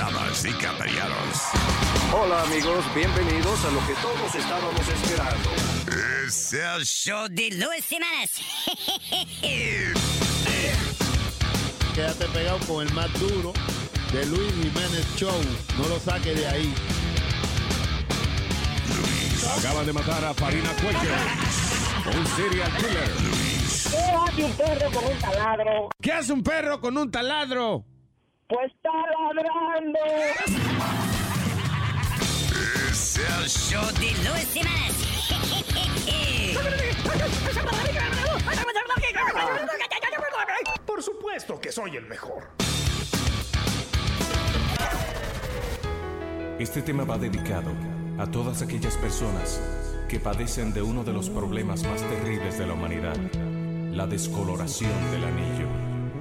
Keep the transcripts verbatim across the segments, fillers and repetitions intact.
Damas y caballeros. Hola amigos, bienvenidos a lo que todos estábamos esperando. Es el show de Luis Jiménez. Quédate pegado con el más duro de Luis Jiménez Show. No lo saques de ahí. Acaban de matar a Farina Cuellar, un serial killer. ¿Qué hace un perro con un taladro? ¿Qué hace un perro con un taladro? Pues está ladrando. Es el show de Luis Jiménez. Por supuesto que soy el mejor. Este tema va dedicado a todas aquellas personas que padecen de uno de los problemas más terribles de la humanidad, la descoloración del anillo.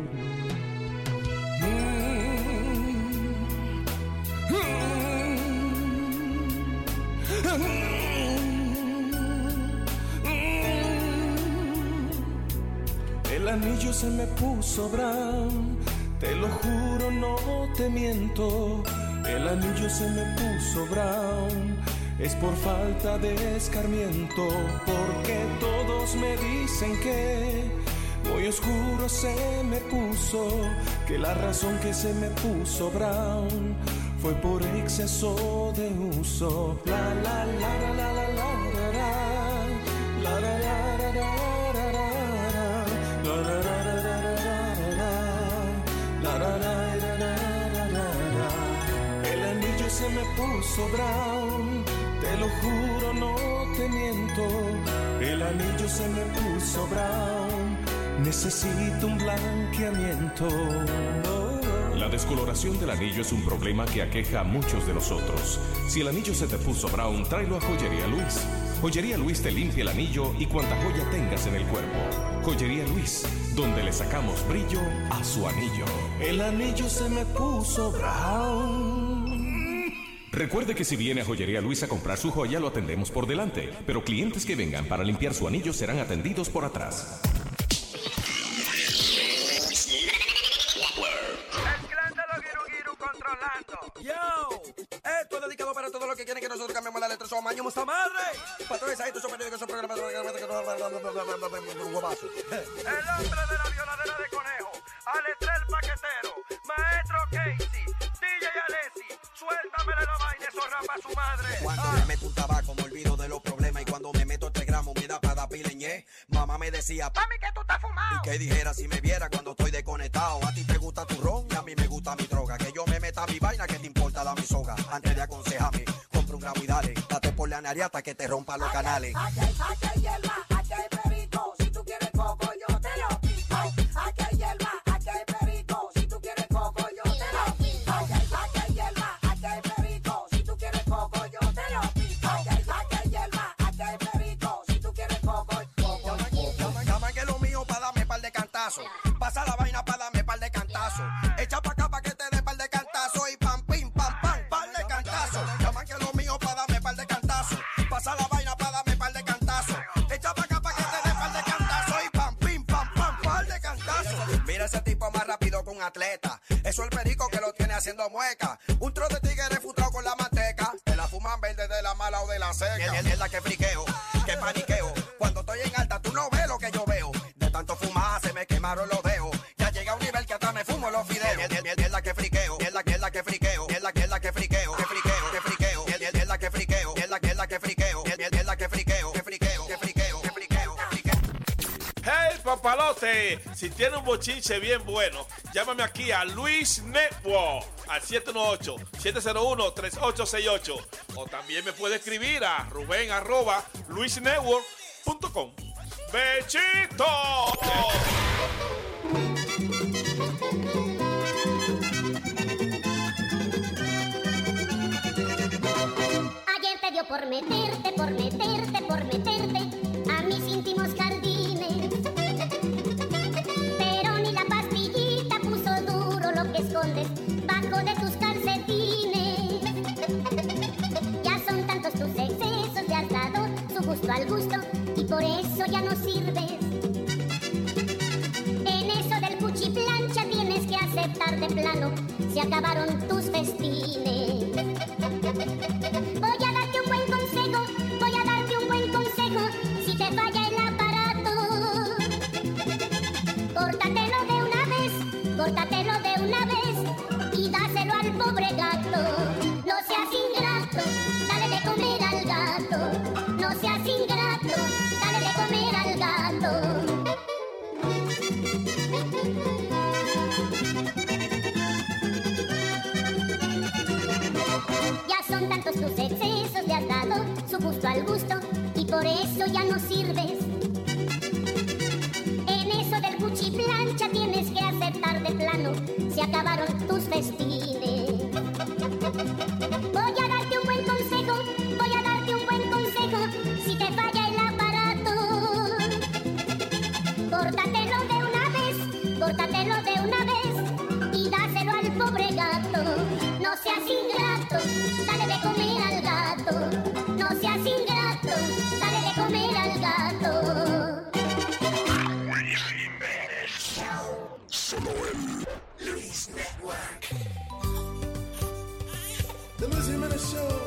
El anillo se me puso brown, te lo juro, no te miento. El anillo se me puso brown, es por falta de escarmiento, porque todos me dicen que muy oscuro se me puso, que la razón que se me puso brown fue por exceso de uso. La la la la la la la la la la la la. El anillo se me puso brown, te lo juro, no te miento. El anillo se me puso brown, necesito un blanqueamiento. La descoloración del anillo es un problema que aqueja a muchos de nosotros. Si el anillo se te puso brown, tráelo a Joyería Luis. Joyería Luis te limpia el anillo y cuanta joya tengas en el cuerpo. Joyería Luis, donde le sacamos brillo a su anillo. El anillo se me puso brown. Recuerde que si viene a Joyería Luis a comprar su joya, lo atendemos por delante, pero clientes que vengan para limpiar su anillo serán atendidos por atrás. Yo, esto es dedicado para todos los que quieren que nosotros cambiemos la letra. Somos maños, esta madre. Patrones, ahí, esos periódicos, esos programas. El hombre de la violadera de conejo, Alestrel Paquetero, Maestro Casey, D J Alessi, suéltame la vaina, eso rapa a su madre. Cuando ah. me meto un tabaco me olvido de los problemas, y cuando me meto tres gramos me da para dar pileñé. Mamá me decía, mami, que tú estás fumado. Y que dijera si me viera cuando estoy desconectado. A ti te gusta tu ron y a mí me gusta mi droga. Que yo me meta mi vaina, que te importa la mi soga. Antes de aconsejarme, compra un gramo y dale. Date por la nariata que te rompa los canales. Aquí hay, aquí hay hierba, aquí hay perico. Si tú quieres coco, yo te lo pico. Aquí hay hierba, aquí hay perico. Si tú quieres coco, yo te lo pico. Aquí hay hierba, aquí hay perico. Si tú quieres coco, yo te lo pico. Aquí hay hierba, aquí hay perico. Si tú quieres coco, coco. Llaman que lo mío pa' darme par de cantazos. Pasa la vaina pa' darme par de cantazos. Echa pa' acá pa' que te dé par de cantazos. Y pam, pim, pam, pam, par de cantazos. Llaman que lo mío pa' darme par de cantazos. Pasa la vaina pa' darme par de cantazos. Echa pa' acá pa' que te dé par de cantazos. Y pam, pim, pam, pam, par de cantazos. Mira ese tipo más rápido que un atleta. Eso es el perico que lo tiene haciendo mueca. Un tro de tigre frustrado con la manteca. Te la fuman verde de la mala o de la seca. Mierda que friqueo, que paniqueo. Cuando estoy en alta tú no ves lo que yo veo. De tanto fumar se me quemaron los dedos. Ya llega a un nivel que hasta me fumo los fideos. Mierda que friqueo, mierda que friqueo. Mierda que friqueo, que friqueo, que friqueo. Mierda que friqueo, mierda que friqueo. Mierda que friqueo, que friqueo, que friqueo, que friqueo, que friqueo. Hey, papalote, si tiene un bochinche bien bueno, llámame aquí a Luis Network al siete uno ocho, siete cero uno, tres ocho seis ocho. O también me puede escribir a Rubén arroba luisnetwork punto com. ¡Bechito! Ayer te dio por meterte, por meterte, por meterte a mis íntimos jardines. Pero ni la pastillita puso duro lo que escondes bajo de tus calcetines. Ya son tantos tus excesos, le has dado su gusto al gusto y por eso ya no sirves. En eso del cuchiplancha tienes que aceptar de plano. se acabaron tus festines. Voy a darte un buen consejo, voy a darte un buen consejo. Si te falla el aparato, córtatelo de una vez, córtatelo de una vez y dáselo al pobre gato. No seas ingrato, dale de comer al gato. No seas ingrato, dale de comer al gato. Son tantos tus excesos, le has dado su gusto al gusto y por eso ya no sirves. En eso del cuchiplancha tienes que aceptar de plano, se acabaron tus festines. Voy a darte un buen consejo, voy a darte un buen consejo. Si te falla el aparato, córtatelo de una vez, córtatelo de una vez y dáselo al pobre gato. No seas ingrato, dale de comer al gato. No seas ingrato, dale de comer al gato. Luis Jiménez. Solo el Luis Network. The Luis Jiménez Show.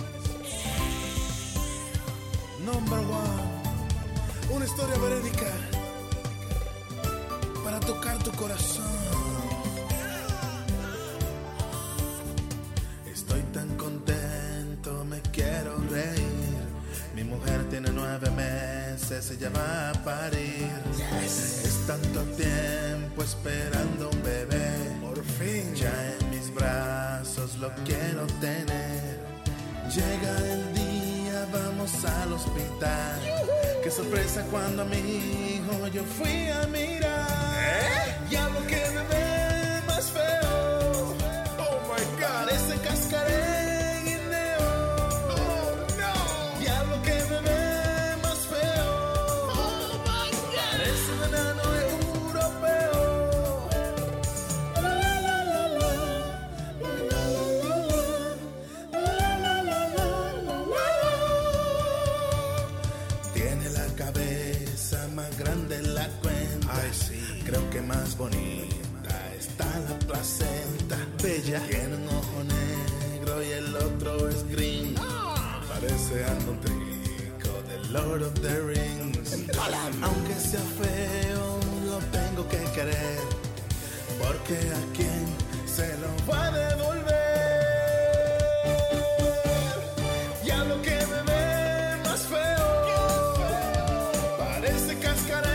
Number one. Una historia verídica para tocar tu corazón. Estoy tan contento, me quiero reír. Mi mujer tiene nueve meses, ella va a parir. Yes. Es tanto tiempo esperando un bebé. Por fin. Ya en mis brazos lo quiero tener. Llega el día, vamos al hospital. Uh-huh. Qué sorpresa cuando a mi hijo yo fui a mirar. ¿Eh? Ya lo que bebé más feo. Oh my God, ese cascareguineo. Oh no. Diablo que bebé más feo. Oh my God. Parece un enano europeo. La la la la la. La la la la la. Tiene la cabeza más grande en la cuenta. Ay, sí. Creo que más bonita está la placenta. Bella. Tiene un ojo negro y el otro es green. Ah. Parece algo trico de Lord of the Rings. Aunque sea feo, lo tengo que querer. Porque a quien se lo va a devolver. Ya lo que me ve más feo. Parece cáscara.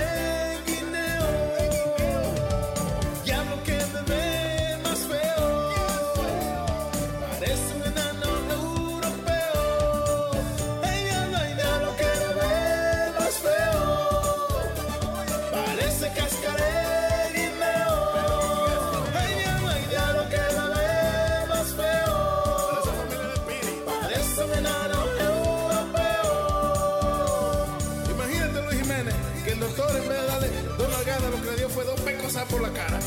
Lo que le dio fue dos pecosas por la cara.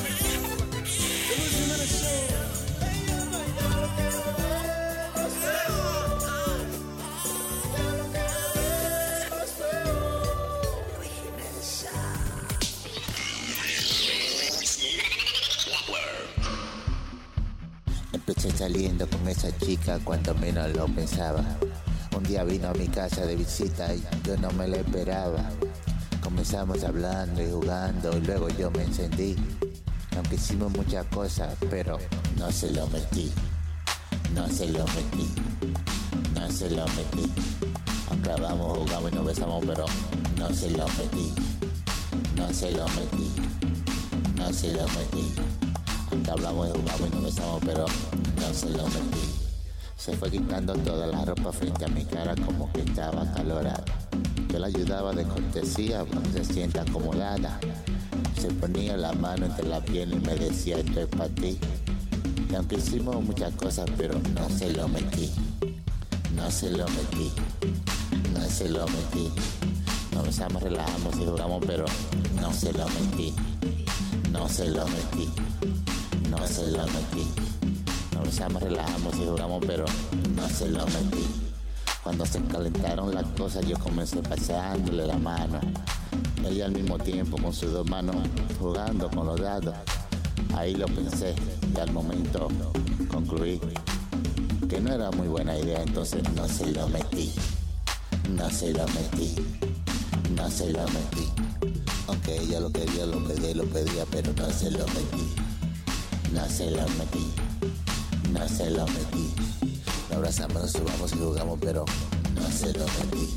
Empecé saliendo con esa chica cuando menos lo pensaba. Un día vino a mi casa de visita y yo no me lo esperaba. Comenzamos hablando y jugando y luego yo me encendí. Aunque hicimos muchas cosas, pero no se lo metí. No se lo metí. No se lo metí. Aunque hablamos, jugamos y nos besamos, pero no se lo metí. No se lo metí. No se lo metí. Aunque hablamos y jugamos y nos besamos, pero no se lo metí. Se fue quitando toda la ropa frente a mi cara como que estaba acalorada. Yo la ayudaba de cortesía, se sienta acomodada. Se ponía la mano entre la piel y me decía, esto es para ti. Y aunque hicimos muchas cosas, pero no se lo metí. No se lo metí. No se lo metí. Nos besamos, relajamos y jugamos, pero no se lo metí. No se lo metí. No se lo metí. Nos besamos, relajamos y jugamos, pero no se lo metí. Cuando se calentaron las cosas yo comencé pasándole la mano. Ella al mismo tiempo con sus dos manos jugando con los dados. Ahí lo pensé y al momento concluí que no era muy buena idea, entonces no se lo metí. No se lo metí. No se lo metí. Aunque ella lo quería, lo pedía, lo pedía, pero no se lo metí. No se lo metí. No se lo metí. Nos abrazamos, nos subamos y jugamos, pero no se lo metí.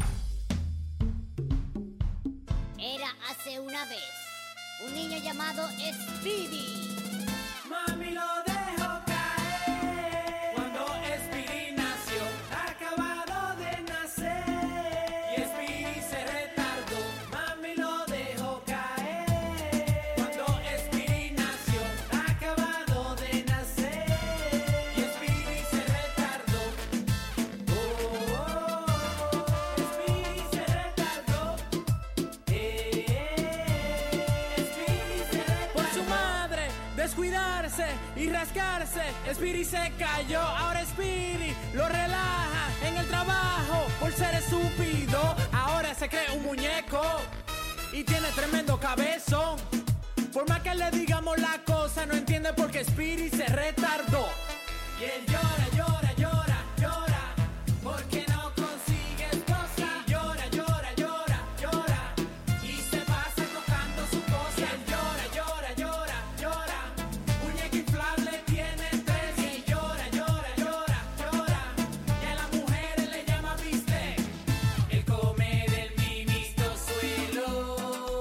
Era hace una vez un niño llamado Speedy. Mami lo dejó caer cuando Speedy nació, acabado de nacer. Y Speedy se retardó. Mami lo dejó caer cuando Speedy nació, acabado de nacer. Y Speedy se retardó. Oh, oh, oh. Speedy se retardó. Eh, eh. Speedy se retardó. Por su madre descuidarse y rascarse, Speedy se cayó. Ahora Speedy lo relaja en el trabajo por ser estúpido. Ahora se cree un muñeco y tiene tremendo cabezón. Por más que le digamos la cosa, no entiende por qué Speedy se retardó. Y él llora, llora, llora, llora, porque no consigues cosas. Y llora, llora, llora, llora, y se pasa tocando su cosa. Y él llora, llora, llora, llora, muñeca inflable tiene tres. Y llora, llora, llora, llora, y a las mujeres le llama bistec. Él come del mimisto suelo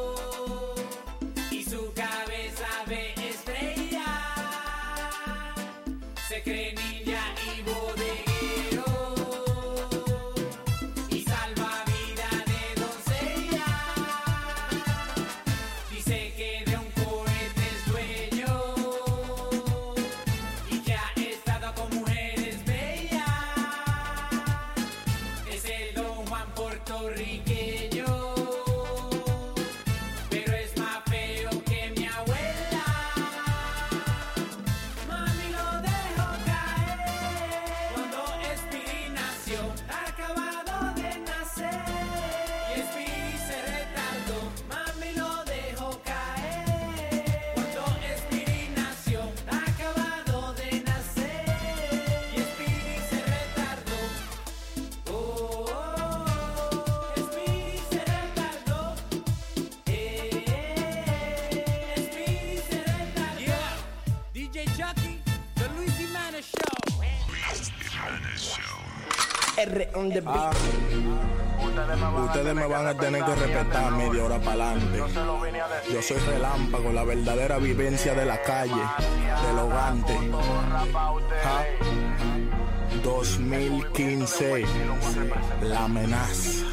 y su cabeza ve estrella. Se cree ninja y bodeguero y salva vida de doncella. Dice que de un cohete es dueño y que ha estado con mujeres bellas. Es el Don Juan puertorriqueño, pero es más feo que mi abuela. Mami lo dejó caer cuando Speedy nació, acabado de nacer. Y Speedy se retardó. Mami lo dejó caer cuando Speedy nació, acabado de nacer. Y Speedy se retardó. Oh, oh, oh. Speedy se retardó. Eh, eh, Speedy se retardó. Yeah, D J Chucky, The Luis Jimenez Show. R on the beat. Ustedes me van a tener que respetar media hora para adelante. Yo soy Relámpago, la verdadera vivencia de la calle, del hogante. Ja. dos mil quince, la amenaza.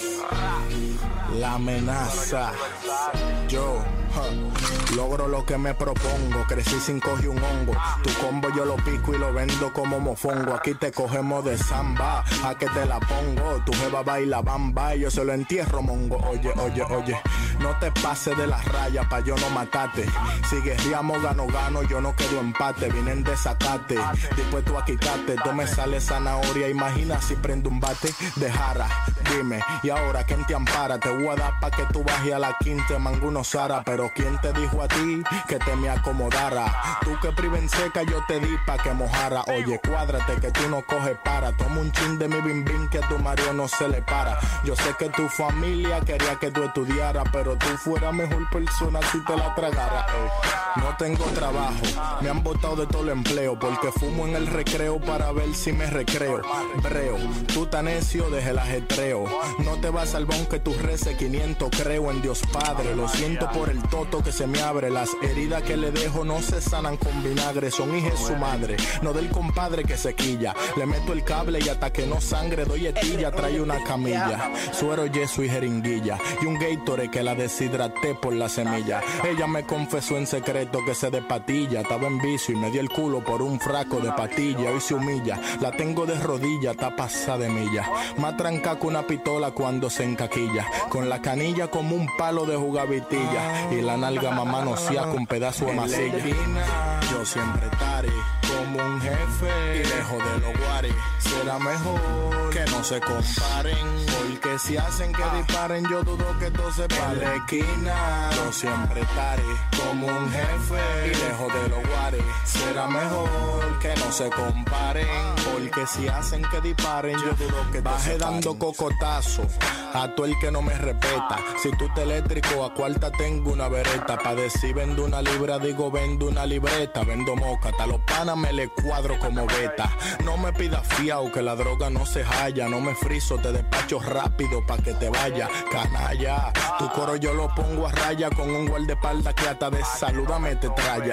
La amenaza. Yo ja, logro lo que me propongo. Crecí sin coger un hongo. Tu combo yo lo pico y lo vendo como mofongo. Aquí te cogemos de samba, a que te la pongo. Tu jeva baila bamba y yo se lo entierro mongo. Oye, oye, oye, no te pases de las rayas pa' yo no matarte. Si guerriamos gano gano, yo no quedo empate. Vienen de sacate, dispuesto a quitarte. Tú me sale zanahoria, imagina si prendo un bate de jara. Dime, y ahora quién te ampara. Te voy a dar pa' que tú bajes a la quinta, manguno Sara. Pero quién te dijo a ti que te me acomodara. Tú que priven seca yo te di pa' que mojara. Oye, cuádrate que tú no coges para. Toma un chin de mi bim bim que a tu marido no se le para. Yo sé que tu familia quería que tú estudiaras, pero tú fueras mejor persona si te la tragara. Ey. No tengo trabajo, me han botado de todo el empleo, porque fumo en el recreo para ver si me recreo. Breo, tú tan necio desde el ajetreo. No te vas al bon que tú reces quinientos. Creo en Dios Padre, lo siento por el toto que se me abre. Las heridas que le dejo no se sanan con vinagre. Son hijas de su madre, no del compadre que se quilla. Le meto el cable y hasta que no sangre doy etilla. Trae una camilla, suero, yeso y jeringuilla, y un Gatorade que la deshidraté por la semilla. Ella me confesó en secreto que se de patilla. Estaba en vicio y me dio el culo por un fraco de patilla. Hoy se humilla, la tengo de rodilla, está pasada de milla. Más tranca que una pistola cuando se encaquilla. Con la canilla como un palo de jugavitilla. Y la nalga mamá no sea con pedazo de masilla. Yo siempre estaré como un jefe y lejos de los guaris. será mejor que no se comparen, porque si hacen que disparen, yo dudo que todo se pare. En la esquina, yo siempre estaré como un jefe y lejos de los guares. Será mejor que no se comparen, porque si hacen que disparen, yo dudo que todo se pare. Baje dando cocotazo a todo el que no me respeta. Si tú te eléctrico, a cuarta tengo una vereta. Pa' decir vendo una libra, digo vendo una libreta. Vendo moca, hasta los panas me le cuadro como beta. No me pidas fiao, que la droga no se halla. No me friso, te despacho rápido pa' que te vaya. Canalla, tu coro yo lo pongo a raya con un guardaespaldas que hasta de salúdame te traya.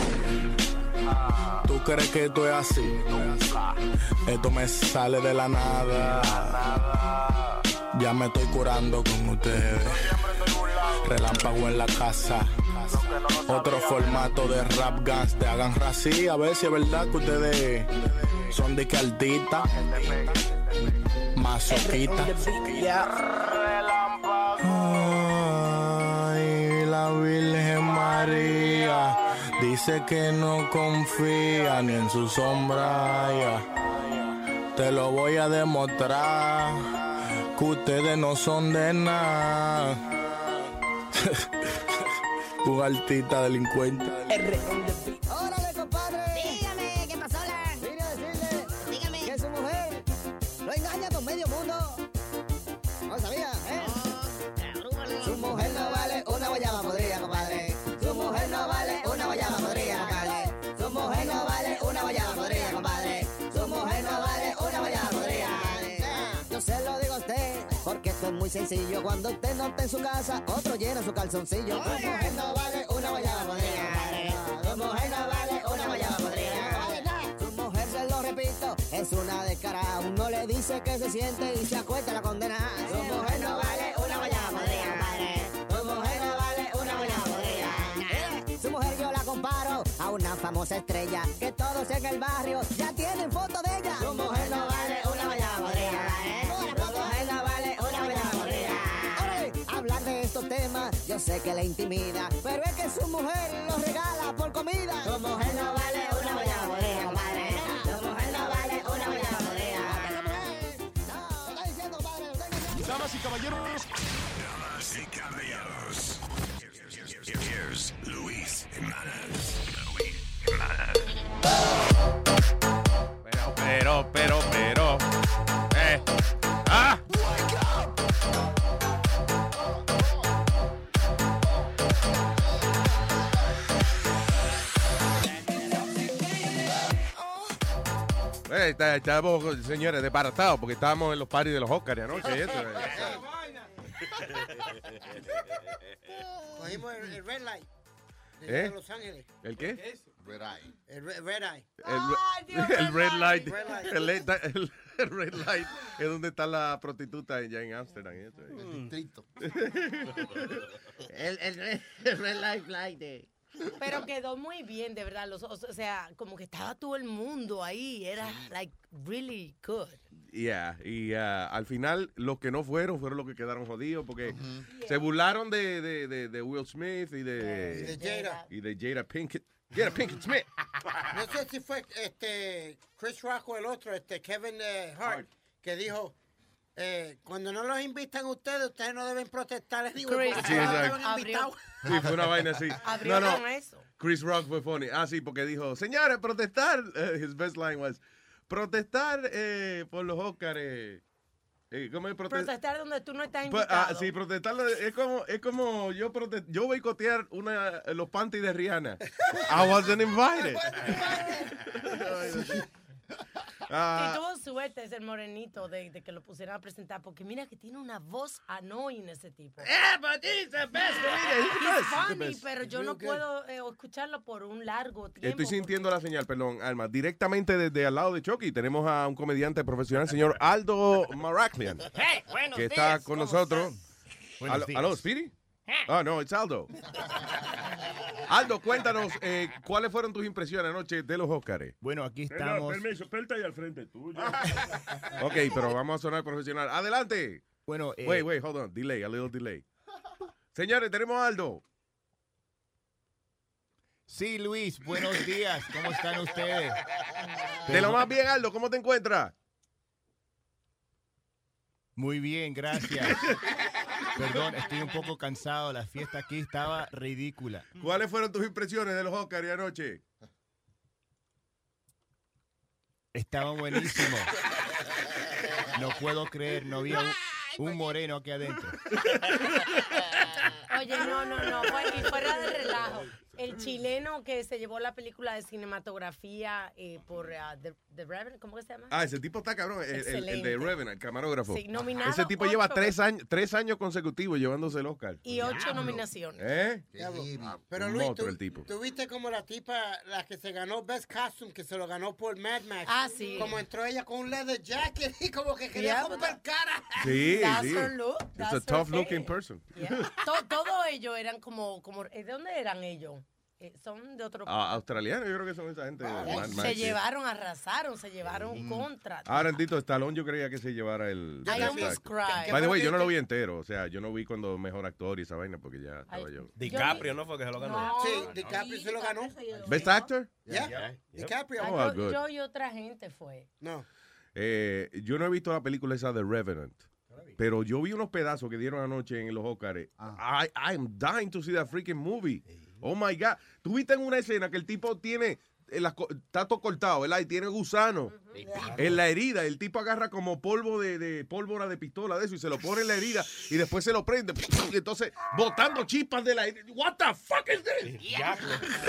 ¿Tú crees que esto es así? Esto me sale de la nada. Ya me estoy curando con ustedes. Relámpago en la casa. Otro formato de rap gangsta. Hagan rací, a ver si es verdad que ustedes son de caldita, masoquita. Ay, la Virgen María dice que no confía ni en su sombra. Ya. Te lo voy a demostrar que ustedes no son de nada. Un artista delincuente. Órale, compadre. Dígame, ¿qué pasó, la? Vine a decirle Dígame. que su mujer lo engaña con medio mundo. No sabía, ¿eh? No, su mujer no vale una guayaba podrida, compadre. Su mujer no vale una guayaba podrida, compadre. Su mujer no vale una guayaba podrida, compadre. Su mujer no vale una guayaba podrida. Yo se lo digo a usted, porque esto es muy sencillo. Cuando usted no está en su casa, otro llena su calzoncillo. Su mujer no vale una guayaba podrida, compadre. Su mujer no vale una guayaba podrida. Su mujer, se lo repito, es una descarada. Uno le dice que se siente y se acuesta la condena. Su mujer no vale una guayaba podrida, compadre. Su mujer no vale una guayaba podrida. Su mujer yo la comparo a una famosa estrella, que todos en el barrio ya tienen foto de ella. Su mujer no vale una guayaba podrida. Hablar de estos temas, yo sé que le intimida, pero es que su mujer lo regala por comida. Su mujer no vale una guayaba podrida, compadre. Su mujer no vale una guayaba podrida. No, ¿qué está diciendo, compadre? Damas y caballeros. Damas y caballeros. Here's Luis Jiménez. Luis Jiménez. Pero, pero, pero, pero. Eh. ¡Ah! Eh, está- Estábamos, señores, desbaratados porque estábamos en los parties de los Oscars anoche. y eso, eh. Cogimos el, el Red Light de ¿Eh? Los Ángeles. ¿El qué? Red Eye. El Red, red Eye. El, el red light. Red light. El, red- el- el red light es donde está la prostituta allá en Amsterdam. y eso, eh. distrito. El, el, red- el red light light de... Pero quedó muy bien, de verdad. Los, o sea, como que estaba todo el mundo ahí. Era, like, really good. Yeah, y uh, al final los que no fueron fueron los que quedaron jodidos porque se burlaron de, de, de, de Will Smith y de, Y de Jada. y de Jada Pinkett. Jada Pinkett Smith. No sé si fue este Chris Rock o el otro, este Kevin eh, Hart, que dijo, eh, cuando no los invitan ustedes, ustedes no deben protestar. Anyway, Chris porque Sí, no exacto. estaban invitados. Sí, fue una vaina así. Abrió No, no. con eso. Chris Rock fue funny. Ah, sí, porque dijo, señores, protestar. Uh, his best line was, protestar eh, por los Oscars. Eh, eh, ¿Cómo es protestar? Protestar donde tú no estás Pues, invitado. ah, sí, protestar es como, es como yo, prote yo boicotear una, los panties de Rihanna. I wasn't invited. Ah, Y tuvo suerte ese morenito de, de que lo pusieran a presentar, porque mira que tiene una voz annoying ese tipo. Yeah, but he's the best. He's funny, best. pero yo no puedo eh, escucharlo por un largo tiempo. Estoy sintiendo la señal, perdón, Alma. Directamente desde al lado de Chucky tenemos a un comediante profesional, señor Aldo Maraclian, Hey, buenos que días. está con ¿Cómo nosotros. estás? Aló, aló, Speedy. Ah, no, es Aldo. Aldo, cuéntanos, eh, ¿cuáles fueron tus impresiones anoche de los Óscares? Bueno, aquí Pero, estamos. permiso, espérate ahí al frente tuyo. Ok, pero vamos a sonar profesional. Adelante. Bueno, eh, Wait, wait, hold on. Delay, a little delay. Señores, tenemos a Aldo. Sí, Luis, buenos días. ¿Cómo están ustedes? De lo más bien, Aldo, ¿cómo te encuentras? Muy bien, gracias. Perdón, estoy un poco cansado. La fiesta aquí estaba ridícula. ¿Cuáles fueron tus impresiones de los Oscars de anoche? Estaban buenísimos. No puedo creer, no había un, un moreno aquí adentro. Oye, no, no, no, fue- y fuera de relajo. El chileno que se llevó la película de cinematografía eh, por uh, The, The Revenant, ¿cómo que se llama? Ah, ese tipo está cabrón, el, el- el de Excelente. Revenant, el camarógrafo. Sí, nominado Ese tipo lleva ocho tres años, tres años consecutivos llevándose el Oscar. Y ocho nominaciones. ¿Eh? Diablo. Pero Un Luis, monstruo tú, el tipo. tú viste como la tipa, la que se ganó Best Costume, que se lo ganó por Mad Max. Ah, sí. Como entró ella con un leather jacket y como que quería Yeah, comprar cara. Sí, That's sí. her look, It's that's a her tough thing. looking person. To- Todos ellos eran como, como, ¿de dónde eran ellos? Eh, son de otro Ah, australianos, yo creo que son esa gente. Eh, Mad Max, se sí. llevaron, arrasaron, se llevaron contra. Ahora, Tito, Stallone yo creía que se llevara el... I Best almost Actor. cried. By the way, yo no lo vi entero. O sea, yo no vi cuando mejor actor y esa vaina porque ya estaba yo. DiCaprio, ¿no fue que se lo ganó? Sí, DiCaprio se lo ganó. ¿Best Actor? Yeah, DiCaprio. Ah, Oh, yo, good. yo y otra gente fue. No. Eh, yo no he visto la película esa de Revenant. Pero yo vi unos pedazos que dieron anoche en los Oscars. I, I'm dying to see that freaking movie. Oh my God. ¿Tú viste en una escena que el tipo tiene, eh, las co- está todo cortado, ¿verdad? Y tiene gusano en la herida. El tipo agarra como polvo de, de pólvora de pistola de eso y se lo pone en la herida y después se lo prende. Y entonces, botando chispas de la herida. What the fuck is this? Diablo.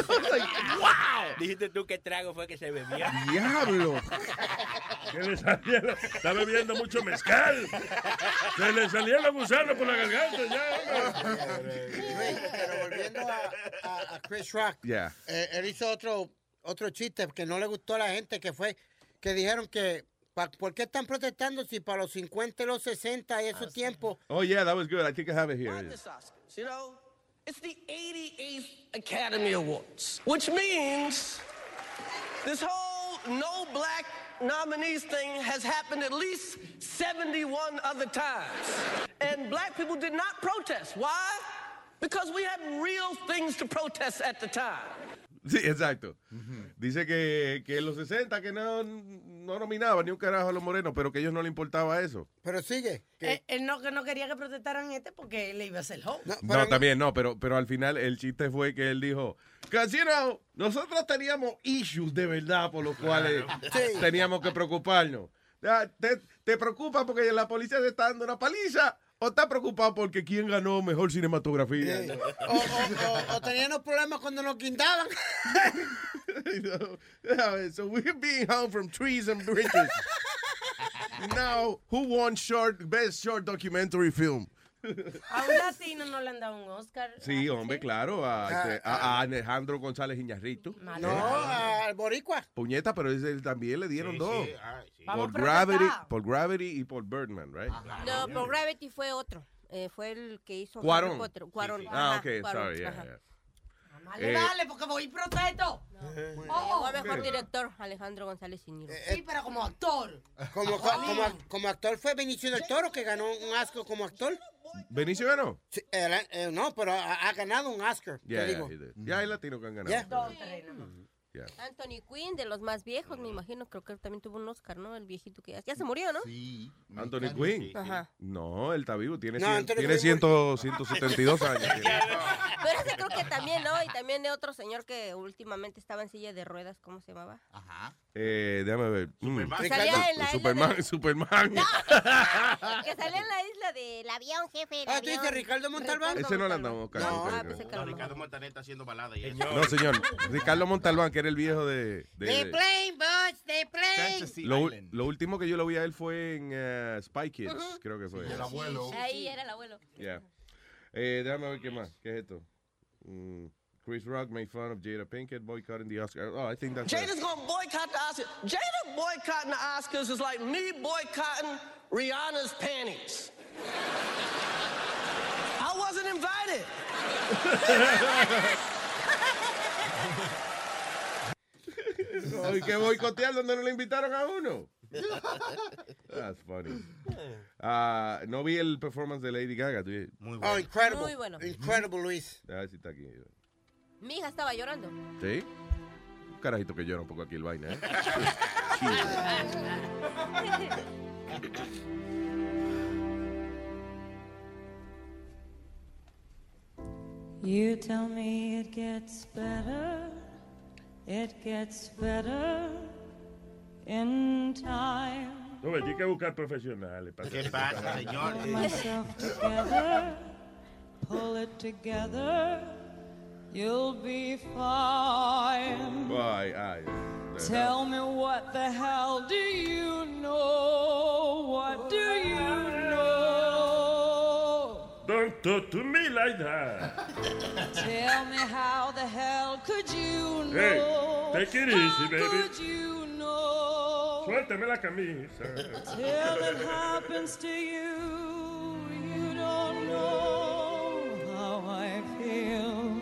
Wow. Dijiste tú qué trago fue que se bebía. Diablo. Que le salieron, está bebiendo mucho mezcal. Se le salían los gusanos por la garganta ya. hombre. Pero volviendo a, a- a Chris Rock, Yeah. eh, él hizo otro, otro chiste que no le gustó a la gente, que fue que dijeron que pa- ¿por qué están protestando si para los cincuenta y los sesenta y esos tiempos? Oh, yeah, that was good. I think I have it here. This Oscars, you know, it's the eighty-eighth Academy Awards, which means this whole no black nominees thing has happened at least seventy-one other times. And black people did not protest. Why? Because we had real things to protest at the time. Sí, exacto. Dice que, que en los sesenta que no, no nominaba ni un carajo a los morenos, pero que a ellos no le importaba eso. Pero sigue. Él, él no, que no quería que protestaran este porque él le iba a hacer host. No, también no, pero, pero al final el chiste fue que él dijo, casi no, nosotros teníamos issues de verdad por los cuales Sí. teníamos que preocuparnos. Ya, ¿Te, te preocupa porque la policía te está dando una paliza o estás preocupado porque quién ganó mejor cinematografía? Sí. O, o- o- o tenían los problemas cuando nos guindaban. So we're being hung from trees and bridges. Now, who won short best short documentary film? A un latino no le han dado un Oscar. Sí, hombre, claro, a, este, a- a Alejandro González Iñárritu. No, al boricua. Puñeta, pero ese también le dieron Sí, dos. sí, ah, sí. Por Vamos a Gravity, protestar. por Gravity y por Birdman, right? No, por Gravity fue otro. Eh, fue el que hizo Cuarón. Harry Potter. Cuarón. Ah, Ajá, ok, Cuarón, sorry, yeah, ajá. yeah. Dale, Eh, dale, porque voy y protesto. Llegó a mejor director, Alejandro González Iñárritu. Sí, pero como actor. Como, como, como actor fue Benicio del Toro, que ganó un Oscar como actor. ¿Benicio ganó? Sí, el- eh, no, pero ha, ha ganado un Oscar. Yeah, te yeah, digo. he did. Ya hay latinos que han ganado. Yeah. Dos, tres nomás. Yeah. Anthony Quinn, de los más viejos, me imagino, creo que también tuvo un Oscar, ¿no? El viejito que ya, ya se murió, ¿no? Sí. Anthony Quinn. Ajá. No, él está vivo. Tiene, No, cien- Anthony tiene Quinn ciento, ciento setenta y dos años. Pero ese creo que también, ¿no? Y también de otro señor que últimamente estaba en silla de ruedas, ¿cómo se llamaba? Ajá. Eh, déjame ver. Superman. Mm. Que salía en la isla Superman, de- Superman. Que salió en la isla del avión, jefe. Ah, ¿tú dices Ricardo Montalbán? Ese no le han dado un Oscar No, nunca, ah, creo. pensé que No, lo Ricardo Montaner está haciendo balada y eso. No, señor. Ricardo Montalbán, que era el viejo de... de- They de- play, boys, they play. lo, lo último que yo lo vi a él fue en uh, Spy Kids, Ujú. creo que fue. el abuelo. Ahí era el abuelo. Yeah. Eh, déjame ver qué más. ¿Qué es esto? Mm, Chris Rock made fun of Jada Pinkett boycotting the Oscar. Oh, I think that's Jada's gonna boycott the Oscars. Jada boycotting the Oscars is like me boycotting Rihanna's panties. I wasn't invited. Hay que boicotear donde no le invitaron a uno. That's funny. Ah, no vi el performance de Lady Gaga. ¿Tú? Muy Oh, incredible. Muy bueno. Incredible, Luis. A ver si está aquí. Mi hija estaba llorando. ¿Sí? Un carajito que llora un poco aquí el vaina, ¿eh? You tell me it gets better, it gets better in time. No, hay que buscar profesionales. Para ¿Qué pasa, señor? Pull myself together, pull it together, you'll be fine. Ay, ay. Tell me what the hell do you know? What do you know? Don't talk to me like that. Tell me how the hell could you know? Hey, take it easy, How baby. could you know? Suéltame la camisa. Till it happens to you, you don't know how I feel.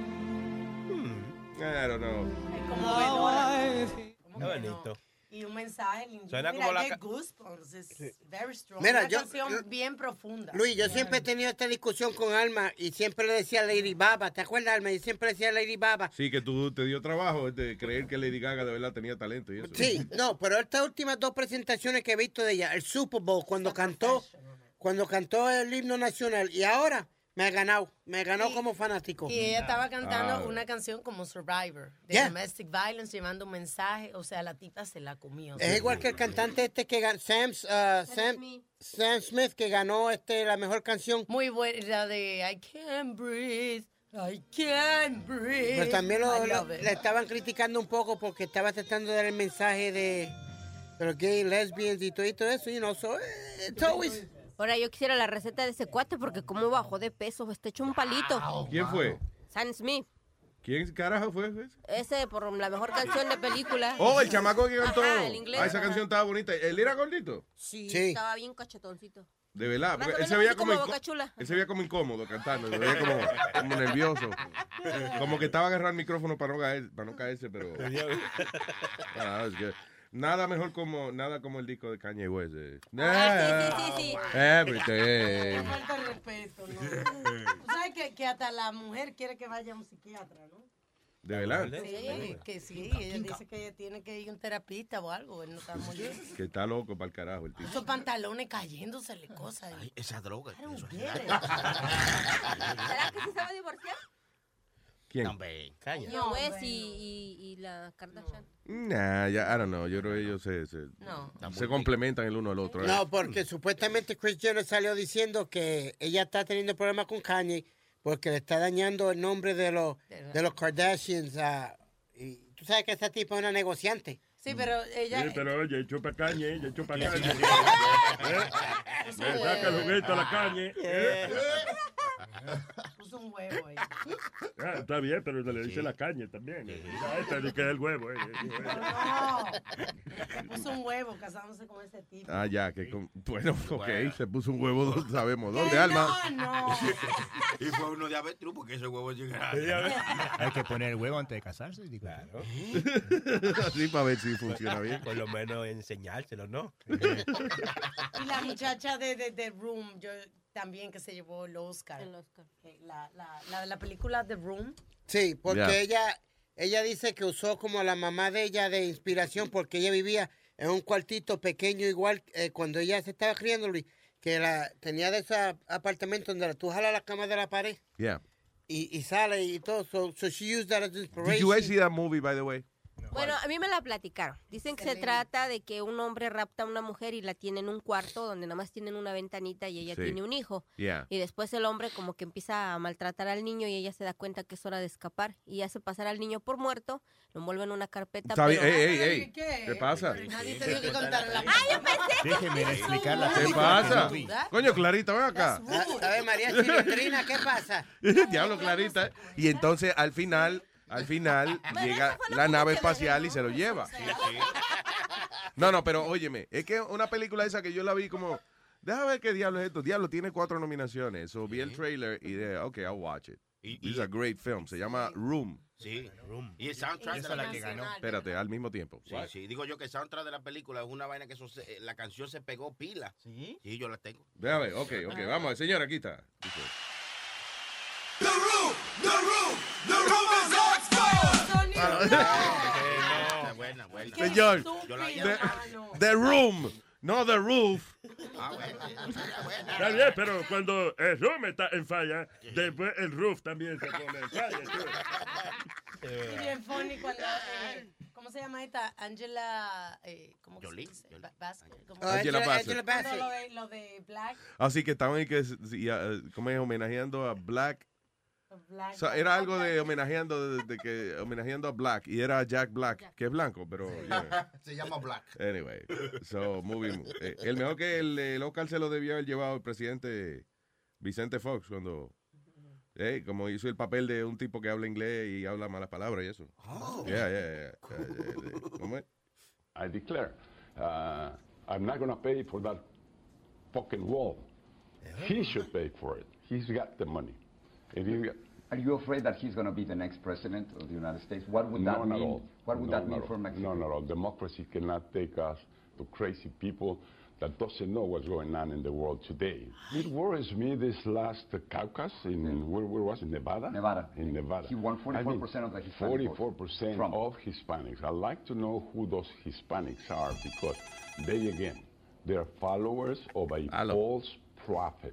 I don't know. How I feel. Qué bonito. Y un mensaje lindo. Suena Mira, como la que ca- goosebumps. Es very strong. Mira, Una yo- canción yo- bien profunda. Luis, yo siempre he tenido esta discusión con Alma y siempre le decía a Lady Baba, ¿te acuerdas, Alma? Y siempre decía a Lady Baba. Sí, que tú te dio trabajo de creer que Lady Gaga de verdad tenía talento y eso. Sí, no, pero estas últimas dos presentaciones que he visto de ella, el Super Bowl, cuando cantó, cuando cantó el himno nacional, y ahora me ha ganado, me ha ganado como fanático. Y ella estaba cantando Ah. una canción como Survivor, de Yeah. domestic violence, llevando un mensaje. O sea, la tipa se la comió. Es igual que el cantante este que ganó, Sam, uh, Sam, Sam Smith, que ganó este la mejor canción. Muy buena, la de I can't breathe, I can't breathe. Pero también lo- I lo- love it. le estaban criticando un poco porque estaba tratando de dar el mensaje de, de los gays, lesbians y todo, y todo eso, you know, so eh, it's always... Ahora yo quisiera la receta de ese cuate porque como bajó de peso, está hecho un palito. ¿Quién fue? Sam Smith. ¿Quién carajo fue? Ese por la mejor canción de película. Oh, el chamaco que cantó. Ajá, el inglés. Ah, esa Ajá. canción estaba bonita. ¿Él era gordito? Sí, Sí. estaba bien cachetoncito. De verdad, Más porque o él menos se veía así como, como inco- Boca Chula. él se veía como incómodo cantando, se veía como, como nervioso. Como que estaba agarrando el micrófono para no, caer, para no caerse, pero... Ah, es que nada mejor como, nada como el disco de Kanye West. eh. Ah, sí, sí, sí, sí. Everything. Falta de respeto, ¿no? Tú sabes que, que hasta la mujer quiere que vaya a un psiquiatra, ¿no? De verdad. Sí, que sí. Ella dice que ella tiene que ir a un terapista o algo. Él no está muy bien. Que está loco para el carajo el tipo. Esos pantalones cayéndosele cosas. Ay, esa droga. ¿Será que sí se va a divorciar? ¿Quién? Hombre, caña. Yo, West y, y, y la Kardashian. Nah, ya, I don't know. Yo creo que ellos se, se, No. se complementan el uno al otro. ¿eh? No, porque supuestamente Kris Jenner salió diciendo que ella está teniendo problemas con Kanye porque le está dañando el nombre de los de los Kardashians. ah, y tú sabes que esa tipa es una negociante. Sí, pero ella... Sí, pero oye, chupa caña, ella chupa caña. ¿Eh? Le saca el juguete a la caña. ¿eh? Puso un huevo ahí. Ah, está bien, pero se le dice la caña también. Ah, esta dice que es el huevo. eh, eh, eh. No, puso un huevo casándose con ese tipo. Ah, ya, que con- bueno, ok, se puso un huevo, no sabemos dónde, Que Alma. No, no. Y fue uno de avestruz porque ese huevo llega. Hay que poner el huevo antes de casarse. Digo, claro. Así para ver si funciona bien. Por lo menos enseñárselo, ¿no? Y la muchacha de, de, de Room, yo también que se llevó el Oscar. El Oscar. Eh, La, la, la de la película The Room. Sí, porque Ya. ella ella dice que usó como a la mamá de ella de inspiración porque ella vivía en un cuartito pequeño igual eh, cuando ella se estaba criando, Luis, que la tenía de esos apartamentos donde tú jalas la cama de la pared Yeah. y, y sale y todo. So, so she used that as inspiration. Did you guys see that movie, by the way? Bueno, a mí me la platicaron. Dicen que se trata de que un hombre rapta a una mujer y la tiene en un cuarto donde nada más tienen una ventanita y ella Sí. tiene un hijo. Yeah. Y después el hombre como que empieza a maltratar al niño y ella se da cuenta que es hora de escapar y hace pasar al niño por muerto, lo envuelve en una carpeta. Está bien, pero- ey, ey, ey. ¿Qué pasa? Nadie te dio que contar la ¡Ay, yo pensé que... Déjeme explicar la ¿Qué película pasa? que no vi. Coño, Clarita, ven acá. A, a ver, María Chilindrina, ¿qué pasa? Diablo, Clarita. Y entonces, al final, al final, llega la nave espacial y se lo lleva. No, no, pero óyeme, es que una película esa que yo la vi como, déjame ver qué diablo es esto. Diablo tiene cuatro nominaciones. So, vi el trailer y de, ok, I'll watch it. This is a great film. Se llama Room. Sí, y el soundtrack Esa de es la la que ganó. Espérate, al mismo tiempo. Sí, sí, digo yo que el soundtrack de la película es una vaina que eso se- eh, la canción se pegó pila. Sí, sí, yo la tengo. Déjame ver, ok, ok, vamos, señor, aquí está. Dice, Buena, buena, buena. Señor, Yo la The, The Room. No, the roof. Ah, bueno. Está bien, pero cuando el roof está en falla, después el roof también se pone en falla. Y bien funny cuando, eh, ¿cómo se llama esta? Angela, eh, ¿cómo que se Jolie. dice? Ba- Bassett. ¿Cómo? Oh, Angela Bassett. Angela Cuando Bassett. Lo de, lo de Black. Así que estaban ahí que, sí, ah, como es, homenajeando a Black. Black O sea, era algo de homenajeando de, de que homenajeando a Black y era Jack Black, que es blanco, pero yeah. Se llama Black. Anyway, so moving. Eh, el mejor que el, el Oscar se lo debió haber llevado el presidente Vicente Fox cuando eh, como hizo el papel de un tipo que habla inglés y habla malas palabras y eso. Oh. Yeah, yeah, yeah. yeah. ¿Cómo es? I declare, uh, I'm not going to pay for that fucking wall. He should pay for it. He's got the money. If you got, Are you afraid that he's going to be the next president of the United States? What would that none at mean? all. What would No, that mean not for all. Mexico? No, not at all. Democracy cannot take us to crazy people that doesn't know what's going on in the world today. It worries me this last uh, caucus in, where, where was it, Nevada? Nevada. In Nevada. He won forty-four percent of the Hispanic vote. forty-four percent Trump. of Hispanics. I'd like to know who those Hispanics are because they, again, they're followers of a false prophet.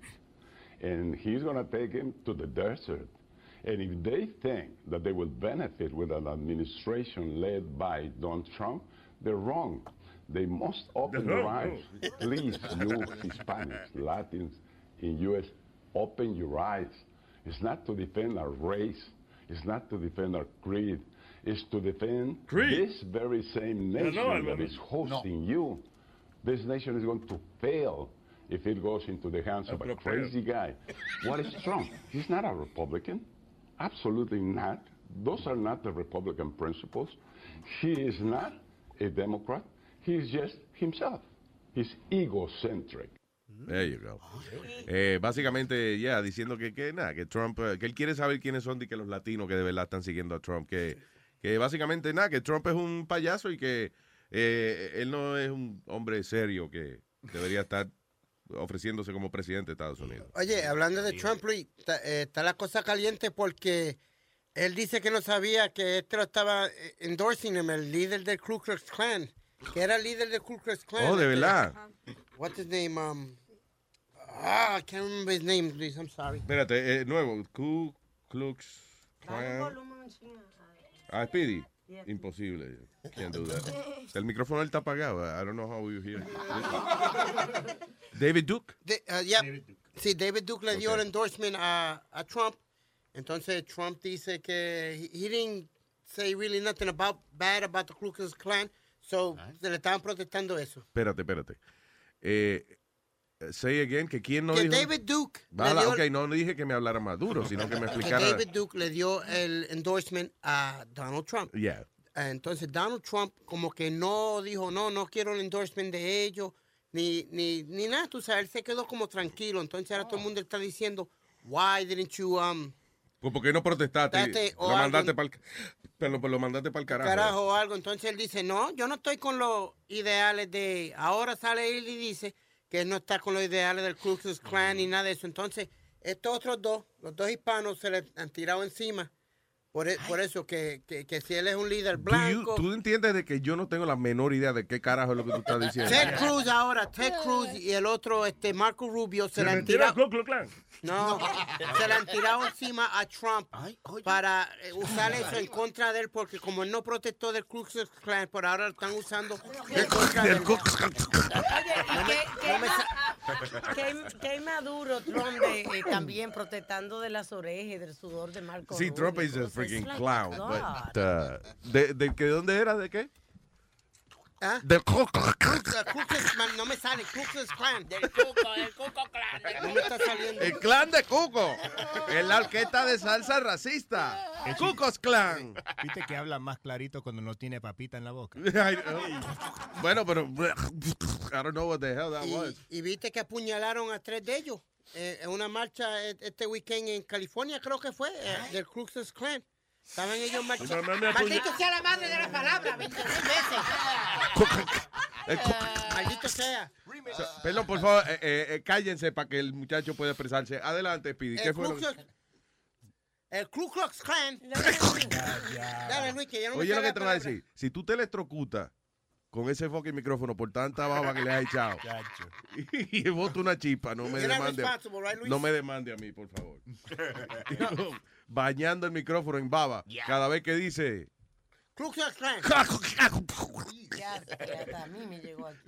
And he's going to take him to the desert. And if they think that they will benefit with an administration led by Donald Trump, they're wrong. They must open their eyes. Please, you Hispanics, Latins in U S, open your eyes. It's not to defend our race. It's not to defend our creed. It's to defend Creed. this very same No, nation no, I that love is it. hosting you. This nation is going to fail if it goes into the hands of a crazy guy. What is Trump? He's not a Republican. Absolutely not. Those are not the Republican principles. He is not a Democrat. He's just himself. He's egocentric. There you go. Eh, básicamente, ya, yeah, diciendo que, que nada, que Trump, eh, que él quiere saber quiénes son y que los latinos que de verdad están siguiendo a Trump, que, que básicamente nada, que Trump es un payaso y que eh, él no es un hombre serio que debería estar ofreciéndose como presidente de Estados Unidos. Oye, hablando de Trump, Luis, está, eh, está la cosa caliente porque él dice que no sabía que este lo estaba eh, endorsing him, el líder del Ku Klux Klan, que era el líder del Ku Klux Klan. Oh, de verdad. What's his name? Um, ah, I can't remember his name, Luis, I'm sorry. Espérate, eh, nuevo, Ku Klux Klan. Ah, Speedy. Yeah. Imposible. Can't do that. El micrófono él está apagado. I don't know how you hear. David Duke. De, uh, yeah. Sí, David Duke le dio Okay. el endorsement a, a Trump. Entonces Trump dice que he, he didn't say really nothing about bad about the Ku Klux Klan. So se le estaban protestando eso. Espérate, espérate. Eh, say again, que quién no Que dijo. David Duke. Vale, le dio, ok, no dije que me hablara más duro, sino que me que explicara. David Duke le dio el endorsement a Donald Trump. Yeah. Entonces Donald Trump como que no dijo, no, no quiero el endorsement de ellos, ni, ni, ni nada, tú sabes, él se quedó como tranquilo. Entonces ahora todo el mundo está diciendo, why didn't you, um, Pues ¿por qué no protestaste? Protestaste o Lo mandaste algo- para pero pues lo mandaste para el carajo. carajo o algo? Entonces él dice, no, yo no estoy con los ideales de, ahora sale él y dice que él no está con los ideales del Ku Klux Klan ni nada de eso. Entonces estos otros dos, los dos hispanos se le han tirado encima. Por, e- por eso que, que, que si él es un líder Do you- blanco. ¿Tú entiendes de que yo no tengo la menor idea de qué carajo es lo que tú estás diciendo? Ted Cruz ahora, Ted Cruz y el otro, este Marco Rubio, se, ¿Se le han metieron tirado. al Ku Klux Klan? No, se le han tirado encima a Trump para eh, usar eso en contra de él, porque como él no protestó del Ku Klux Klan, por ahora lo están usando en contra de él. Qué, qué, qué maduro Trump de, eh, también protestando de las orejas y del sudor de Marco Sí, Rubio. Trump is a It's freaking like, clown. God. But, uh, de, de, que ¿Dónde era? ¿De qué? ¿Ah? Del Ku Klux- Ku Klux Klan, no me sale, Ku Klux Klan. Del Cuco, del Cuco Klan. No me está saliendo. El clan de Cuco. Es la orquesta de salsa racista. El Cucos Clan. Viste que habla más clarito cuando no tiene papita en la boca. Ay, oh. Bueno, pero I don't know what the hell that was. Y, y viste que apuñalaron a tres de ellos eh, en una marcha eh, este weekend en California, creo que fue, eh, del Ku Klux Klan. Estaban ellos marchando. mamá me apuñaló. Maldito sea la madre de la palabra, veintiséis veces. Maldito sea. So, perdón, por favor, eh, eh, eh, cállense para que el muchacho pueda expresarse. Adelante, Speedy. ¿Qué El fue Ku lo que... Klux- el Ku Klux Klan. Dale, Luis, que ya no me Oye, lo sale que la te voy a palabra. decir. Si tú te electrocutas con ese fucking micrófono por tanta baba que le has echado. Y boto una chispa, no me You're not demande. responsible, right, Luis? No me demande a mí, por favor. Bañando el micrófono en baba. Yeah. Cada vez que dice. Ku Klux Klan. Ya, ya hasta a mí me llegó aquí.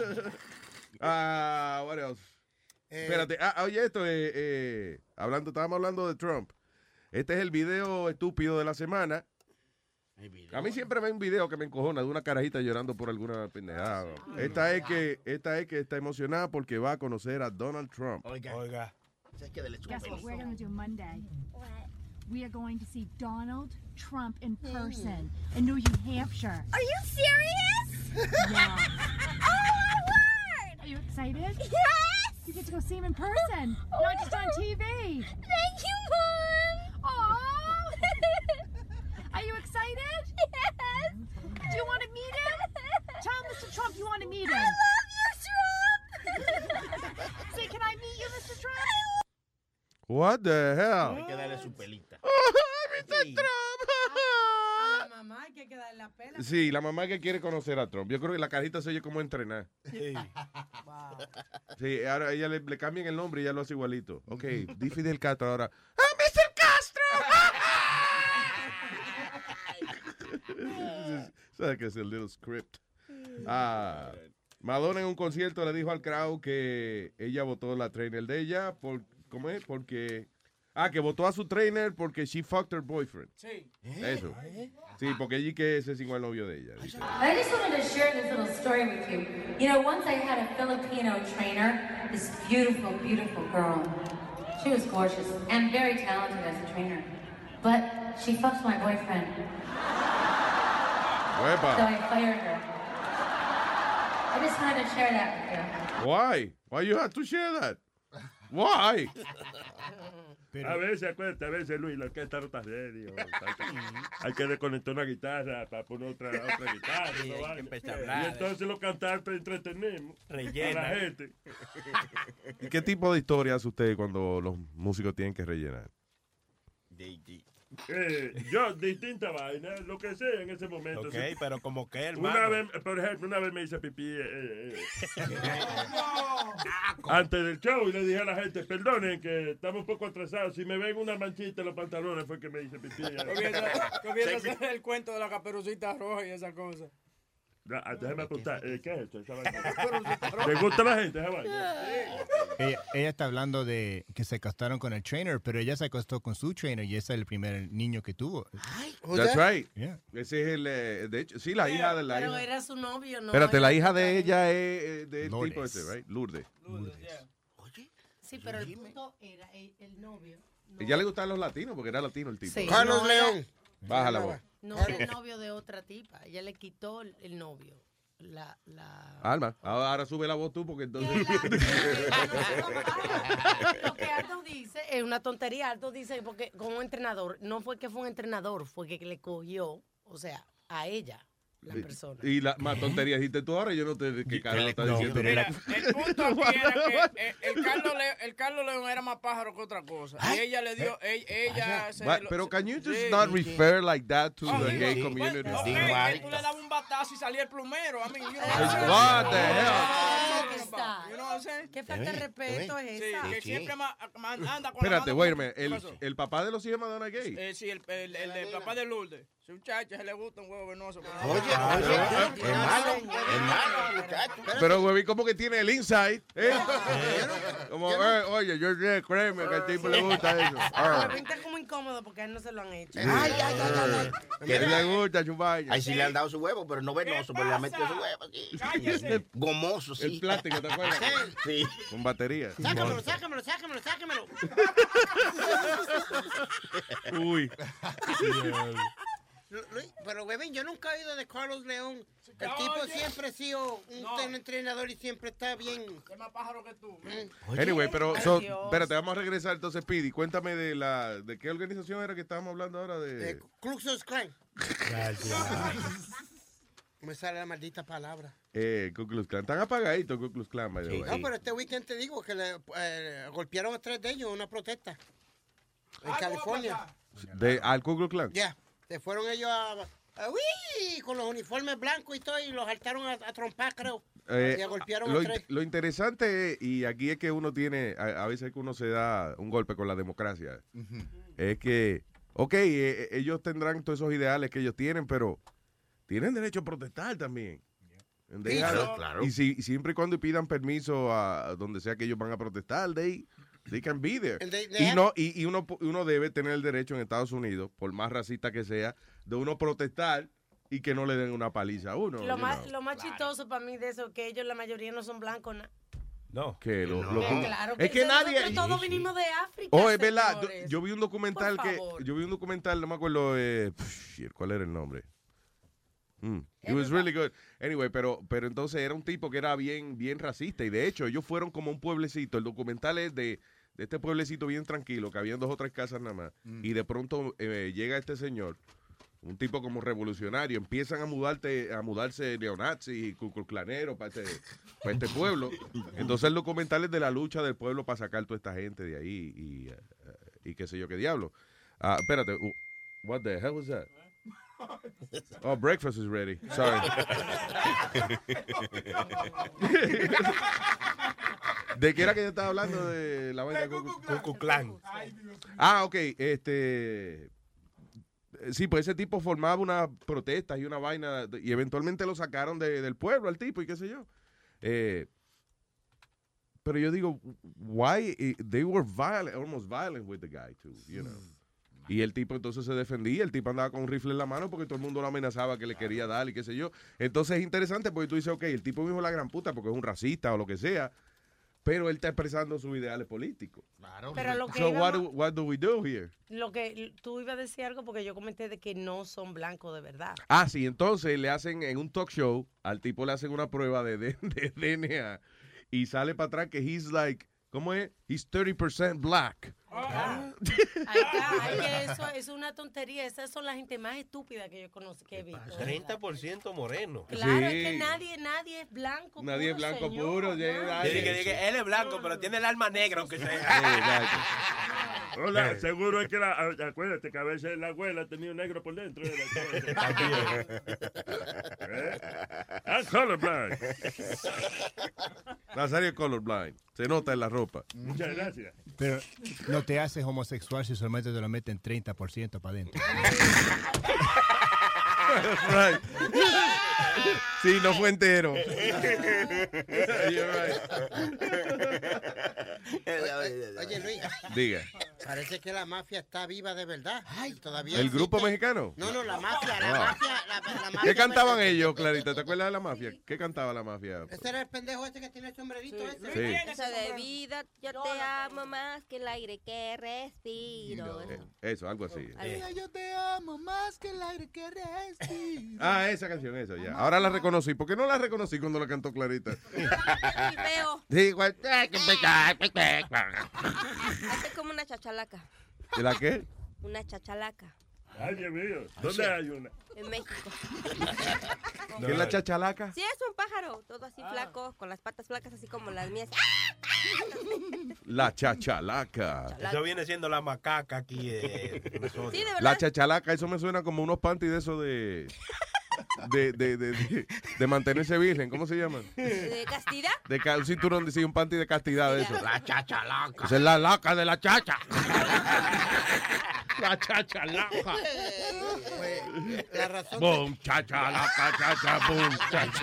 Ah, what else? Eh, Espérate, ah, oye, esto, eh, eh, hablando, estábamos hablando de Trump. Este es el video estúpido de la semana. A mí siempre ven un video que me encojona de una carajita llorando por alguna pendejada. Esta es que, esta es que está emocionada porque va a conocer a Donald Trump. Oiga. Oiga. Guess what we're going to do Monday? What? We are going to see Donald Trump in person in New Hampshire. Are you serious? Yeah. Oh, my word! Are you excited? Yes! You get to go see him in person, not just on T V. Thank you, Mom! Aww! Are you excited? Yes! Do you want to meet him? Tell Mister Trump you want to meet him. I love you, Trump! Say, can I meet you, Mister Trump? What the hell? Hay que darle su pelita. mister A la mamá hay que darle la pela. Sí, la mamá que quiere conocer a Trump. Yo creo que la carajita se oye como entrenar. Sí. Wow. Sí, ahora ella le, le cambian el nombre y ya lo hace igualito. Ok, di Fidel Castro ahora. ¡Ah, mister Castro! ¿Sabes que es el little script? Ah, Madonna en un concierto le dijo al crowd que ella votó la trainer de ella por, ¿cómo es? Porque ah, que votó a su trainer porque she fucked her boyfriend. Sí. Eso. Sí, porque ella que se cingó al novio de ella. Dice. I just wanted to share this little story with you. You know, once I had a Filipino trainer, this beautiful, beautiful girl. She was gorgeous and very talented as a trainer. But she fucked my boyfriend. Uepa. So I fired her. I just wanted to share that with you. Why? Why you have to share that? Why? A veces, acuérdate, a veces, Luis, la orquesta no está ready. o- Hay que, hay que desconectar una guitarra para poner otra, otra guitarra. Sí, no hay que vale. empezar a hablar. Y entonces los cantantes entretenemos Rellena. a la gente. ¿Y qué tipo de historia hace usted cuando los músicos tienen que rellenar? Eh, yo, distinta vaina, lo que sea en ese momento. Ok, Sí. pero como que, hermano. Una vez, por ejemplo, una vez me hice pipí eh, eh, eh, antes del show y le dije a la gente, perdonen que estamos un poco atrasados. Si me ven una manchita en los pantalones fue que me hice pipí. Comienza a hacer el cuento de la caperucita roja y esa cosa. Ah, déjame apuntar. Eh, ¿Qué es esto? Esa vaina. ¿Le gusta a la gente esa vaina? Ella, ella está hablando de que se acostaron con el trainer, pero ella se acostó con su trainer y ese es el primer niño que tuvo. That's right. Yeah. Ese es el, eh, de hecho, sí, la hija de la Pero hija. era su novio, ¿no? Espérate, era la su hija de pareja. ella es eh, del Lourdes. tipo ese, right? Lourdes. Sí, pero el punto era el, el novio. No, Ella le gustaban los latinos porque era latino el tipo. Sí. Carlos No, León. Baja la voz. no era el novio de otra tipa. Ella le quitó el, el novio. La, la... Alma, ahora, ahora sube la voz tú porque entonces... Lo que Aldo dice es una tontería. Aldo dice porque como entrenador, no fue que fue un entrenador, fue que le cogió, o sea, a ella, la persona. Y la más tontería dijiste tú ahora, yo no te... ¿Qué carajo estás no, diciendo? pero Mira, el punto aquí era que eh, el, Carlos Le- el Carlos León era más pájaro que otra cosa. Y ella le dio, ella, ella se But- lo- pero se- can you just sí. not refer like that to Ah, the sí, gay sí. community? Bueno, ok, que tú le dabas un batazo y salía el plumero. A mí, yo no What the hell? Está. You know what I'm saying? ¿Qué falta de respeto es Sí, esa? que siempre ma- ma- anda con Espérate, la mano- wait a minute. ¿Qué El, pasó? el papá de los hijos de Madonna es gay. Eh, sí, el, el, el, del papá de Lourdes. Su muchacho se le gusta un huevo venoso. Oye, oye, es malo, es malo, muchacho. Pero, güey, como que tiene el inside. ¿eh? Como, eh, oye, yo sé, créeme que al tipo le gusta eso. Ah. Me pinta como incómodo porque a él no se lo han hecho. Ay, ay, ay, ay, ay. Que le gusta su vaina. Ahí sí le han dado su huevo, pero no venoso, pero le han metido su huevo aquí. Cállese. Gomoso, sí. El plástico, ¿te acuerdas? Sí. Con batería. Sácamelo, sácamelo, sácamelo, sácamelo. Uy. Lu- Luis, pero, bebé, yo nunca he oído de Carlos León. El tipo Oye. siempre ha sido un No. ten- entrenador y siempre está bien. Es más pájaro que tú. Anyway, pero, so, Dios. espérate, vamos a regresar entonces, Speedy. Cuéntame de la, de qué organización era que estábamos hablando ahora De de... Ku Klux Klan. Me sale la maldita palabra. Eh, Ku Klux Klan. Están apagaditos Ku Klux Klan, by the way. No, pero este weekend te digo que le eh, golpearon a tres de ellos en una protesta. En Ah, California. De, ¿Al Ku Klux Klan? Ya. Se fueron ellos a, uy, con los uniformes blancos y todo, y los saltaron a, a trompar, creo. Eh, y golpearon lo, a tres. lo interesante es, y aquí es que uno tiene, a, a veces que uno se da un golpe con la democracia, es que, ok, eh, ellos tendrán todos esos ideales que ellos tienen, pero tienen derecho a protestar también. Sí, claro, claro. Y si, siempre y cuando pidan permiso a donde sea que ellos van a protestar, they, they can be there. They- they y have- no y, y uno, uno debe tener el derecho en Estados Unidos, por más racista que sea, de uno protestar y que no le den una paliza a uno. Lo you más, know. lo más chistoso para mí de eso es que ellos, la mayoría, no son blancos. na- No. Que lo, Que lo- claro es que nadie. nosotros todos vinimos de África. Oh, es verdad. Yo, señores. yo vi un documental Por que. favor. Yo vi un documental, no me acuerdo. Eh, shit, ¿cuál era el nombre? Mm, It was really good. Anyway, pero, pero entonces era un tipo que era bien, bien racista. Y de hecho, ellos fueron como un pueblecito. El documental es de, de este pueblecito bien tranquilo, que habían dos o tres casas nada más. Mm. Y de pronto eh, llega este señor, un tipo como revolucionario. Empiezan a mudarte, a mudarse neonazis y cucurclaneros para este, para este pueblo. Entonces el documental es de la lucha del pueblo para sacar toda esta gente de ahí y, eh, y qué sé yo qué diablo. Ah, espérate. uh, What the hell was that? Oh, breakfast is ready. Sorry. ¿De qué era que yo estaba hablando? De la vaina de Ku Klux Klan. Ah, ok. Este. Sí, pues ese tipo formaba una protesta y una vaina y eventualmente lo sacaron de- del pueblo al tipo y qué sé yo. Eh, pero yo digo, why eh, they were violent, almost violent with the guy too, you know. Y el tipo entonces se defendía, el tipo andaba con un rifle en la mano porque todo el mundo lo amenazaba que le quería dar y qué sé yo. Entonces es interesante porque tú dices, ok, el tipo mismo es la gran puta porque es un racista o lo que sea, pero él está expresando sus ideales políticos. Pero lo que So what íbamos- do, what do we do here? Lo que tú ibas a decir algo porque yo comenté de que no son blancos de verdad. Ah, sí, entonces le hacen en un talk show, al tipo le hacen una prueba de, de, de D N A y sale para atrás que he's like, ¿cómo es? He's thirty percent black. Ahí está, ay, que eso es una tontería. Esas son las gente más estúpidas que yo conozco, que he visto. de treinta por ciento moreno. Claro, Sí. es que nadie, nadie es blanco. Nadie es puro, blanco señor, puro. ya- nadie. nadie. Dije, dije, él es blanco, pero tiene el alma negra, aunque sea. Hola, seguro es que la, a- acuérdate que a veces la abuela tenía un negro por dentro. de la cosa. ¿Eh? I'm colorblind. Nazario colorblind. Se nota en la ropa. Muchas gracias. Pero no te haces homosexual si solamente te lo meten treinta por ciento para adentro. Right. Sí, no fue entero. Oye, oye, Luis. Diga. Parece que la mafia está viva de verdad. Ay, todavía. ¿El existe. grupo mexicano? No, no, la mafia, la Ah. mafia, la, la mafia. ¿Qué cantaban mexicana. ellos, Clarita? ¿Te acuerdas de la mafia? ¿Qué cantaba la mafia? Ese era el pendejo ese que tiene el sombrerito ese. Sí. Esa de vida, yo te amo más que el aire que respiro. Eh, Eso, algo así. Algo- Yo te amo más que el aire que respiro. Ah, esa canción, eso ya. Ahora la reconocí. ¿Por qué no la reconocí cuando la cantó Clarita? Y veo, Sí, igual. hace como una chachalaca. ¿De la qué? Una chachalaca. Ay, Dios mío. ¿Dónde hay una? En México. ¿Qué es la chachalaca? Sí, es un pájaro, todo así flaco, con las patas flacas así como las mías. La chachalaca. Eso viene siendo la macaca aquí. Eh, de nosotros. Sí, de verdad. La chachalaca, eso me suena como unos panties de eso de... De, de, de, de, de mantenerse virgen, ¿cómo se llaman? ¿De castidad? De ca- un cinturón de sí, un panty de castidad de eso. La chachalaca. Esa es la laca de la chacha. La chachalaca. Pues, la razón Boom, chachalaca, chacha, boom, chacha.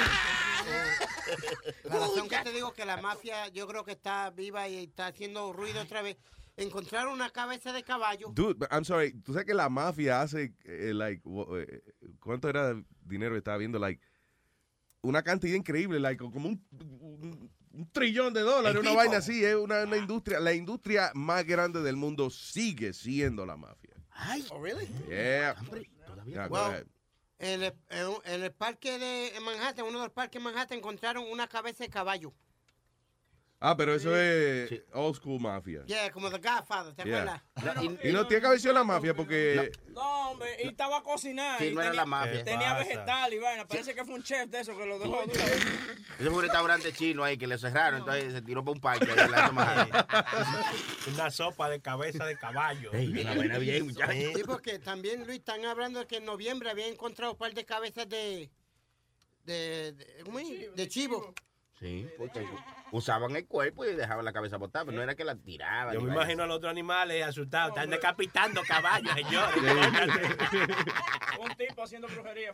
La razón que te digo que la mafia yo creo que está viva y está haciendo ruido otra vez. Encontraron una cabeza de caballo. Dude, but I'm sorry. Tú sabes que la mafia hace, eh, like, wo- eh, ¿cuánto era el dinero que estaba viendo? Like, una cantidad increíble, like, como un, un, un trillón de dólares, El una tipo. vaina así. Es una, una industria, la industria más grande del mundo sigue siendo la mafia. Ay, oh, really? Yeah. Yeah, go Well, ahead. en el, en, en el parque de Manhattan, uno de los parques de Manhattan, encontraron una cabeza de caballo. Ah, pero eso es old school mafia. Yeah, como The Godfather, ¿te Yeah. acuerdas? Y, y no tiene que haber sido la mafia porque... No, hombre, y estaba a cocinar. Sí, y no era tenía, la mafia. Tenía ¿Qué pasa? vegetal y vaina. Parece que fue un chef de eso que lo dejó. de una vez. Ese fue un restaurante chino ahí que le cerraron, entonces se tiró para un parque. Ahí en la Tomajada. Una sopa de cabeza de caballo. Una buena bien, muchachos. Sí, porque también, Luis, están hablando de que en noviembre había encontrado un par de cabezas de... de... de, ¿cómo es? De chivo. Sí, porque usaban el cuerpo y dejaban la cabeza botada, pero no era que la tiraban. Yo me ni imagino a los otros animales asustados. Están decapitando caballos, señores. Un tipo haciendo brujería.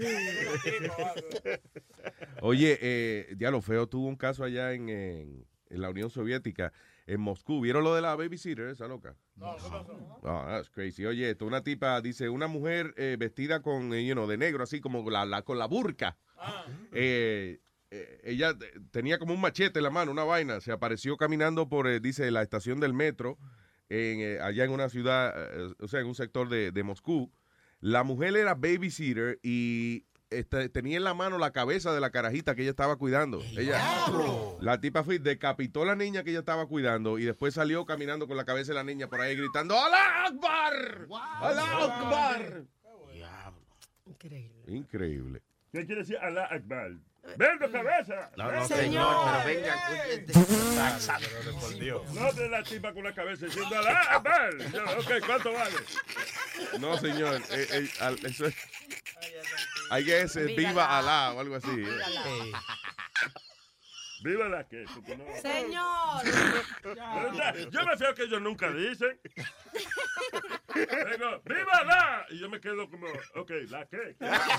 Oye, eh, Diablo Feo tuvo un caso allá en, en, en la Unión Soviética, en Moscú. ¿Vieron lo de la babysitter, esa loca? No, ¿qué pasó? Oh, that's crazy. Oye, esto, una tipa, dice, una mujer eh, vestida con, eh, you know, de negro, así como la, la, con la burka. Ah. Eh, eh, ella eh, tenía como un machete en la mano, una vaina. Se apareció caminando por, eh, dice, la estación del metro, en, eh, allá en una ciudad, eh, o sea, en un sector de, de Moscú. La mujer era babysitter y este, tenía en la mano la cabeza de la carajita que ella estaba cuidando. Ella, la tipa fue, decapitó a la niña que ella estaba cuidando y después salió caminando con la cabeza de la niña por ahí gritando ¡Alá Akbar! ¡Alá Akbar! Increíble. Increíble. ¿Qué quiere decir Alá Akbar? ¡Venga, cabeza! No, no, señor, pero venga. Por Dios. No de la tipa con la cabeza diciendo Alá Akbar. Ok, ¿cuánto vale? No, señor. Eh, eh, al- eso es. Hay que decir viva Alá o algo así. eh. ¿Viva la qué? Porque no- Señor. ¿Verdad? Yo me fío que ellos nunca dicen. Digo, ¡viva la! Y yo me quedo como, ok, ¿la qué?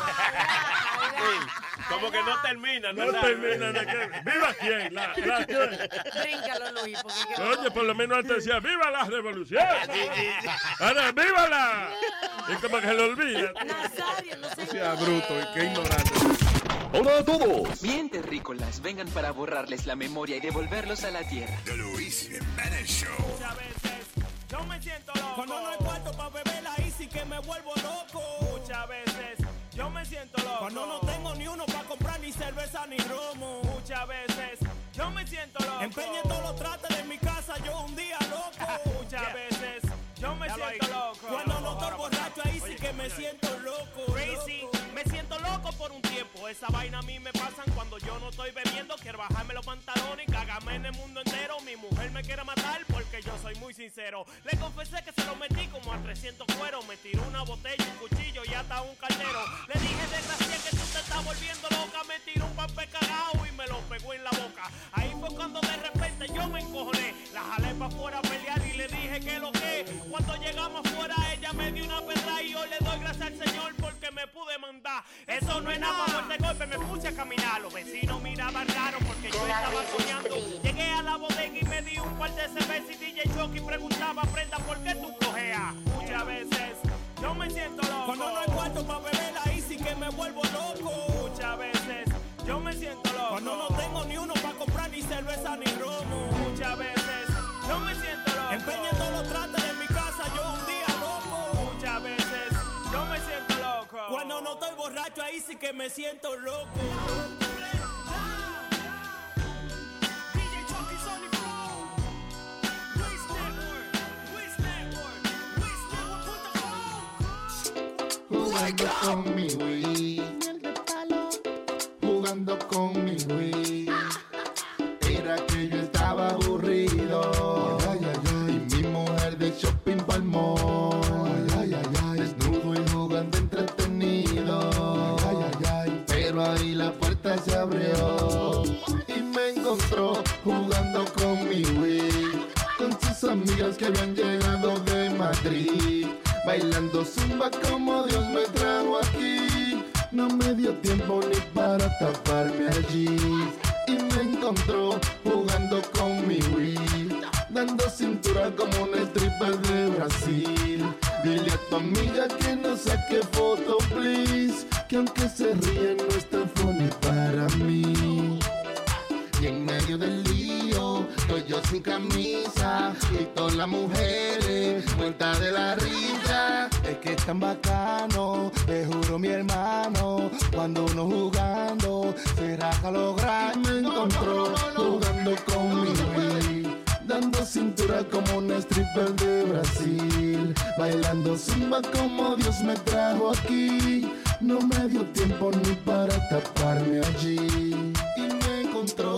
Como que no termina, ¿no? No termina de qué. ¿Viva quién? ¿La, la qué? Bríncalo, Luis, porque que- Oye, por lo menos antes decía, ¡viva la revolución! Ahora, ¡viva la! Y como que se lo olvida. Nazario, no sé. Sea bruto y qué ignorante. Hola a todos. Bien terrícolas, vengan para borrarles la memoria y devolverlos a la tierra. The Luis Jiménez Show. Muchas veces yo me siento loco. Cuando no hay cuarto para beber ahí sí que me vuelvo loco. Muchas veces yo me siento loco. Cuando no tengo ni uno para comprar ni cerveza ni romo. Muchas veces yo me siento loco. Empeñé todos los trates de mi casa yo un día loco. Muchas veces yo me siento loco. Cuando no estoy borracho ahí sí que me siento loco. Crazy. Me siento loco por un tiempo. Esa vaina a mí me pasan cuando yo no estoy bebiendo. Quiero bajarme los pantalones y cagarme en el mundo entero. Mi mujer me quiere matar porque yo soy muy sincero. Le confesé que se lo metí como a trescientos cueros. Me tiró una botella, un cuchillo y hasta un caldero. Le dije, desgracia, que tú te estás volviendo loca. Me tiró un papel cagado y me lo pegó en la boca. Ahí fue cuando de repente yo me encojoné. La jalé para afuera a pelear y le dije que lo que. Cuando llegamos afuera ella me dio una pedra y yo le doy gracias al Señor porque me pude mandar. Eso no es nada más fuerte golpe, me puse a caminar. Los vecinos miraban raro porque yo estaba soñando. Llegué a la bodega y me di un par de cerveza y D J Chucky preguntaba, Prenda, ¿por qué tú cojeas? Muchas veces yo me siento loco. Cuando no hay cuarto para beber ahí sí que me vuelvo loco. Muchas veces yo me siento loco. Cuando no tengo ni uno para comprar ni cerveza ni romo. Muchas veces yo me siento loco. Empeñé todos los trates de mi casa yo un día loco. Muchas veces yo me siento loco. Cuando no estoy borracho ahí sí que me siento loco. D J Chucky, Sony Flow, Luis Network, Luis Network, Luis Network punto com. Jugando con mi Wii, jugando con mi Wii. Era que yo estaba aburrido, ay, ay, ay. Y mi mujer de shopping palmó, ay, ay, ay. Desnudo y jugando entretenido, ay, ay, ay. Pero ahí la puerta se abrió y me encontró jugando con mi Wii, con sus amigas que habían llegado de Madrid, bailando zumba como Dios me trajo aquí. No me dio tiempo ni para taparme allí y me encontró jugando con mi Wii, dando cintura como un stripper de Brasil. Dile a tu amiga que no saque foto, please, que aunque se ríe no está funny para mí. Y en medio del lío, estoy yo sin camisa y todas las mujeres muertas de la risa. Es que es tan bacano, te juro mi hermano, cuando uno jugando se raja lo grande. Me encontró jugando con mi Wii, dando cintura como un stripper de Brasil, bailando zumba como Dios me trajo aquí. No me dio tiempo ni para taparme allí y me encontró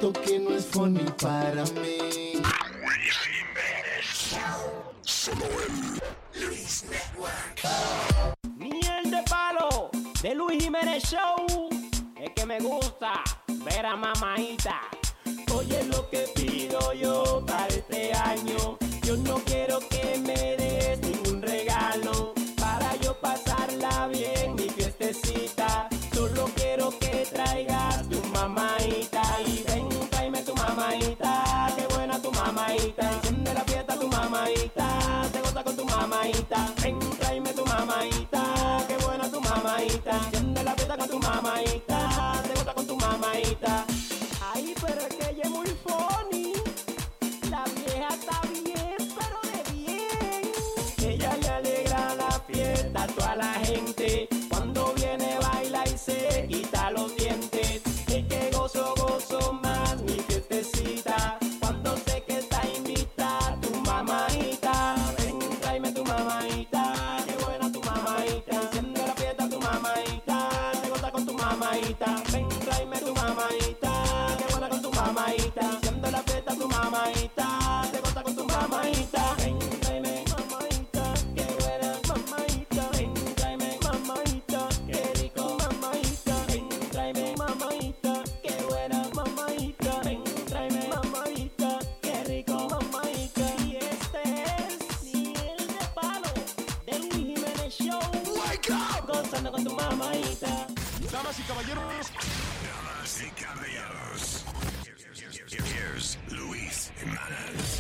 esto que no es funny para mí. Luis Jiménez Show. Solo en Luis Network. Miel de palo de Luis Jiménez Show. Es que me gusta ver a mamaita. Oye lo que pido yo para este año. Yo no quiero que me des ningún regalo. Para yo pasarla bien mi fiestecita. Solo quiero que traigas tu mamaita. Y ven, tráeme tu mamaita. Qué buena tu mamaita. Enciende la fiesta tu mamaita. Te goza con tu mamaita. Ven, tráeme tu mamaita. Qué buena tu mamaita. Enciende la fiesta con tu mamaita. Te goza con tu mamaita. Ay, pero es que ella es muy funny. La vieja está bien, pero de bien. Ella le alegra la fiesta a toda la gente. Cuando viene baila y se quita los dientes. Es que gozo, gozo más mi fiestecita. Cuando sé que está invitada tu mamaita. Ven, tráeme tu mamaita. Qué buena tu mamaita. Enciende la fiesta tu mamaita. Te goza con tu mamaita. Ven, tráeme tu mamaita. Qué buena con tu mamaita. Enciende la fiesta tu mamaita. Te goza con tu mamaita. Ven, tráeme mamaita. Qué buena mamaita. Ven, tráeme mamaita. Qué rico mamaita. Ven, tráeme mamaita. Qué buena mamaita. Ven, tráeme mamaita. Qué rico mamaita. Y este es Miel de Palo de Luis Jiménez Show. Wake up. Gozando con tu mamaita. Damas y caballeros. Damas y caballeros. Here's Luis Jiménez.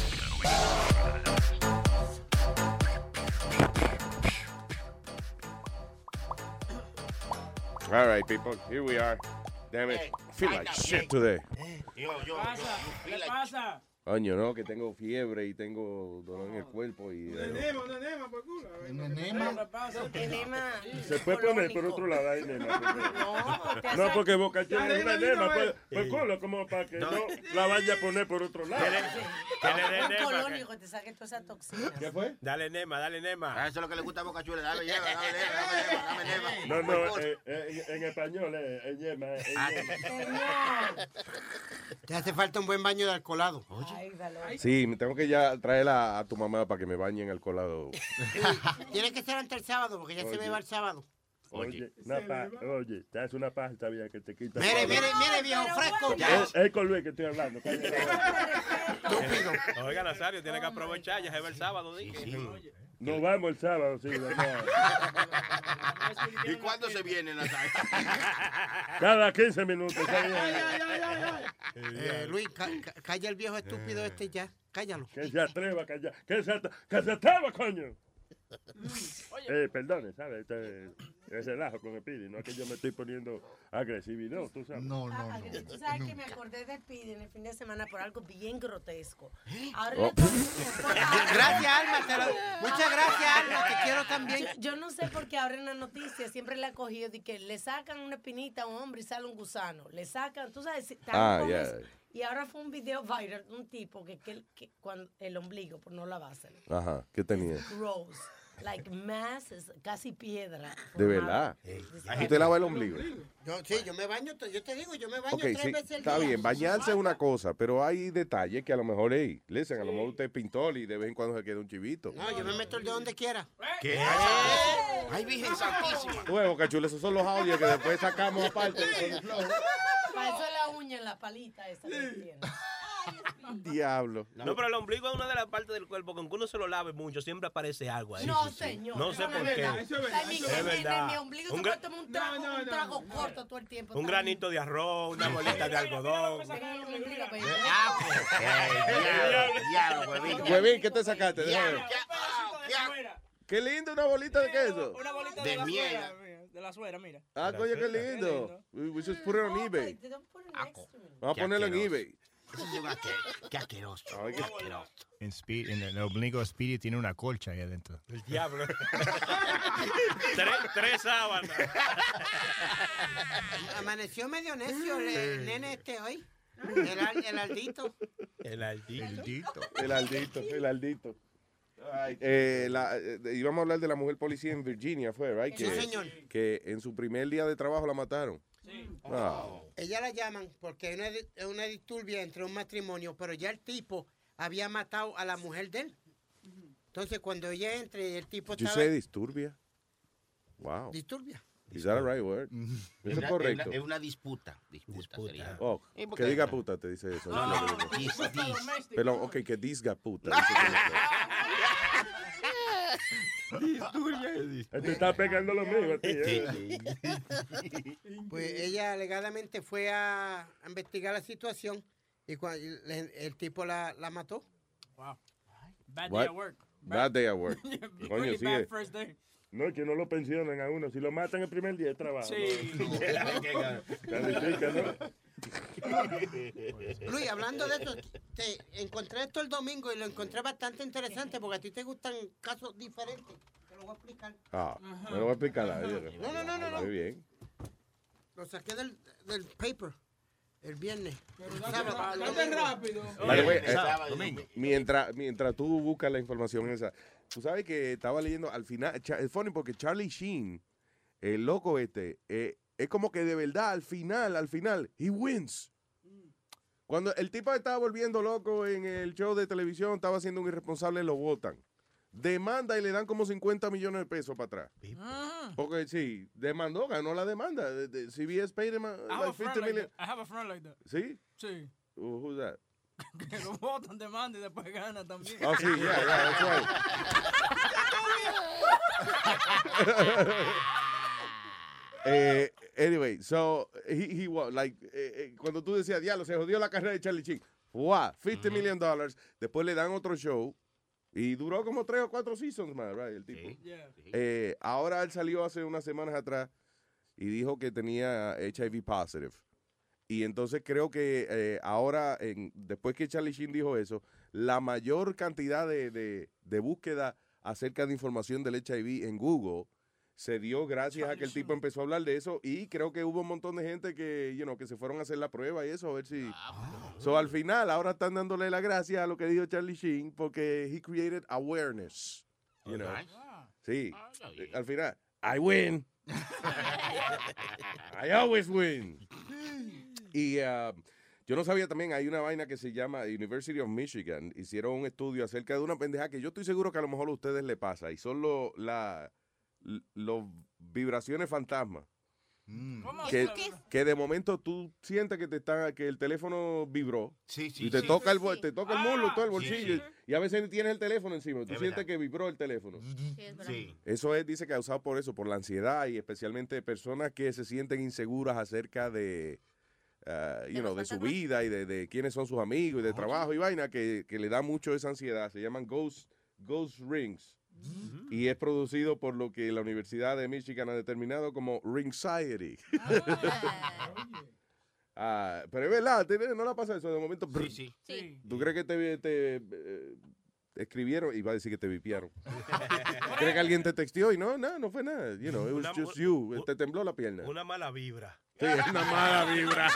All right, people, here we are. Damn it, I feel like shit today. Yo, yo, yo, ¿Qué pasa? Coño, no, que tengo fiebre y tengo dolor en el cuerpo y... eh, Enema, un enema por culo. Un enema. Enema. Se puede poner por otro lado ahí, nena. No, No, porque Boca Chula es una enema, pues, pues culo, como para que no la vaya a poner por otro lado. Que le dé Un enema. colónico que te saque toda esa toxina. ¿Qué fue? Dale enema, dale enema. Ah, eso es lo que le gusta a Boca Chula. Dame lleva, dame lleva, dame lleva, dame No, lleva. no, eh, eh, en, en español es eh, yema, eh, yema. Te hace falta un buen baño de alcoholado. Ay, dale. Sí, me tengo que ya traer a, a tu mamá para que me bañe en el colado. Tiene que ser antes el sábado, porque ya se Oye. me va el sábado. Oye, una pa oye, te hace una paja, está bien, que te quita. Mire, mire, mire, viejo fresco. Es, es con Luis que estoy hablando. Estúpido. Oiga, Nazario, tiene que aprovechar, ya se ve el sábado, dije. Nos vamos el sábado, sí, ¿verdad? ¿Y cuándo se viene, Nazario? Cada quince minutos. Eh, Luis, ca ca calla el viejo estúpido este ya. Cállalo. Que se atreva a callar. Que se, atre que se atreva, coño. Eh, perdone, ¿sabes? Este, es relajo con el Pidi. No es que yo me estoy poniendo agresividad, tú sabes. No, no, Ah, no. que tú sabes que me acordé de Speedy en el fin de semana por algo bien grotesco. Ahora Oh. le pongo- Gracias, Alma. Te lo... Muchas gracias, Alma. Te quiero también. Yo, yo no sé por qué ahora en la noticia siempre le ha cogido de que le sacan una espinita a un hombre y sale un gusano. Le sacan, tú sabes, si- tan Ah, con ya. eso. Y ahora fue un video viral de un tipo que, que, que cuando el ombligo, por no lavárselo. Ajá, ¿qué tenía? Gross. Like mass, es casi piedra. De verdad. ¿Tú te lavas el ombligo? Yo, sí, yo me baño, yo te digo, yo me baño Ok, tres sí, veces al está día. bien, bañarse es una cosa, pero hay detalles que a lo mejor, hey, listen, a lo mejor usted es pintor y de vez en cuando se queda un chivito. No, yo me meto el de donde quiera. ¿Qué? Ay, Virgen Santísima. Bueno, Cachula, esos son los audios que después sacamos aparte. Para eso la uña en la palita esa que tiene. Diablo. No, pero el ombligo es una de las partes del cuerpo que aunque uno se lo lave mucho, siempre aparece algo ahí. No, señor. No sé eso por es qué. verdad, eso es verdad. Ay, mi- Es mi- mi- verdad. Mi ombligo Un se gra- puede tomar un trago, un trago corto todo el tiempo. Un granito de arroz, una bolita de algodón. Ah, pues, diablo, huevito. Huevín, ¿qué te sacaste? Diablo, Déjame ver. ya, ya. Qué lindo una bolita de queso. Una bolita De de, la miel. suegra, mira, de la suegra, mira. Ah, coño, qué lindo. We we should put it on eBay. Vamos a Qué ponerlo en asqueroso. eBay. Qué asqueroso. Ay, Qué qué- asqueroso. En, Speed, en el ombligo de Speedy tiene una colcha ahí adentro. El diablo. tres, tres sábanas. Amaneció medio necio el, el nene este hoy. El, al- el aldito. El aldito. El aldito, el aldito. Ay, eh, la, eh, íbamos a hablar de la mujer policía en Virginia, fue, right? Sí, que, señor. que en su primer día de trabajo la mataron. Ah. Ella la llaman porque es una, es una disturbia entre un matrimonio, pero ya el tipo había matado a la mujer de él. Entonces, cuando ella entra y el tipo Did you estaba... say disturbia? Wow. Disturbia. Is that a right word? Es Eso es una, correcto. es una- es una disputa. Disputa, sería. Oh, ¿Y por que qué? diga puta, te dice eso. No, Eso es no, lo que dice. dis- dis. Perdón, ok, que disga puta. Dice que- Te está pegando lo mismo a ti, ¿eh? Pues ella alegadamente fue a, a investigar la situación y cua- y le- el tipo la, la mató. Wow. Bad What? day at work. Bad day at work. Coño, Really sí. bad eh. first day. No, que no lo pensionan a uno. Si lo matan el primer día de trabajo. Sí. ¿no? Califica, ¿no? Luis, hablando de eso, te encontré esto el domingo y lo encontré bastante interesante porque a ti te gustan casos diferentes. Te lo voy a explicar. Ah, me lo voy a explicar. a ella. No, no, no, no, no. Muy bien. Lo saqué del, del paper el viernes. El date sábado, ra- el date domingo. rápido. By the way, Oye, eh, sábado, domingo. domingo. mientras, mientras tú buscas la información esa, tú sabes que estaba leyendo al final, Cha- es funny porque Charlie Sheen, el loco este, eh, es como que de verdad al final, al final, he wins. Cuando el tipo estaba volviendo loco en el show de televisión, estaba siendo un irresponsable, lo votan. Demanda y le dan como cincuenta millones de pesos para atrás. Porque sí, demandó, ganó la demanda. De- de- C B S paid him uh, I have, like a friend fifty like million. that. I have a friend like that. ¿Sí? Sí. Uh, who's that? Que lo votan, demanda y después gana también. Oh, sí, yeah, yeah, that's right. eh, anyway, so he, he was like, eh, eh, cuando tú decías, diablo, se jodió la carrera de Charlie Sheen. Wow, fifty million dollars. Después le dan otro show y duró como tres o cuatro seasons más, right, el tipo. Yeah. Eh, ahora él salió hace unas semanas atrás y dijo que tenía H I V positive. Y entonces creo que eh, ahora, en, después que Charlie Sheen dijo eso, la mayor cantidad de, de, de búsqueda acerca de información del H I V en Google se dio gracias a que el tipo empezó a hablar de eso y creo que hubo un montón de gente que, you know, que se fueron a hacer la prueba y eso, a ver si... So, al final, ahora están dándole la gracia a lo que dijo Charlie Sheen porque he created awareness, you know. Sí, eh, al final, I win. I always win. Y uh, yo no sabía también, hay una vaina que se llama University of Michigan. Hicieron un estudio acerca de una pendeja que yo estoy seguro que a lo mejor a ustedes le pasa. Y son los la, los vibraciones fantasmas. Que, que de momento tú sientes que te está, que el teléfono vibró. Sí, sí, y te sí. toca el bol- te toca el muslo, todo el sí, bolsillo. sí. Y a veces tienes el teléfono encima. Tú Es sientes verdad. que vibró el teléfono. Sí. Eso es, dice, causado por eso, por la ansiedad y especialmente personas que se sienten inseguras acerca de, uh, you know, de su vida y de, de quiénes son sus amigos y de trabajo y vaina que, que le da mucho esa ansiedad. Se llaman ghost, ghost rings. Y es producido por lo que la Universidad de Michigan ha determinado como ringsiety. Ah, pero es verdad, ¿te- ¿no le pasa eso? De momento, brr. Sí, Sí. ¿Tú crees que te, te, eh, escribieron? Iba a decir que te vipiaron. ¿Crees que alguien te texteó? Y no, no, no fue nada. You know, it was Una- just you. Te tembló la pierna. Una mala vibra. Sí, es una mala vibra.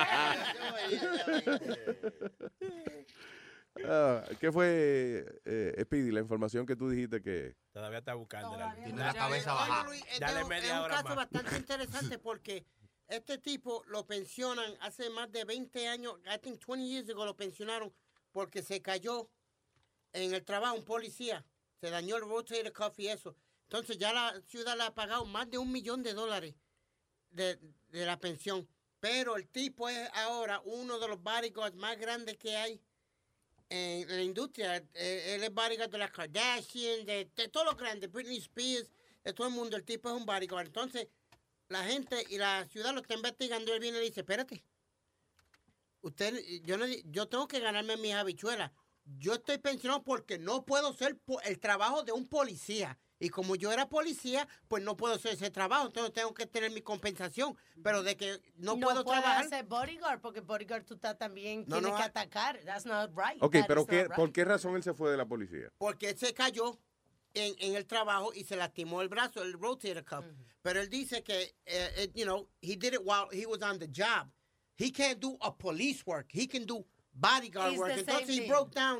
Ah, ¿qué fue, eh, Speedy, la información que tú dijiste que... Todavía está buscando. Tiene la cabeza Oye, baja. Luis, este Dale es un- media es un hora caso más. bastante interesante porque este tipo lo pensionan hace más de veinte años, I think twenty years ago lo pensionaron porque se cayó en el trabajo un policía, se dañó el rotator cuff y eso. Entonces ya la ciudad le ha pagado más de un millón de dólares de, de la pensión. Pero el tipo es ahora uno de los bodyguards más grandes que hay en la industria. Eh, Él es bodyguard de las Kardashian, de, de todos los grandes, Britney Spears, de todo el mundo. El tipo es un bodyguard. Entonces, la gente y la ciudad lo está investigando y él viene y dice, espérate, usted, yo, no, yo tengo que ganarme mis habichuelas. Yo estoy pensionado porque no puedo hacer po- el trabajo de un policía. Y como yo era policía, pues no puedo hacer ese trabajo. Entonces tengo que tener mi compensación. Pero de que no, No puedo puedes trabajar. hacer bodyguard porque bodyguard tú estás también, No, tienes no, que ah. atacar. That's not right. Ok, That pero is qué, not right. ¿por qué razón él se fue de la policía? Porque él se cayó en, en el trabajo y se lastimó el brazo, el rotator cuff. Pero él dice que, eh, eh, you know, he did it while he was on the job. He can't do a police work. He can do bodyguard It's work. the Entonces same he thing. broke down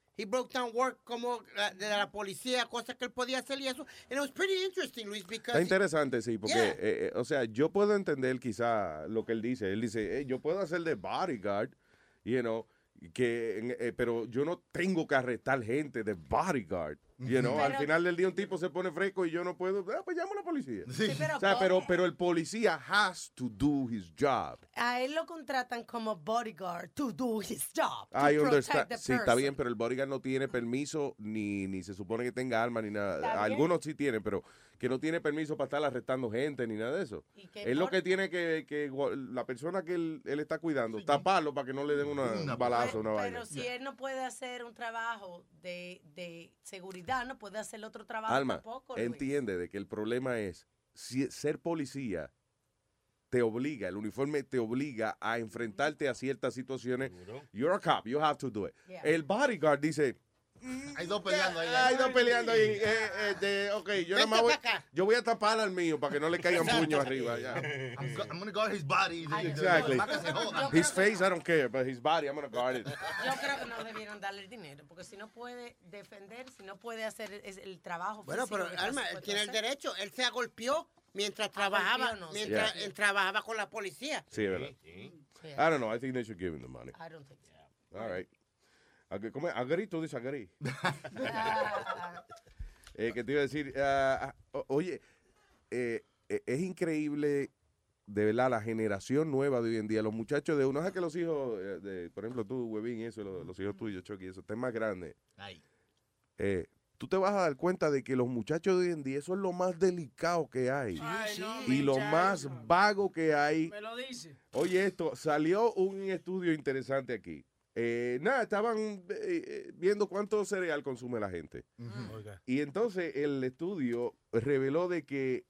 he broke down work como la, de la policía, cosas que él podía hacer y eso. And it was pretty interesting, Luis, because... Está interesante, sí, porque, Yeah. eh, eh, o sea, yo puedo entender quizá lo que él dice. Él dice, hey, yo puedo hacer de bodyguard, you know, que, eh, pero yo no tengo que arrestar gente de bodyguard. You know, Pero- al final del día un tipo se pone fresco y yo no puedo, ah, pues llamo a la policía. Sí, pero o sea, ¿cómo? pero, pero el policía has to do his job. A él lo contratan como bodyguard to do his job. to I protect understand. the Sí, está person. bien, pero el bodyguard no tiene permiso ni, ni se supone que tenga arma ni nada. Está bien. Algunos sí tienen, pero que no tiene permiso para estar arrestando gente ni nada de eso. ¿Y qué Es lo importa? que tiene que, que gua- la persona que él, él está cuidando, taparlo para que no le den una, un balazo, una vaina. Pero si él no puede hacer un trabajo de, de seguridad, no puede hacer otro trabajo Alma, tampoco. Luis. entiende de que el problema es si ser policía te obliga, el uniforme te obliga a enfrentarte a ciertas situaciones. You're a cop, you have to do it. Yeah. El bodyguard dice, Hay dos peleando ahí. hay dos peleando ahí. Eh, eh, de, ok, yo nada más voy, yo voy a tapar al mío para que no le caigan puños arriba. Ya. I'm, go- I'm gonna guard his body. Exactly. Para que se joda. His face, I don't care, but his body, I'm gonna guard it. Yo creo que no debieron darle el dinero, porque si no puede defender, si no puede hacer el, el trabajo Bueno, físico pero que está Alma, él supuesto tiene el hacer. derecho. Él se agolpeó mientras trabajaba, no, sí. mientras Yeah. él trabajaba con la policía. Sí, es verdad. I don't know, I think they should give him the money. I don't think so. All right. Ag- ¿Cómo es? Agree to disagree. eh, que te iba a decir, ah, ah, o- oye, eh, eh, es increíble, de verdad, la generación nueva de hoy en día. Los muchachos de uno, es que los hijos, eh, de, por ejemplo, tú, Webin, y eso, los, los hijos tuyos, Chucky, eso, estén más grandes. Ay. Eh, tú te vas a dar cuenta de que los muchachos de hoy en día, eso es lo más delicado que hay. Ay, no, y lo muchacho. más vago que hay. Me lo dice. Oye, esto, salió un estudio interesante aquí. Eh, nada, estaban eh, eh, viendo cuánto cereal consume la gente. Y entonces el estudio reveló de que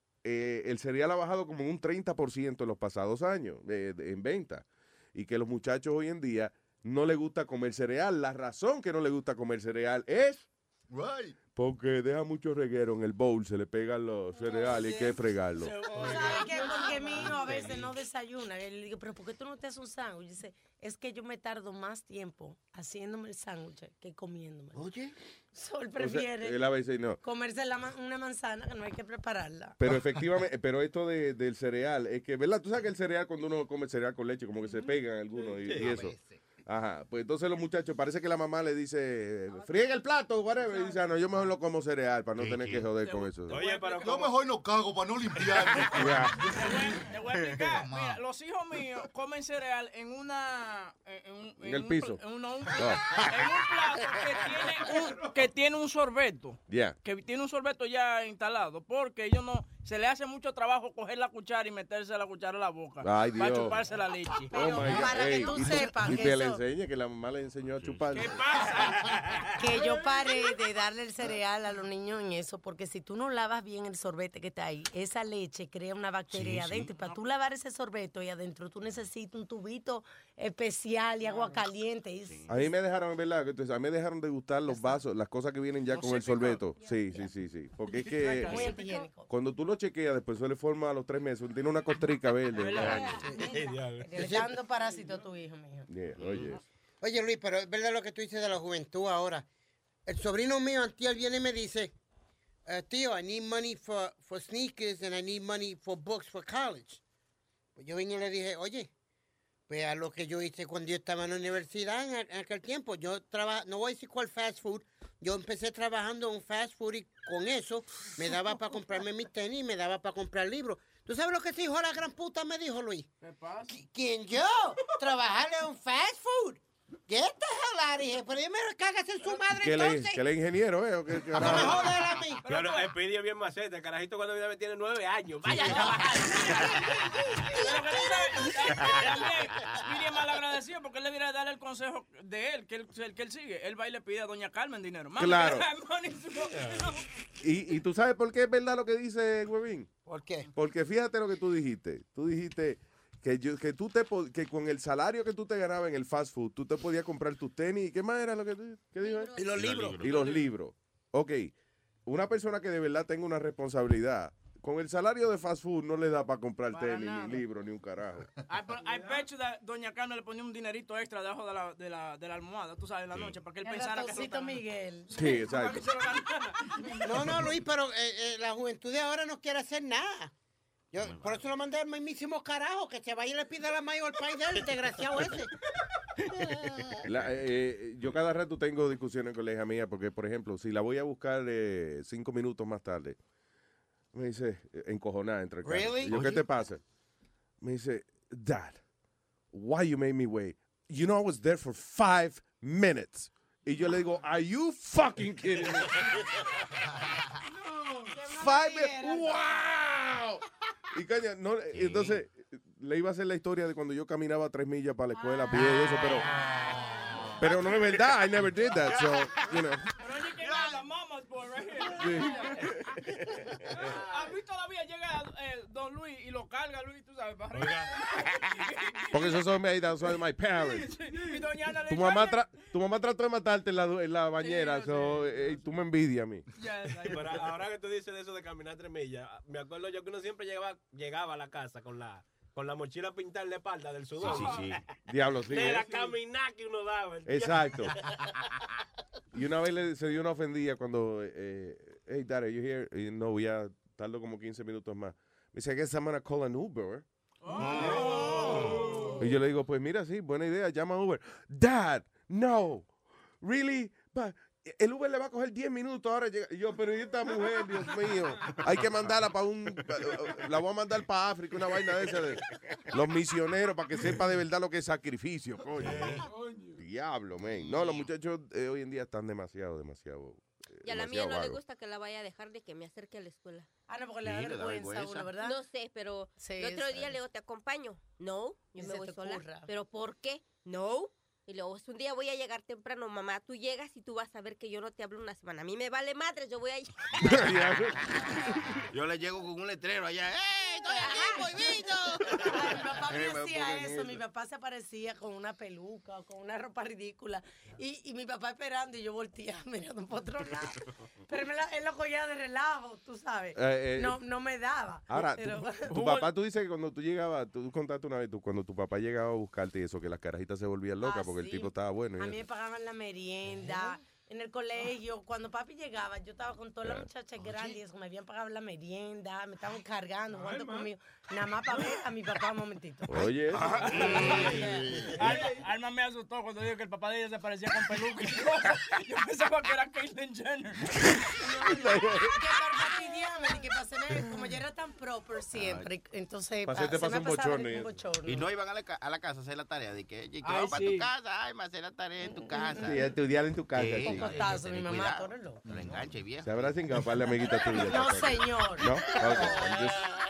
eh, el cereal ha bajado como un treinta por ciento en los pasados años eh, de- en venta. Y que los muchachos hoy en día no les gusta comer cereal. La razón que no les gusta comer cereal es Right. porque deja mucho reguero en el bowl, se le pegan los cereales y hay que fregarlo. ¿Sabes qué? Porque mi hijo a veces no desayuna. Y le digo, pero ¿por qué tú no te haces un sándwich? Dice, es que yo me tardo más tiempo haciéndome el sándwich que comiéndome. Oye. Sol O sea, prefiere él a veces no. comerse la ma- una manzana que no hay que prepararla. Pero efectivamente, pero esto de, del cereal, es que, ¿verdad? Tú sabes que el cereal, cuando uno come cereal con leche, como que se pegan algunos y, Sí, y a eso. veces. Ajá, pues entonces los muchachos, parece que la mamá le dice, friega el plato, whatever, y dice, ah, no, yo mejor lo como cereal para no tener que joder con eso. Oye, pero Yo mejor no cago para no limpiarme. Ya. Te voy a explicar. Mira, los hijos míos comen cereal en una. En, un- En el un piso. pla- En, una- un, No. en un plato que tiene un, que tiene un sorbeto. Ya. Que tiene un sorbeto ya instalado. Porque ellos no. Se le hace mucho trabajo coger la cuchara y meterse la cuchara en la boca. Ay, Para Dios. chuparse la leche. Oh, my God. para que Ey, tú y sepas y que que le eso- enseñe que la mamá le enseñó a chupar. ¿Qué pasa? Que yo paré de darle el cereal a los niños en eso, porque si tú no lavas bien el sorbete que está ahí, esa leche crea una bacteria Sí, sí. adentro. Y para tú lavar ese sorbeto ahí adentro, tú necesitas un tubito especial y agua caliente. Y- A mí me dejaron, en verdad, entonces, a mí me dejaron de gustar los vasos, las cosas que vienen ya con el sorbeto. Sí, sí, sí, sí. Porque es que Muy antihigiénico. cuando tú lo chequeas, después se le forma a los tres meses, tiene una costrica verde. Le está dando parásito a tu hijo, mijo. Yeah, oye. Oye, Luis, pero es verdad lo que tú dices de la juventud ahora. El sobrino mío, antier, viene y me dice, "Eh, tío, I need money for, for sneakers and I need money for books for college. Pues yo vine y le dije, oye, pues a lo que yo hice cuando yo estaba en la universidad en, a- en aquel tiempo. Yo trabajaba, no voy a decir cuál fast food, yo empecé trabajando en un fast food y con eso me daba para comprarme mis tenis y me daba para comprar libros. ¿Tú sabes lo que ese hijo de la gran puta me dijo, Luis? ¿Qué pasa? ¿Quién yo? ¿Trabajar en un fast food? Get the hell out of here. Pero yo me cagas en su madre ¿Qué le, entonces. ¿Qué le ingeniero, eh? ¿O qué- qué- No me jodas a mí. Claro, el pidió bien maceta. El carajito cuando viene tiene nueve años. Vaya a trabajar. Pero que tú sabes, también Miriam mal agradecido porque él le debería dar el consejo de él, que él, el que él sigue. Él va y le pide a doña Carmen dinero. Mami, Claro. que le da money to- Y, y tú sabes por qué es verdad lo que dice Huevín. ¿Por qué? Porque fíjate lo que tú dijiste. Tú dijiste que, yo, que, tú te, po- que con el salario que tú te ganabas en el fast food, tú te podías comprar tus tenis. ¿Y qué más era lo que tú qué dijo él? Y los libros. Y los libros. Ok, una persona que de verdad tenga una responsabilidad con el salario de fast food no le da para comprar tenis, ni libros, ni un carajo. Hay pecho de Doña Carmen le ponía un dinerito extra debajo de la, de la, de la almohada, tú sabes, en la Sí. noche, para que él El pensara que... ratoncito Miguel. Sí, exacto. No, no, Luis, pero eh, eh, la juventud de ahora no quiere hacer nada. Yo, por eso lo mandé al mismísimo carajo, que se vaya y le pida la mayo al país del desgraciado ese. La- eh, yo cada rato tengo discusiones con la hija mía porque, por ejemplo, si la voy a buscar eh, cinco minutos más tarde, me dice, eh, encojonada entre el carro. Really? Y yo, ¿qué Oye. te pasa? Me dice, Dad, why you made me wait? You know I was there for five minutes. Y yo le digo, are you fucking kidding me? Five minutes. ¡Wow! Y caña, no, entonces le iba a hacer la historia de cuando yo caminaba tres millas para la escuela a pie y eso, pero pero no es verdad. I never did that, so, you know. La mama's boy right here. A mí todavía llega eh, Don Luis y lo carga Luis, tú sabes, para arriba. Porque esos son my, those are my parents. Y doña Ana le Tu dice, mamá, "Oye". tra- tu mamá trató de matarte en la, en la bañera, so, eh, tú me envidias a mí. Pero ahora que tú dices de eso de caminar tres millas, me acuerdo yo que uno siempre llegaba, llegaba a la casa con la con la mochila pintada en la espalda del sudor. Sí, sí, sí. Diablo, sí, De ¿eh? la caminada que uno daba. Exacto. Y una vez le, se dio una ofendida cuando, eh, hey, Dad, are you here? Y no, ya tardo como quince minutos más. Me dice, I guess I'm gonna call an Uber. Oh. Y yo le digo, pues mira, sí, buena idea, llama a Uber. Dad, no, really? But el Uber le va a coger diez minutos ahora. Llega. Y yo, pero ¿y esta mujer, Dios mío? Hay que mandarla para un... La voy a mandar para África, una vaina de esa de los misioneros, para que sepa de verdad lo que es sacrificio, coño. Diablo, man. No, los muchachos eh, hoy en día están demasiado, demasiado... eh, Y a la mía demasiado no le vagos. gusta que la vaya a dejar de que me acerque a la escuela. Ah, no, porque le da Sí, le da vergüenza a vergüenza. uno, ¿verdad? No sé, pero Sí, el otro eso día es. le digo, ¿te acompaño? No, Ni yo me se voy te sola. ocurra. ¿Pero por qué? No. Y luego, un día voy a llegar temprano, mamá, tú llegas y tú vas a ver que yo no te hablo una semana. A mí me vale madre, yo voy a llegar. Yo le llego con un letrero allá. ¡Eh, estoy aquí, boivito! Ay, mi papá me Eh, me decía ponen eso, eso. mi papá se aparecía con una peluca o con una ropa ridícula y, y mi papá esperando y yo volteaba mirando por otro lado. Pero él, me la- él lo cogía de relajo, tú sabes. Eh, eh, no, no me daba. Ahora, Pero- tu, tu papá, tú dices que cuando tú llegabas, tú contaste una vez, tú, cuando tu papá llegaba a buscarte y eso, que las carajitas se volvían locas Ah, porque el sí. tipo estaba bueno. y A mí eso. me pagaban la merienda. En el colegio, cuando papi llegaba, yo estaba con todas las Ya. muchachas grandes y eso, me habían pagado la merienda, me estaban cargando, jugando conmigo. Nada más para ver a mi papá un momentito. Oye, eso. Alma, Alma me asustó cuando dijo que el papá de ella se parecía con peluca. Yo pensaba que era Caitlyn Jenner. Que para fastidiarme, y que pasé, como yo era tan proper siempre, entonces Pasé, te se pasó me un pasaba bochorno y un eso. bochorno. Y no iban a la, ca- a la casa a hacer la tarea de que, que Ay, vamos para sí. tu casa, ay, me hacer la tarea en tu casa. Sí, estudiar en tu casa. Sí, sí. hay que cotazo, tener mi mamá, cuidado. tú eres loco. No le enganche, viejo. Se habrá cingado para la amiguita tuya. No, señor. ¿No? Ok, I'm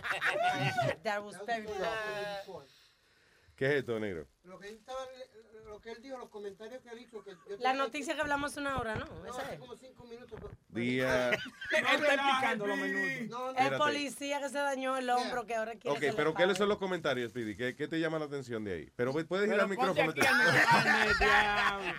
just- That was very proper. ¿Qué es esto, negro? Lo que, estaba, lo que él dijo, los comentarios que él hizo. Que yo La noticia que hablamos hace una hora, ¿no? Esa es. como cinco minutos. Día. Él está explicando los minutos. No, El Espérate. policía que se dañó el hombro que ahora quiere Ok, que le pero paguen. ¿qué son los comentarios, Speedy? ¿Qué, ¿Qué te llama la atención de ahí? Pero puedes ir Pero al ponte micrófono. aquí al micrófono, diablo.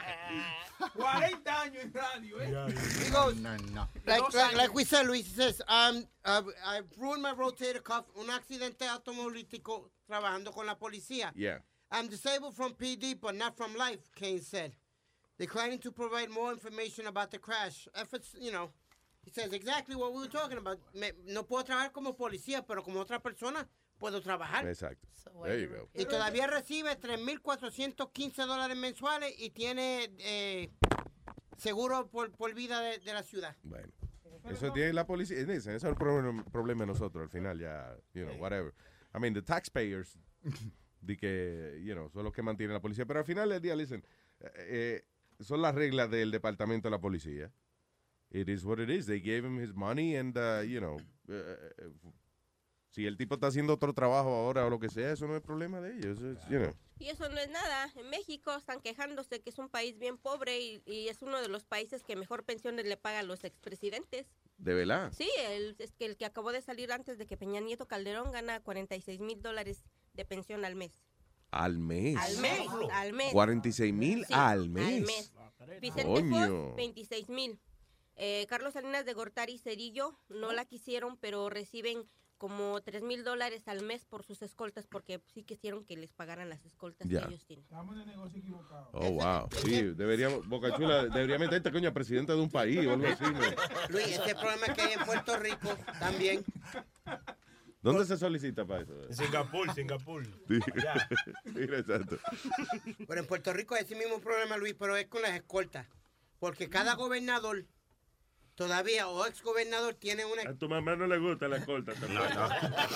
cuarenta años en radio, ¿eh? He goes, like, like, like we said, Luis says, um, uh, I ruined my rotator cuff, un accidente automovilístico trabajando con la policía. Yeah. I'm disabled from P D, but not from life, Kane said. Declining to provide more information about the crash. If it's, you know, he says exactly what we were talking about. Me, no puedo trabajar como policía, pero como otra persona puedo trabajar. Exacto. There you go. Y todavía recibe tres mil cuatrocientos quince dólares mensuales y tiene eh, seguro por, por vida de, de la ciudad. Bueno. Eso tiene la policía. Dicen, eso es el problema, problema de nosotros al final, ya, you know, whatever. I mean, the taxpayers, de que, you know, son los que mantienen la policía. Pero al final del día, listen, eh, son las reglas del departamento de la policía. It is what it is. They gave him his money and, uh, you know, uh, uh, si el tipo está haciendo otro trabajo ahora o lo que sea, eso no es problema de ellos. Es, you know. Y eso no es nada. En México están quejándose que es un país bien pobre y, y es uno de los países que mejor pensiones le pagan a los expresidentes. ¿De verdad? Sí, el, es que el que acabó de salir antes de que Peña Nieto Calderón gana cuarenta y seis mil dólares de pensión al mes. Al mes. Al mes, al mes. cuarenta y seis mil Sí, al mes. Al mes. Vicente Coño. Fox, veintiséis mil. Eh, Carlos Salinas de Gortari y Cerillo no la quisieron, pero reciben como tres mil dólares al mes por sus escoltas porque sí quisieron que les pagaran las escoltas Ya. que ellos tienen. Estamos en el negocio equivocado. Oh, wow. Sí, deberíamos, Boca Chula, debería meterte, coño, a presidenta de un país o algo así. ¿no? Luis, ese problema que hay en Puerto Rico también. ¿Dónde se solicita para eso? En Singapur, Singapur. Sí. Mira, exacto. Pero en Puerto Rico es ese mismo problema, Luis, pero es con las escoltas. Porque cada gobernador, todavía, o ex gobernador, tiene una... A tu mamá no le gusta la escolta. No, no.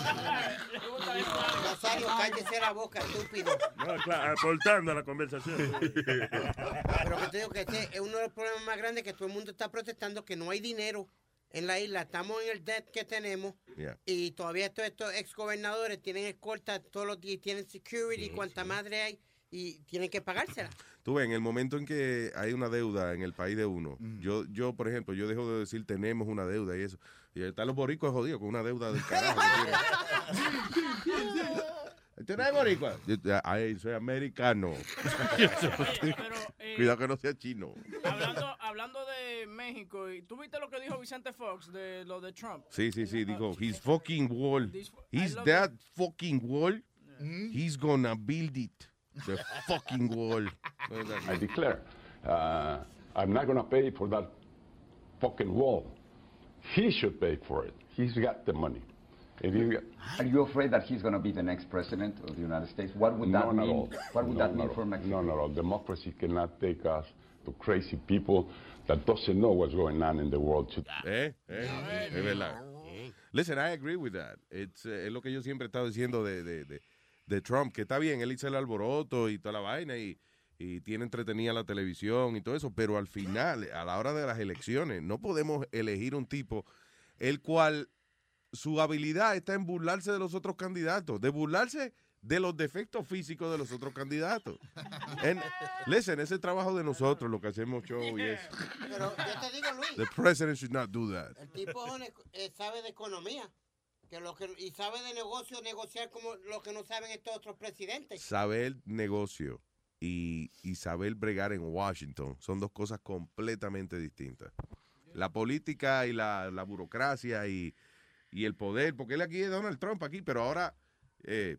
Rosario, cállese la boca, estúpido. No, claro, aportando a la conversación. Pero que te digo que este es uno de los problemas más grandes que todo el mundo está protestando, que no hay dinero en la isla. Estamos en el debt que tenemos Yeah. y todavía estos, estos ex gobernadores tienen escoltas todos los días, tienen security, cuanta madre hay y tienen que pagársela. Tú ves, en el momento en que hay una deuda en el país de uno, yo, yo, por ejemplo, yo dejo de decir tenemos una deuda y eso. Y están los boricos jodidos con una deuda del carajo. ¿Tú no eres boricua? Yo, ay, soy americano. Pero, eh, Cuidado que no sea chino. Hablando, hablando de México, y ¿tú viste lo que dijo Vicente Fox de lo de Trump? Sí, sí, sí, dijo, his fucking wall. He's that fucking wall. He's gonna build it. The fucking wall. I declare, uh, I'm not going to pay for that fucking wall. He should pay for it. He's got the money. And he got, Are you afraid that he's going to be the next president of the United States? What would that None at mean? all. What would No, that mean not for all. Mexico? No, not at all. Democracy cannot take us to crazy people that doesn't know what's going on in the world today. Eh, eh, es verdad. Listen, I agree with that. It's, eh, es lo que yo siempre he estado diciendo de, de, de, de Trump, que está bien, él hizo el alboroto y toda la vaina y, y tiene entretenida la televisión y todo eso, pero al final, a la hora de las elecciones, no podemos elegir un tipo el cual su habilidad está en burlarse de los otros candidatos, de burlarse de los defectos físicos de los otros candidatos. And, listen, ese es trabajo de nosotros, lo que hacemos show y eso. Pero yo te digo, Luis, The president should not do that. el tipo es un eco- eh, sabe de economía que lo que, y sabe de negocio, negociar como lo que no saben estos otros presidentes. Saber negocio y, y saber bregar en Washington son dos cosas completamente distintas. La política y la, la burocracia y, y el poder, porque él aquí es Donald Trump aquí, pero ahora eh,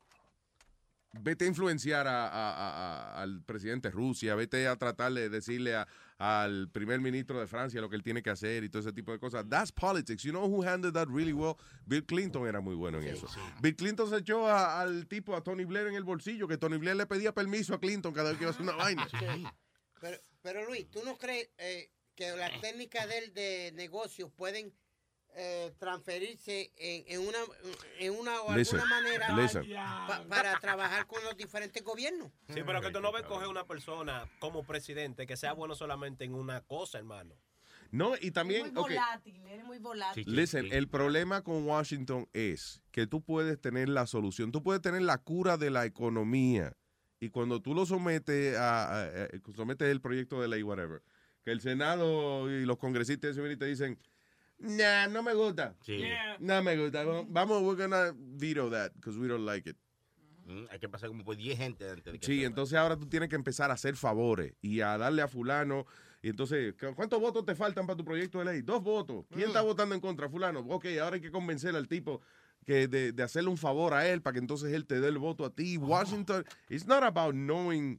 vete a influenciar a, a- a- a- al presidente de Rusia, vete a tratar de decirle a- al primer ministro de Francia lo que él tiene que hacer y todo ese tipo de cosas. That's politics. You know who handled that really well? Bill Clinton era muy bueno en eso. Bill Clinton se echó a- al tipo, a Tony Blair en el bolsillo, que Tony Blair le pedía permiso a Clinton cada vez que iba a hacer una vaina. Pero, pero Luis, ¿tú no crees eh, que las técnicas de él de negocios pueden eh, transferirse en, en una en una o Listen, alguna manera listen. pa- para trabajar con los diferentes gobiernos? Sí, pero que tú no ves coger una persona como presidente que sea bueno solamente en una cosa, hermano. No, y también, Muy ok, volátil, eres muy volátil. listen, el problema con Washington es que tú puedes tener la solución, tú puedes tener la cura de la economía y cuando tú lo sometes a, a- a- sometes el proyecto de ley, whatever, que el Senado y los congresistas vienen y te dicen, nah, no me gusta, Sí. Yeah. no me gusta, vamos, we're gonna veto that because we don't like it. Mm, hay que pasar como por diez gente antes de que Sí, se- entonces ahora tú tienes que empezar a hacer favores y a darle a fulano. Y entonces, ¿cu- ¿cuántos votos te faltan para tu proyecto de ley? Dos votos. ¿Quién está votando en contra? Fulano. Ok, ahora hay que convencer al tipo que de, de hacerle un favor a él para que entonces él te dé el voto a ti. Washington, it's not about knowing,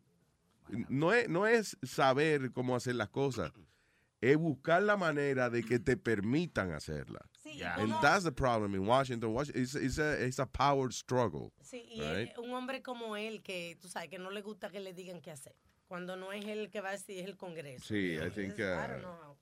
no es, no es saber cómo hacer las cosas. Es buscar la manera de que te permitan hacerla. Sí, And como- that's the problem in Washington. Washington it's, it's a, it's a power struggle. Sí, y right? es un hombre como él que, tú sabes, que no le gusta que le digan qué hacer. Cuando no es él el que va a decir, es el Congreso. Sí, I think, I uh, don't know.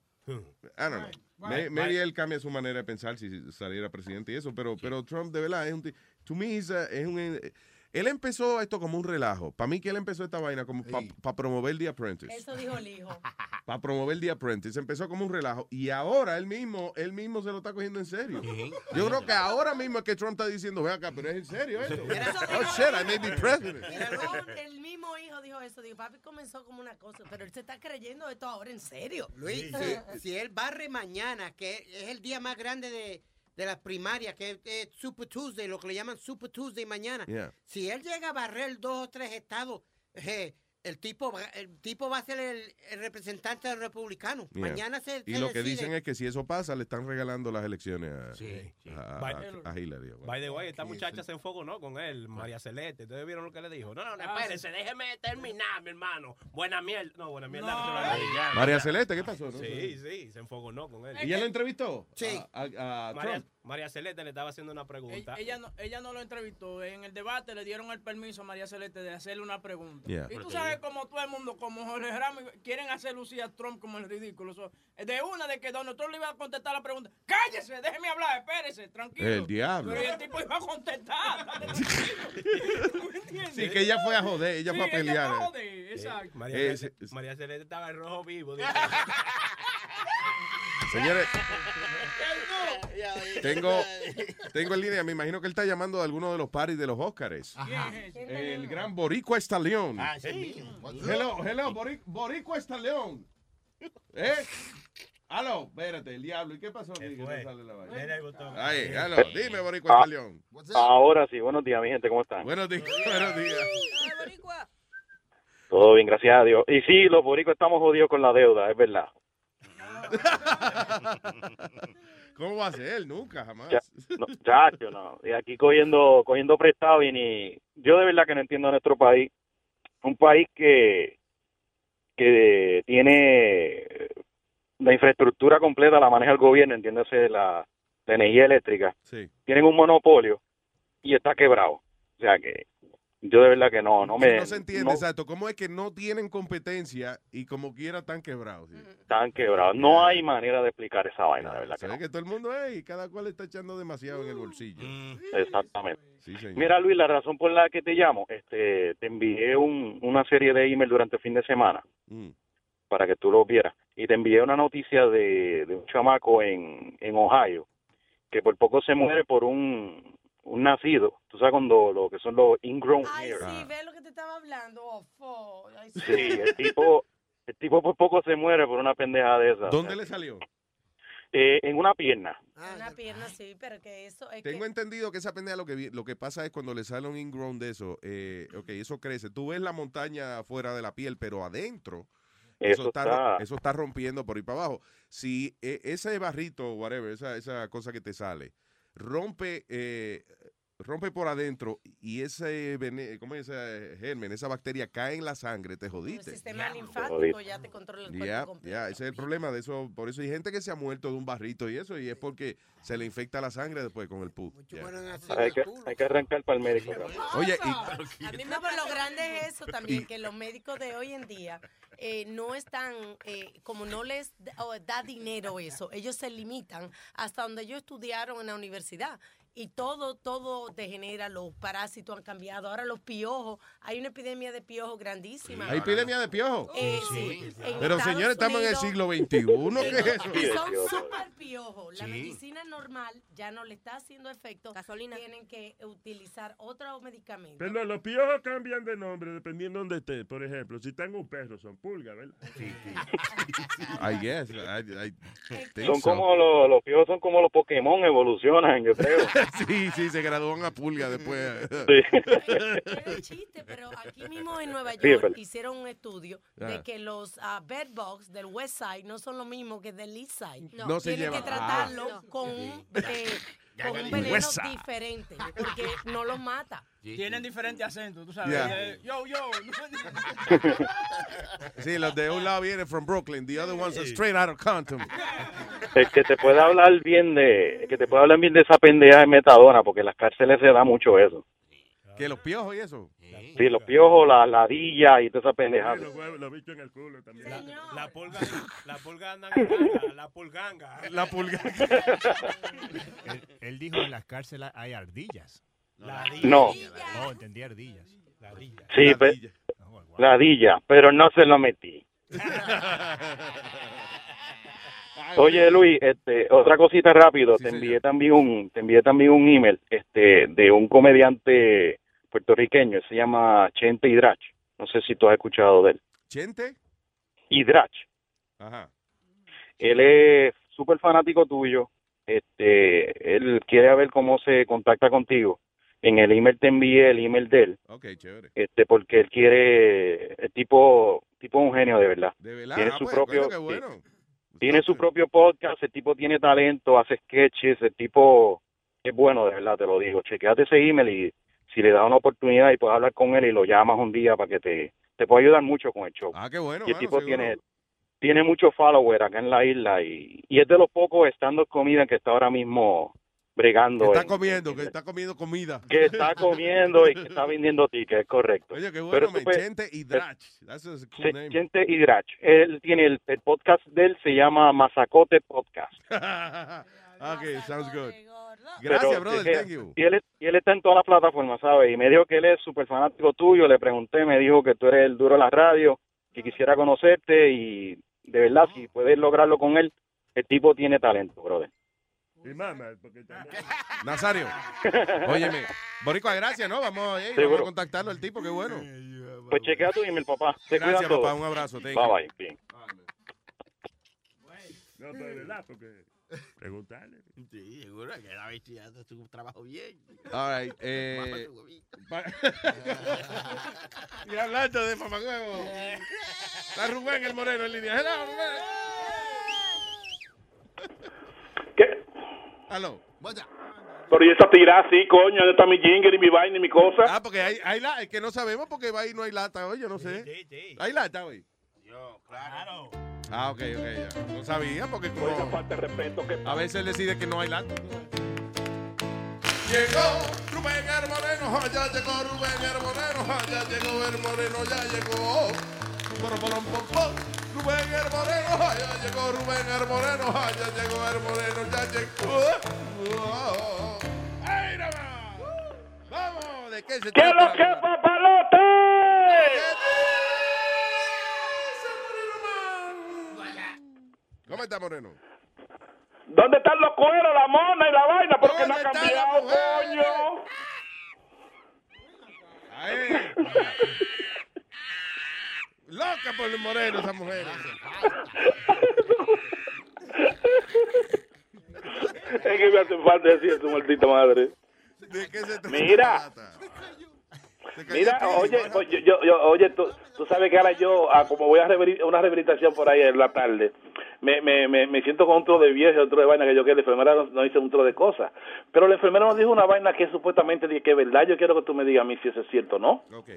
I don't know. May- Maybe él cambia su manera de pensar si saliera presidente y eso, pero, pero Trump de verdad es un... ti- To me, he's a- es un... Él empezó esto como un relajo. Para mí que él empezó esta vaina como para promover The Apprentice. Eso dijo el hijo. Para promover The Apprentice. Empezó como un relajo. Y ahora él mismo, él mismo se lo está cogiendo en serio. Yo creo que ahora mismo es que Trump está diciendo, ve acá, pero es en serio esto. Oh shit, I may be president. No, el mismo hijo dijo eso. Dijo, papi comenzó como una cosa, pero él se está creyendo esto ahora en serio. Luis, si, si él barre mañana, que es el día más grande de, de las primarias, que es, es Super Tuesday, lo que le llaman Super Tuesday mañana, Yeah. si él llega a barrer dos o tres estados, eh, el tipo, va- el tipo va a ser el, el representante del republicano. Yeah. Mañana se, Y se lo que decide. dicen es que si eso pasa, le están regalando las elecciones a, a, By, a- a Hillary. by the way, esta muchacha se enfocó, ¿no? Con él, María Celeste. ¿Ustedes vieron lo que le dijo? No, no, no, espérense, déjeme terminar, mi hermano. Buena mierda. No, buena mierda. No. María Celeste, ¿qué pasó? No? Sí, sí, se enfocó, ¿no? Con él. ¿Y ella lo entrevistó? Sí. A, a- a María, Trump. María Celeste le estaba haciendo una pregunta. Ella, ella no, ella no lo entrevistó. En el debate le dieron el permiso a María Celeste de hacerle una pregunta. Yeah. Y tú sabes como todo el mundo, como Jorge Ramos, quieren hacer lucir a Trump como el ridículo. So, de una de que Donald Trump le iba a contestar la pregunta. ¡Cállese! Déjeme hablar, espérese, tranquilo. El diablo. Pero el tipo iba a contestar. Sí, que ella fue a joder, ella Sí, fue a pelear. ella fue a joder, exacto. María, Eh, Celeste, María Celeste estaba en rojo vivo. Señores, tengo, tengo en línea, me imagino que él está llamando a alguno de los parties de los Óscares. El gran Boricua Estaleón. Ah, ese mismo. Hello, hello, Boric, Boricua Estaleón. ¿Eh? Aló, espérate, el diablo. ¿Y qué pasó? aquí que no sale la vaina? Ahí, aló, dime, Boricua Ah, Estaleón. ahora sí, buenos días, mi gente, ¿cómo están? Buenos días, buenos días. Todo bien, gracias a Dios. Y sí, los boricos estamos jodidos con la deuda, es verdad. ¿Cómo va a ser? Nunca, jamás. Ya, no, chacho, no. Y aquí cogiendo, cogiendo prestado y ni... Yo de verdad que no entiendo a nuestro país. Un país que, que tiene la infraestructura completa, la maneja el gobierno, entiéndase la, la energía eléctrica. Sí. Tienen un monopolio y está quebrado. O sea que yo de verdad que no, no me... No se entiende, no exacto. ¿Cómo es que no tienen competencia y como quiera están quebrados? Sí. están quebrados. No hay manera de explicar esa vaina, de verdad que Se ve no. que todo el mundo es y cada cual está echando demasiado en el bolsillo. Exactamente. Sí, señor. Mira, Luis, la razón por la que te llamo, este, te envié un, una serie de emails durante el fin de semana Mm. para que tú lo vieras. Y te envié una noticia de, de un chamaco en, en Ohio que por poco se muere por un, un nacido. Tú sabes cuando lo que son los ingrown Ay, hairs. sí, ve lo que te estaba hablando. Oh, fo. Ay, sí. Sí, el tipo, el tipo por poco se muere por una pendeja de esa. ¿Dónde le salió? Eh, en una pierna. Una pierna, sí, pero que eso es Tengo que... entendido que esa pendeja lo que vi- lo que pasa es cuando le sale un ingrown de eso, eh, ok, eso crece. Tú ves la montaña fuera de la piel, pero adentro eso, Eso está, está- eso está rompiendo por ahí para abajo. Si eh, ese barrito, whatever, esa, esa cosa que te sale, rompe eh, rompe por adentro y ese vene- ¿cómo es ese germen, esa bacteria cae en la sangre, te El jodiste. sistema linfático ya te controla el cuerpo Ya, completo. ya, ese es el problema de eso. Por eso hay gente que se ha muerto de un barrito y eso, y es porque se le infecta la sangre después con el pus. Ya. Hay que, hay que arrancar para el médico. Oye, A mí me pero lo grande es eso también, que los médicos de hoy en día eh, no están, eh, como no les da, o da dinero eso, ellos se limitan hasta donde ellos estudiaron en la universidad. Y todo, todo degenera, los parásitos han cambiado. Ahora los piojos, hay una epidemia de piojos grandísima. ¿Hay epidemia de piojos? Eh, sí. En Pero Estados señores, estamos en el Unidos- siglo veintiuno. ¿Qué es eso? Y son súper piojos. La Sí. medicina normal ya no le está haciendo efecto. Tienen que utilizar otros medicamentos. Pero los piojos cambian de nombre dependiendo de dónde esté. Por ejemplo, si están en un perro, son pulgas, ¿verdad? Sí, I guess. I, I think Son so. como los, los piojos son como los Pokémon, evolucionan, yo creo. Sí, sí, se gradúan a pulga después. Es chiste, pero aquí mismo en Nueva Sí, es York verdad. hicieron un estudio Ah. de que los uh, bed bugs del West Side no son lo mismo que del East Side. No. No se Tienen llevan. que tratarlo Ah. con, un, eh, con un veneno West Side. diferente, porque no los mata. Tienen diferentes acentos, tú sabes. Yeah. Eh, Yo, yo. Sí, los de un lado vienen from Brooklyn, the other ones are straight out of Compton. El que te pueda hablar bien de, el que te pueda hablar bien de esa pendeja de metadona, porque en las cárceles se da mucho eso. ¿Que los piojos y eso? Sí, los piojos, la ladilla y toda esa pendeja. Los huevos, los bichos en el culo también. La pulga, la pulga anda en ganga, la pulganga. La pulga. él, él dijo en las cárceles hay ardillas. No. Oh, entendí ardillas. Sí, pe- ladilla, pero no se lo metí. Oye, Luis, este, otra cosita rápido, te envié también un, te envié también un email, este, de un comediante puertorriqueño, se llama Chente Hidrach. No sé si tú has escuchado de él. ¿Chente? Hidrach. Ajá. Él es súper fanático tuyo. Este, él quiere ver cómo se contacta contigo. en el email te envié el email de él. Ok, chévere. Este, porque él quiere, el tipo, tipo un genio de verdad. De verdad, Tiene ah, su pues, propio, coño, qué bueno. sí. Tiene su propio podcast, el tipo tiene talento, hace sketches, el tipo es bueno, de verdad, te lo digo. Chequeate ese email y si le das una oportunidad y puedes hablar con él y lo llamas un día para que te, te pueda ayudar mucho con el show. Ah, qué bueno, Y el mano, tipo seguro. tiene, tiene muchos followers acá en la isla y, y es de los pocos stand-up comida que está ahora mismo bregando. Está en- comiendo, que está comiendo comida. que está comiendo y que está vendiendo tickets, es correcto. Oye, qué Pero bueno, tú man, puedes- Chente y Drach. That's a cool Se- name. Chente y Drach. Él tiene el, el podcast de él, se llama Mazacote Podcast. Ok, sounds good. Pero, Gracias, brother, eh, thank you. Y él, y él está en todas las plataformas, ¿sabes? Y me dijo que él es súper fanático tuyo. Le pregunté, me dijo que tú eres el duro de la radio, que quisiera conocerte y de verdad, si puedes lograrlo con él, el tipo tiene talento, brother. Y mamá, porque también... Nazario, óyeme, Boricua, gracias, ¿no? Vamos, eh, vamos Seguro. a contactarlo al tipo, qué bueno. Pues chequea tu email, papá. Se Gracias, cuidan todos. papá, un abrazo, thank Bye, you. bye. Bien. No, pero es verdad, porque... Preguntarle. Sí, seguro que la bestia hace su trabajo bien. All right, eh... Mama su huevito. pa- y hablando de mamacuevo, está Rubén el Moreno en línea. Hello, Rubén. ¿Qué? Aló. Pero y esa tira así, coño, ¿dónde está mi jingle y mi vaina y mi cosa? Ah, porque hay, hay la, es que no sabemos porque va ahí no hay lata hoy, yo no sé. ¿Hay lata hoy? Yo, claro. Ah, ok, ok, ya. No sabía porque como... Oiga, falta de respeto que... A veces él decide que no hay lata. Llegó Rubén el Moreno, ya llegó Rubén el Moreno, ya llegó el Moreno, ya llegó. Poro, poro, pom, pom. Rubén el Moreno, ya llegó Rubén el Moreno, ya llegó el Moreno, ya llegó. ¡Ay, nada más! ¡Vamos! ¿De qué se ¿Qué es trata? lo que es, papalote? ¿Cómo está, Moreno? ¿Dónde están los cueros, la mona y la vaina? Porque no ha ¿Dónde está la cambiado, mujer? coño. Ahí. Loca por el Moreno, esa mujer. Es que me hace falta decir eso, maldita madre. ¿De qué se trata? Mira. Mira, oye, oye, yo, yo, oye, tú, tú sabes que ahora yo, ah, como voy a rehabili- una rehabilitación por ahí en la tarde, me, me, me, me siento con un tro de viejo, un tro de vaina que yo quiero. La enfermera nos, nos dice un tro de cosas. Pero la enfermera nos dijo una vaina que supuestamente dice que es verdad. Yo quiero que tú me digas a mí si eso es cierto o no. Ok.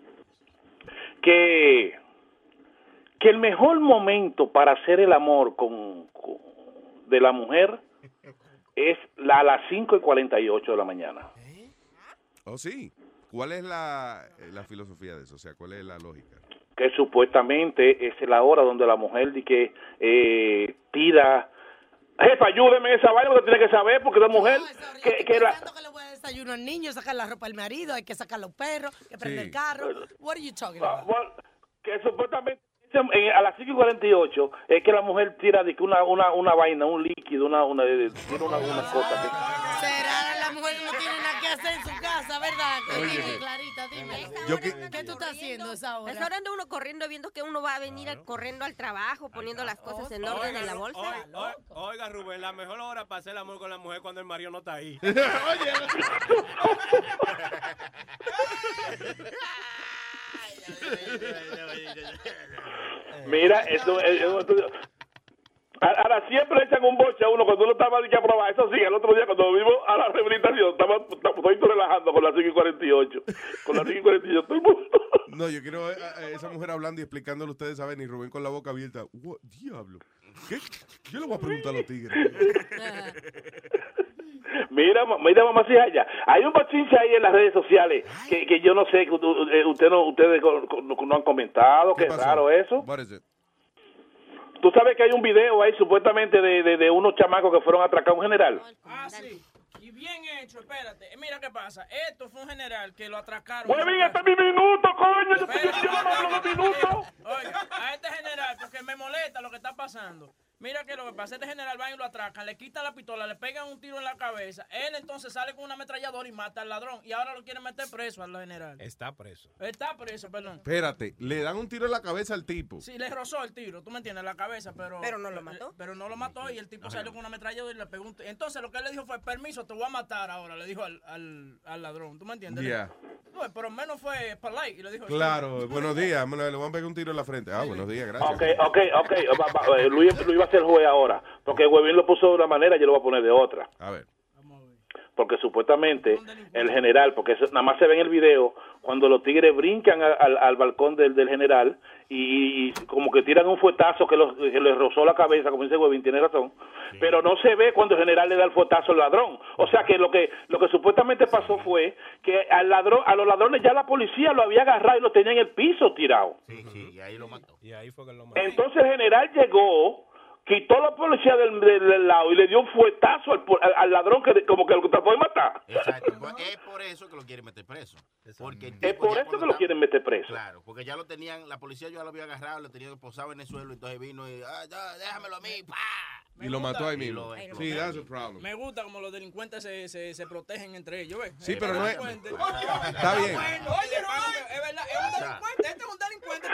Que, que el mejor momento para hacer el amor con, con- de la mujer es la, a las cinco y cuarenta y ocho de la mañana. Oh, sí. ¿Cuál es la, eh, la filosofía de eso? O sea, ¿cuál es la lógica? Que supuestamente es la hora donde la mujer di que eh, tira. Jefa, ayúdeme esa vaina, porque tiene que saber, porque la mujer que, que la, Desayuno al niño, sacar la ropa al marido, hay que sacar los perros, que prende Sí. el carro. What are you talking Ah, about? bueno, que supuestamente eh, a las cinco y cuarenta y ocho es que la mujer tira de que una, una, una vaina, un líquido, una, una, eh, tira una, una cosa. Que, Será la mujer que no tiene nada que hacer en su casa, ¿verdad? Oye, Dime, que- Clarita, dime. Yo que- ¿Qué tú estás haciendo a esa hora? Es hora de uno corriendo, viendo que uno va a venir al- corriendo al trabajo, poniendo las cosas en orden en la bolsa. Oiga, oiga, oiga, Rubén, la mejor hora para hacer el amor con la mujer cuando el marido no está ahí. mira, eso es un estudio. A- Ahora siempre le echan un boche a uno cuando uno estaba de que a probar. Eso sí, el otro día cuando vimos a la rehabilitación, estaba estoy relajando con las cinco y cuarenta y ocho. Con las cinco y cuarenta y ocho, todo el mundo. No, yo quiero a, a esa mujer hablando y explicándole a ustedes, ¿saben? Y Rubén con la boca abierta. What? Diablo. ¿Qué? Yo le voy a preguntar a los tigres. Mira, ma- mira, mamacita, ya. Hay un bochinche ahí en las redes sociales que, que yo no sé, que u- eh, usted no, ustedes co- co- no, no han comentado, que es raro eso. What is it? Tú sabes que hay un video ahí supuestamente de, de, de unos chamacos que fueron a atracar a un general. Ah, sí. Y bien hecho, espérate. Eh, Mira qué pasa. Esto fue un general que lo atracaron. Pues bien, este es mi minuto, coño. Yo, Espérate, yo no hablo de minutos. Oiga, a este general, porque me molesta lo que está pasando. Mira que lo que pasa, este general va y lo atracan, le quitan la pistola, le pegan un tiro en la cabeza. Él entonces sale con una ametralladora y mata al ladrón. Y ahora lo quieren meter preso al general. Está preso. Está preso, perdón. Espérate, le dan un tiro en la cabeza al tipo. Sí, le rozó el tiro, tú me entiendes, la cabeza, pero... Pero no lo mató. Pero no lo mató y el tipo salió con una ametralladora y le pegó un tiro. Entonces lo que él le dijo fue, permiso, te voy a matar ahora, le dijo al, al, al ladrón, ¿tú me entiendes? Yeah. No, pero menos fue polite y le dijo... Claro, buenos días, le voy a pegar un tiro en la frente. Ah, buenos días, gracias. Ok, ok, ok. Va- va- eh, Luis, Luis va a ser juez ahora. Porque Huevín lo puso de una manera, yo lo voy a poner de otra. A ver. Porque supuestamente el general, porque eso nada más se ve en el video, cuando los tigres brincan al, al, al balcón del, del general y, y como que tiran un fuetazo que, los, que les rozó la cabeza, como dice Huevín, tiene razón, sí. Pero no se ve cuando el general le da el fuetazo al ladrón. O sea que lo que lo que supuestamente pasó fue que al ladrón, a los ladrones ya la policía lo había agarrado y lo tenía en el piso tirado. Sí, sí, y ahí lo mató. Y ahí fue que lo mató. Entonces el general llegó, quitó la policía del, del, del lado y le dio un fuetazo al, al, al ladrón que como que lo trató de matar. Exacto. Es por eso que lo quieren meter preso. Porque Es por eso que lo quieren meter preso. Claro, porque ya lo tenían, la policía ya lo había agarrado, lo tenían posado en el suelo, entonces vino y, ah, ya, déjamelo a mí, pa. Y lo mató ahí mismo. Sí, that's a problem. Me gusta como los delincuentes se, se, se protegen entre ellos, ¿ves? Sí, Eh, pero no es... delincuente. Está bien. Oye, no, es verdad, es un delincuente, este es un delincuente,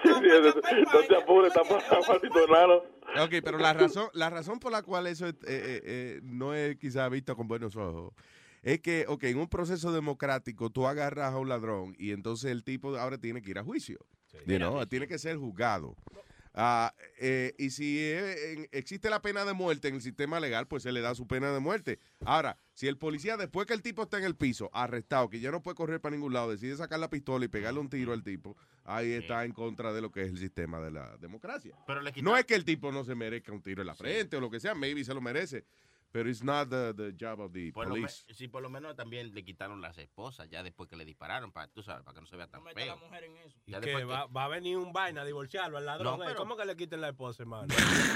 está deportado. No te apures, está maldito enano. Ok, pero la razón, la razón por la cual eso eh, eh, eh, no es quizá visto con buenos ojos es que, ok, en un proceso democrático tú agarras a un ladrón y entonces el tipo ahora tiene que ir a juicio. Sí. You know, tiene que ser juzgado. Uh, eh, y si eh, en, existe la pena de muerte en el sistema legal, pues se le da su pena de muerte. Ahora, si el policía, después que el tipo está en el piso, arrestado, que ya no puede correr para ningún lado, decide sacar la pistola y pegarle un tiro al tipo, ahí sí. Está en contra de lo que es el sistema de la democracia. Pero le no es que el tipo no se merezca un tiro en la frente sí. O lo que sea, maybe se lo merece. Pero it's not the, the job of the por police. Me, sí, por lo menos también le quitaron las esposas ya después que le dispararon, para, tú sabes, para que no se vea tan no feo. La mujer en eso. ¿Y qué? ¿Va, ¿Va a venir un vaina a divorciarlo al ladrón? No, pero... ¿Cómo que le quiten la esposa, hermano?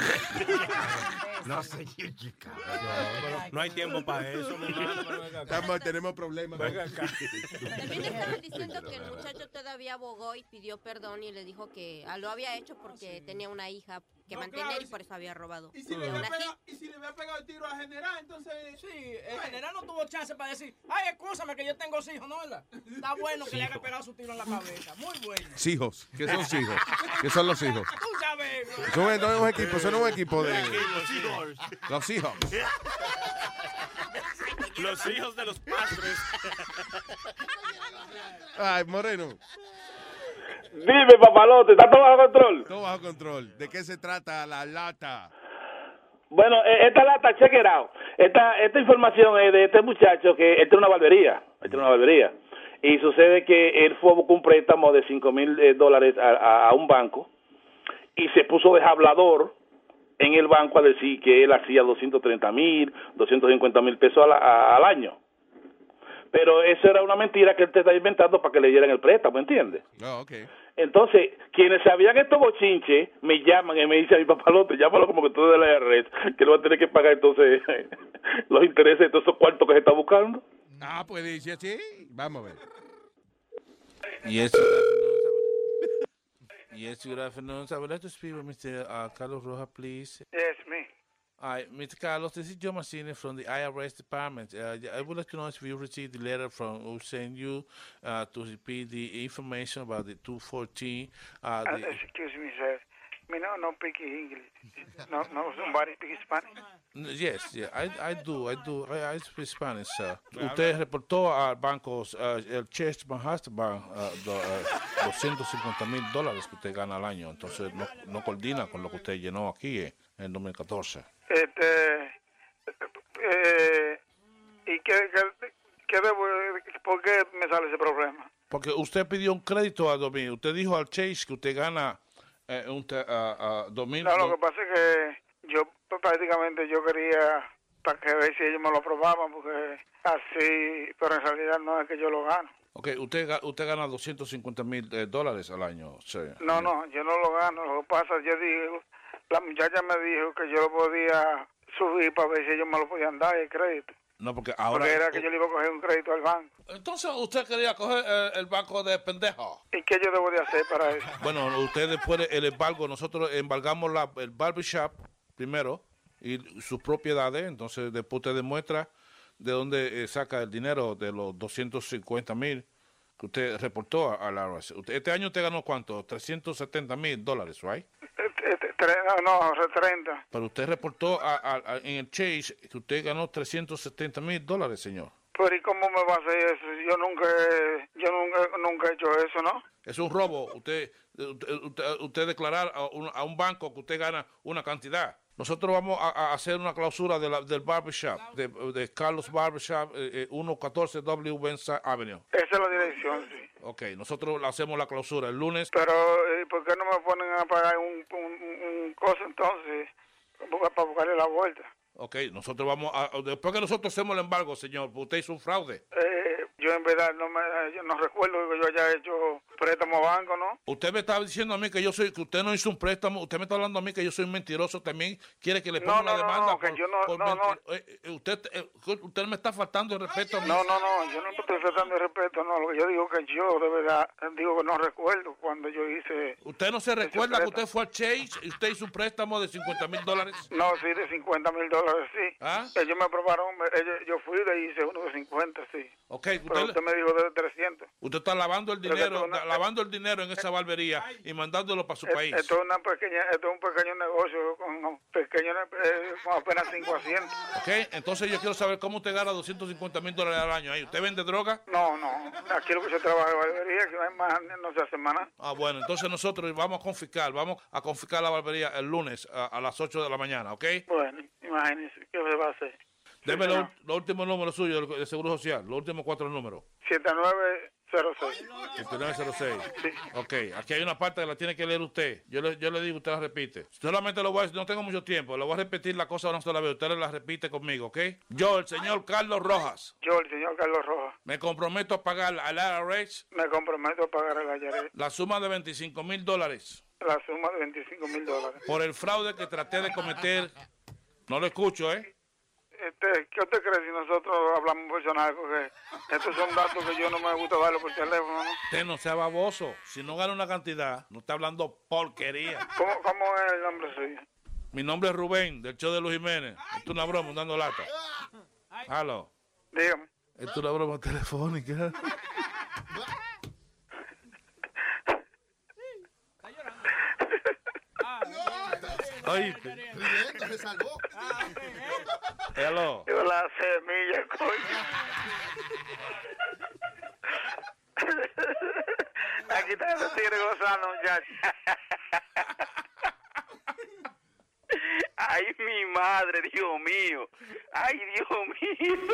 No sé, chica. No, no hay tiempo para eso, mi hermano. Estamos, tenemos problemas. Venga acá. También estaban diciendo que el muchacho todavía abogó y pidió perdón y le dijo que lo había hecho porque sí. Tenía una hija que no, mantener claro, y por eso había robado. ¿Y si, le había pegado, y si le había pegado el tiro al general, entonces... Sí, el bueno. general no tuvo chance para decir, ay, escúchame que yo tengo hijos, ¿no? ¿Verdad? Está bueno que sí, le haya pegado su tiro en la cabeza. Muy bueno. Hijos. ¿Qué son hijos? ¿Qué son los hijos? Tú sabes. Eso no es un equipo, eso no es un equipo de... Los hijos. Los hijos. Los hijos de los padres. Ay, Moreno. Dime, papalote, ¿está todo bajo control? Todo bajo control. ¿De qué se trata la lata? Bueno, esta lata, check it out. Esta, esta información es de este muchacho que él tiene una barbería. Él tiene una barbería. Y sucede que él fue a buscar un préstamo de cinco mil dólares a, a, a un banco y se puso de hablador en el banco a decir que él hacía doscientos treinta mil, doscientos cincuenta mil pesos al, a, al año. Pero eso era una mentira que él te está inventando para que le dieran el préstamo, ¿entiendes? Oh, okay. Entonces, quienes sabían estos bochinches me llaman y me dicen a mi papalote, llámalo como que tú de la I R S, que le va a tener que pagar entonces los intereses de todos esos cuartos que se está buscando. Ah, pues dice así, vamos a ver. Yes, yes, good afternoon. I would like to speak with Mister Uh, Carlos Rojas, please. Yes, me. Hi, Mister Carlos, this is Joe Massini from the I R S department. Uh, I would like to know if you received the letter from who sent you uh, to repeat the information about the two fourteen. Uh, uh, the, excuse me, sir. Me no, no speak English. No, no, somebody speak Spanish. Yes, yeah, I, I do, I do, I, I speak Spanish, sir. Usted reportó al banco, uh, el Chase Manhattan Bank, uh, do, uh, doscientos cincuenta mil dólares que usted gana al año. Entonces, no, no coordina con lo que usted llenó aquí eh, en dos mil catorce. Este, eh, ¿y qué, qué, qué debo, por qué me sale ese problema? Porque usted pidió un crédito a dos mil. Usted dijo al Chase que usted gana eh, un te, uh, uh, dos mil. No, lo que pasa es que yo prácticamente yo quería para que ver si ellos me lo aprobaban, porque así, pero en realidad no es que yo lo gano. Ok, usted, usted gana doscientos cincuenta mil eh, dólares al año. Sí. No, no, yo no lo gano. Lo que pasa, yo digo, la muchacha me dijo que yo lo podía subir para ver si ellos me lo podían dar el crédito. No, porque ahora... Porque era que yo le iba a coger un crédito al banco. Entonces, ¿usted quería coger el, el banco de pendejo? ¿Y qué yo debo de hacer para eso? Bueno, usted después del embargo, nosotros embargamos la, el barbershop primero y sus propiedades, entonces después usted demuestra de dónde eh, saca el dinero de los doscientos cincuenta mil que usted reportó a la I R S. Este año usted ganó ¿cuánto? trescientos setenta mil dólares, ¿right? No, no, treinta. Pero usted reportó a, a, a, en el Chase que usted ganó trescientos setenta mil dólares, señor. Pero ¿y cómo me va a hacer eso? Yo nunca, he- yo nunca, nunca he hecho eso, ¿no? Es un robo. Usted, usted, usted, usted declarar a un, a un banco que usted gana una cantidad. Nosotros vamos a, a hacer una clausura de la, del barbershop, de, de Carlos Barbershop, eh, eh, ciento catorce W West Avenue. Esa es la dirección, sí. Ok, nosotros hacemos la clausura el lunes. Pero, eh, ¿por qué no me ponen a pagar un, un, un, un cosa entonces para buscarle la vuelta? Ok, nosotros vamos a... Después que nosotros hacemos el embargo, señor, usted hizo un fraude. Eh, yo en verdad no me, yo no recuerdo que yo haya hecho préstamo a banco, ¿no? Usted me está diciendo a mí que yo soy, que usted no hizo un préstamo, usted me está hablando a mí que yo soy un mentiroso, también quiere que le ponga No, una no, no, demanda no, que por- yo no- por no, no. mentir- eh, eh, usted, eh, usted me está faltando el respeto a mí. No, no, no, yo no estoy tratando de respeto, no. Lo que yo digo que yo, de verdad, digo que no recuerdo cuando yo hice... ¿Usted no se recuerda que usted fue al Chase y usted hizo un préstamo de cincuenta mil dólares? No, sí, de cincuenta mil dólares, sí. ¿Ah? Ellos me aprobaron, me- ellos- yo fui y hice uno de cincuenta, sí. Ok, Pero usted, usted me dijo de trescientos. usted está lavando el Pero que dinero, esto es una- lavando el dinero en esa barbería y mandándolo para su Eh, país. Esto es, una pequeña, esto es un pequeño negocio con, un pequeño, eh, con apenas cinco asientos. Ok, entonces yo quiero saber cómo usted gana doscientos cincuenta mil dólares al año ahí. ¿Usted vende droga? No, no. Aquí lo que yo trabajo es barbería, que no hay más, no se hace más nada. Ah, bueno, entonces nosotros vamos a confiscar, vamos a confiscar la barbería el lunes a, a las ocho de la mañana, ¿ok? Bueno, imagínese, ¿qué se va a hacer? Deme señor. los los últimos números suyos de, de Seguro Social, los últimos cuatro números. siete nueve cero seis. siete nueve cero seis. Ok, aquí hay una parte que la tiene que leer usted. Yo le, yo le digo, usted la repite. Solamente lo voy a decir, no tengo mucho tiempo, le voy a repetir la cosa una sola vez. Usted la repite conmigo, ¿ok? Yo, el señor Carlos Rojas, Yo, el señor Carlos Rojas, me comprometo a pagar al I R S me comprometo a pagar el ayer la suma de veinticinco mil dólares la suma de veinticinco mil dólares. por el fraude que traté de cometer. No lo escucho, ¿eh? Este, ¿qué usted cree si nosotros hablamos personal? Porque estos son datos que yo no me gusta darlo por teléfono, ¿no? Usted no sea baboso. Si no gana una cantidad, no está hablando porquería. ¿Cómo, cómo es el nombre suyo? Mi nombre es Rubén, del show de Luis Jiménez. Esto es una broma, dando lata. Aló. Dígame. Esto es una broma telefónica. Oíste. Riendo, se salvó. Aló. Yo la semilla, coño. Aquí está el tigre gozando, muchachos. Ay, mi madre, Dios mío. Ay, Dios mío.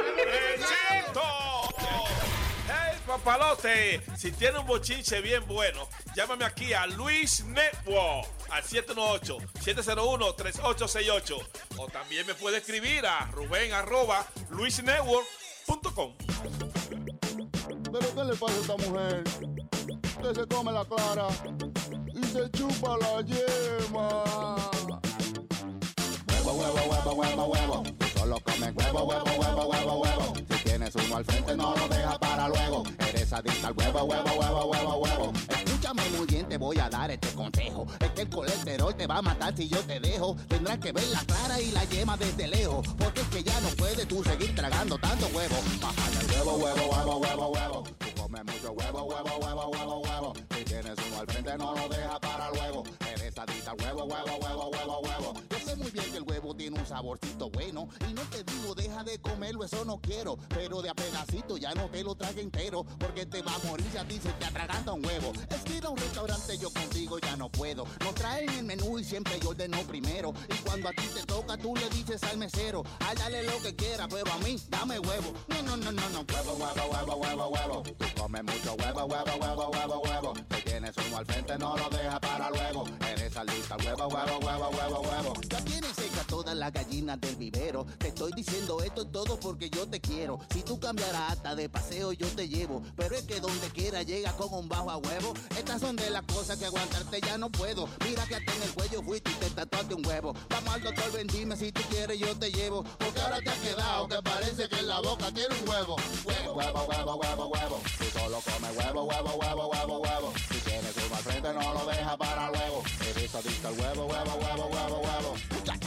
¡Hey, papalote! Si tiene un bochinche bien bueno, llámame aquí a Luis Network al siete uno ocho, siete cero uno, tres ocho seis ocho. O también me puede escribir a Rubén arroba luisnetwork punto com. ¿Pero qué le pasa a esta mujer? Que se come la clara y se chupa la yema. Huevo, huevo, huevo, huevo, huevo. Tú solo comes huevo, huevo, huevo, huevo, huevo. Si tienes uno al frente, no lo dejas para luego. Eres adicta al huevo, huevo, huevo, huevo, huevo. Escúchame muy bien, te voy a dar este consejo. Es que el colesterol te va a matar si yo te dejo. Tendrás que ver la clara y la yema desde lejos. Porque es que ya no puedes tú seguir tragando tanto huevo. Bájale el huevo, huevo, huevo, huevo, huevo. Tú comes mucho huevo, huevo, huevo, huevo, huevo. Si tienes uno al frente, no lo dejas para luego. Eres adicta al huevo, huevo, huevo, huevo, huevo. Yo sé muy bien que el huevo tiene un saborcito bueno. Y no te digo, deja de comerlo, eso no quiero. Pero de a pedacito ya no te lo trague entero. Porque te va a morir si a ti se te atraganta un huevo. Es que ir a un restaurante yo contigo ya no puedo. Nos traen el menú y siempre yo ordeno primero. Y cuando a ti te toca, tú le dices al mesero, ay, dale lo que quiera, pero a mí, dame huevo. No, no, no, no, no. Huevo, huevo, huevo, huevo, huevo. Tú comes mucho huevo, huevo, huevo, huevo, huevo. Si tienes uno al frente, no lo dejas para luego. Eres adicta al huevo, huevo, huevo, huevo, huevo. Ya tienes seca todas las gallinas del vivero. Te estoy diciendo esto todo porque yo te quiero. Si tú cambiarás hasta de paseo, yo te llevo. Pero es que donde quiera llega con un bajo a huevo. Estas son de las cosas que aguantarte ya no puedo. Mira que hasta en el cuello fuiste y te tatuaste un huevo. Vamos al doctor, ven, dime si tú quieres, yo te llevo. Porque ahora te has quedado que parece que en la boca tiene un huevo. Huevo, huevo, huevo, huevo, huevo. Tú solo comes huevo, huevo, huevo, huevo, huevo. Si tienes uno al frente, no lo dejas para luego. Eres adicto al huevo, huevo, huevo, huevo, huevo. Muchacha, deja el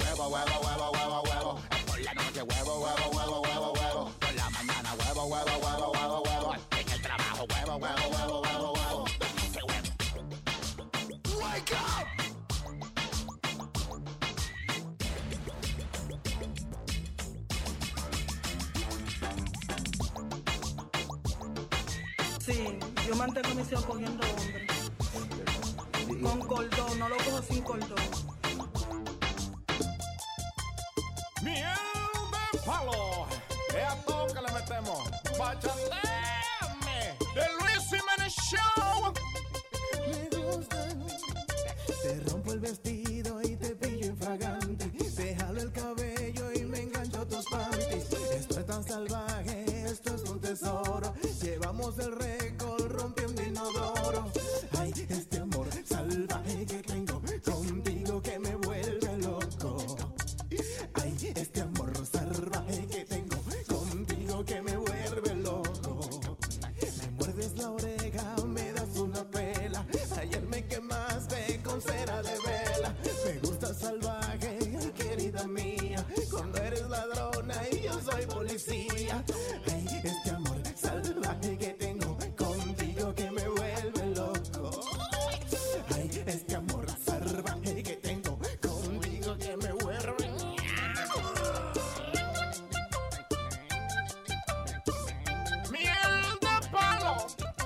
huevo, huevo, huevo, huevo, huevo. Por la noche huevo, huevo, huevo, huevo, huevo. Por la mañana huevo, huevo, huevo, huevo, huevo. En el trabajo huevo, huevo, huevo, huevo, huevo. Ese huevo. Wake up. Sí, yo mantengo misión cogiendo hombres. Con cordón, no lo cojo sin cordón. Miel de palo. Es a todo que le metemos. Bachateame. The Luis Jiménez Show. Me gustan. Te rompo el vestido y te pillo infragante. Te jalo el cabello y me engancho tus panties. Esto es tan salvaje, esto es un tesoro. Llevamos el récord rompiendo inodoro. Ay, este amor salvaje que tengo contigo que me vuelve loco. Ay, este amor salvaje que tengo contigo que me vuelve loco. Me muerdes la oreja, me das una pela. Ayer me quemaste con cera de vela. Me gusta salvaje, ay, querida mía. Cuando eres ladrona y yo soy policía. Ay, este amor salvaje que tengo contigo que me vuelve loco. Ay, este amor salvaje que tengo contigo que me vuelve. Miel de palo.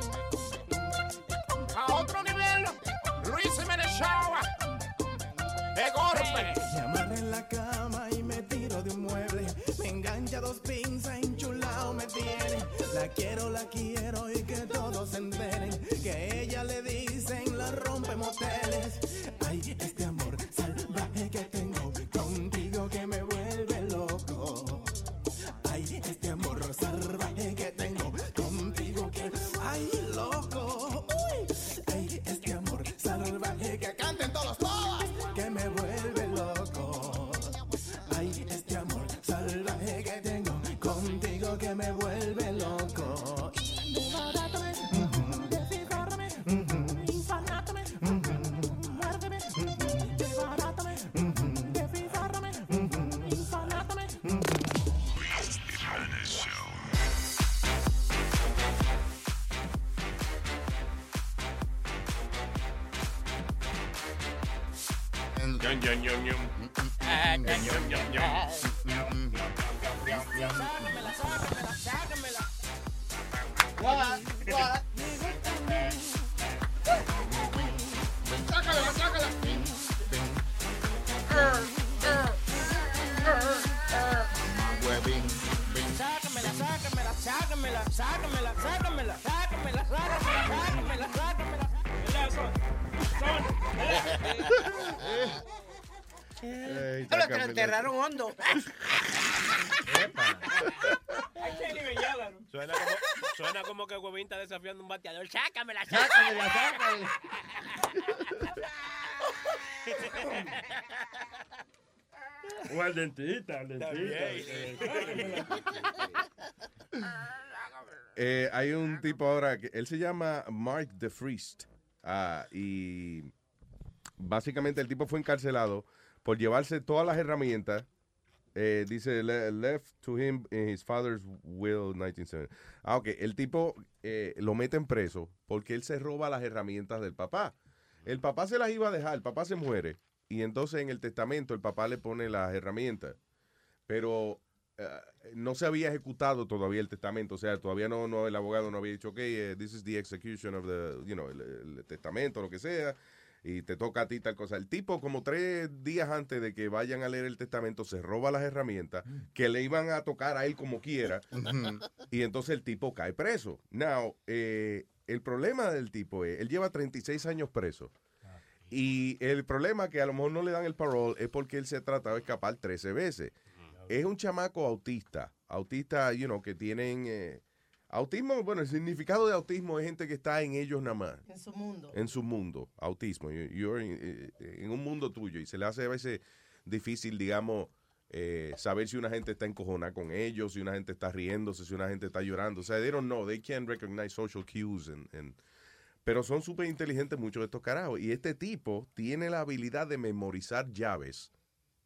A otro nivel. Luis Jiménez Show. De golpe. Me amarré en la cama y me tiro de un mueble. Me engancha dos pinzas, enchulado me tiene. La quiero, la quiero y que todos se enteren. Que ella le dicen la rompe moteles. Ay, este amor salvaje que tengo contigo que me vuelve loco. Ay, este amor salvaje que tengo contigo que... Ay, loco. Uy. Ay, este amor salvaje que canten todos todas. Que me vuelve loco. Ay, este amor salvaje que tengo contigo que me vuelve loco. Desbarátame, desfigárame, infanátame, muérdeme, desbarátame, desfigárame, infanátame. Yum, yum, yum, yum. Yum, yum, yum, yum. Sácamela, sácamela, sácamela. What? What? Sácala, sácala. Sácamela, sácamela, sácamela, sácamela, sácamela, sácamela, sácamela, sácamela, sácamela. ¿Verdad, son? Son, Ey, Pero te lo sácamela. enterraron hondo. Suena como, suena como que Huevín está desafiando un bateador. ¡Sácamela, Sácamela, sácamela! O al dentista, al dentista. Eh, hay un tipo ahora que él se llama Mark DeFriest. Ah, y básicamente el tipo fue encarcelado por llevarse todas las herramientas. Eh, dice, "Le- left to him in his father's will nineteen seventy." Ah, ok. El tipo eh, lo meten preso porque él se roba las herramientas del papá. El papá se las iba a dejar, el papá se muere. Y entonces en el testamento el papá le pone las herramientas. Pero eh, no se había ejecutado todavía el testamento. O sea, todavía no, no el abogado no había dicho, ok, eh, this is the execution of the, you know, el, el testamento, lo que sea. Y te toca a ti tal cosa. El tipo, como tres días antes de que vayan a leer el testamento, se roba las herramientas que le iban a tocar a él como quiera. Y entonces el tipo cae preso. Now, eh, el problema del tipo es, él lleva treinta y seis años preso. Y el problema que a lo mejor no le dan el parole es porque él se ha tratado de escapar trece veces. Es un chamaco autista. Autista, you know, que tienen... Eh, autismo, bueno, el significado de autismo es gente que está en ellos nada más. En su mundo. En su mundo, autismo. You- you're in, en un mundo tuyo. Y se le hace a veces difícil, digamos, eh, saber si una gente está encojonada con ellos, si una gente está riéndose, si una gente está llorando. O sea, they don't know. They can't recognize social cues. And, and, pero son súper inteligentes muchos de estos carajos. Y este tipo tiene la habilidad de memorizar llaves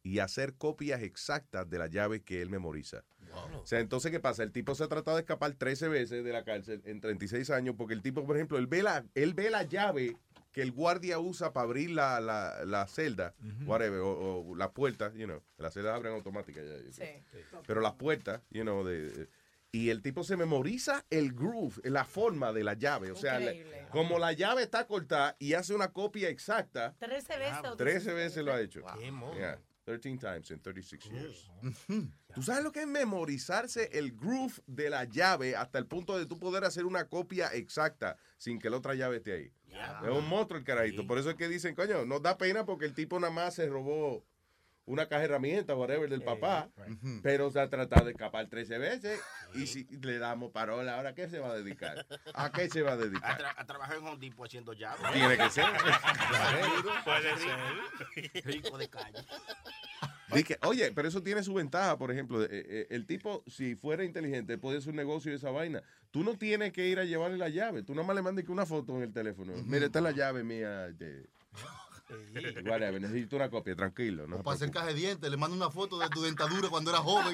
y hacer copias exactas de las llaves que él memoriza. Wow. O sea, entonces, ¿qué pasa? El tipo se ha tratado de escapar trece veces de la cárcel en treinta y seis años porque el tipo, por ejemplo, él ve la, él ve la llave que el guardia usa para abrir la, la, la celda, uh-huh. whatever, o, o las puertas, you know, las celdas abren automáticas. Ya, sí. Pero las puertas, you know, de, de, y el tipo se memoriza el groove, la forma de la llave. O sea, le, como la llave está cortada y hace una copia exacta. Trece veces. Trece veces lo ha hecho. Wow. Yeah, thirteen times in thirty-six years. Uh-huh. ¿Tú sabes lo que es memorizarse el groove de la llave hasta el punto de tú poder hacer una copia exacta sin que la otra llave esté ahí? Yeah. Es un monstruo el carajito. Sí. Por eso es que dicen, coño, nos da pena porque el tipo nada más se robó una caja de herramientas, whatever, del papá, right. uh-huh. pero se ha tratado de escapar trece veces sí. y si le damos parola, ¿ahora qué se va a dedicar? ¿A qué se va a dedicar? A, tra- a trabajar en Home Depot haciendo llaves. Tiene que ser. Puede ser. Rico de calle. Dice, oye, pero eso tiene su ventaja, por ejemplo, eh, eh, el tipo, si fuera inteligente, puede hacer un negocio de esa vaina. Tú no tienes que ir a llevarle la llave, tú nada más le mandas que una foto en el teléfono. Uh-huh. Mira, esta es la llave mía de... Whatever, necesito una copia, tranquilo. No o para hacer caja de dientes, le mando una foto de tu dentadura cuando era joven.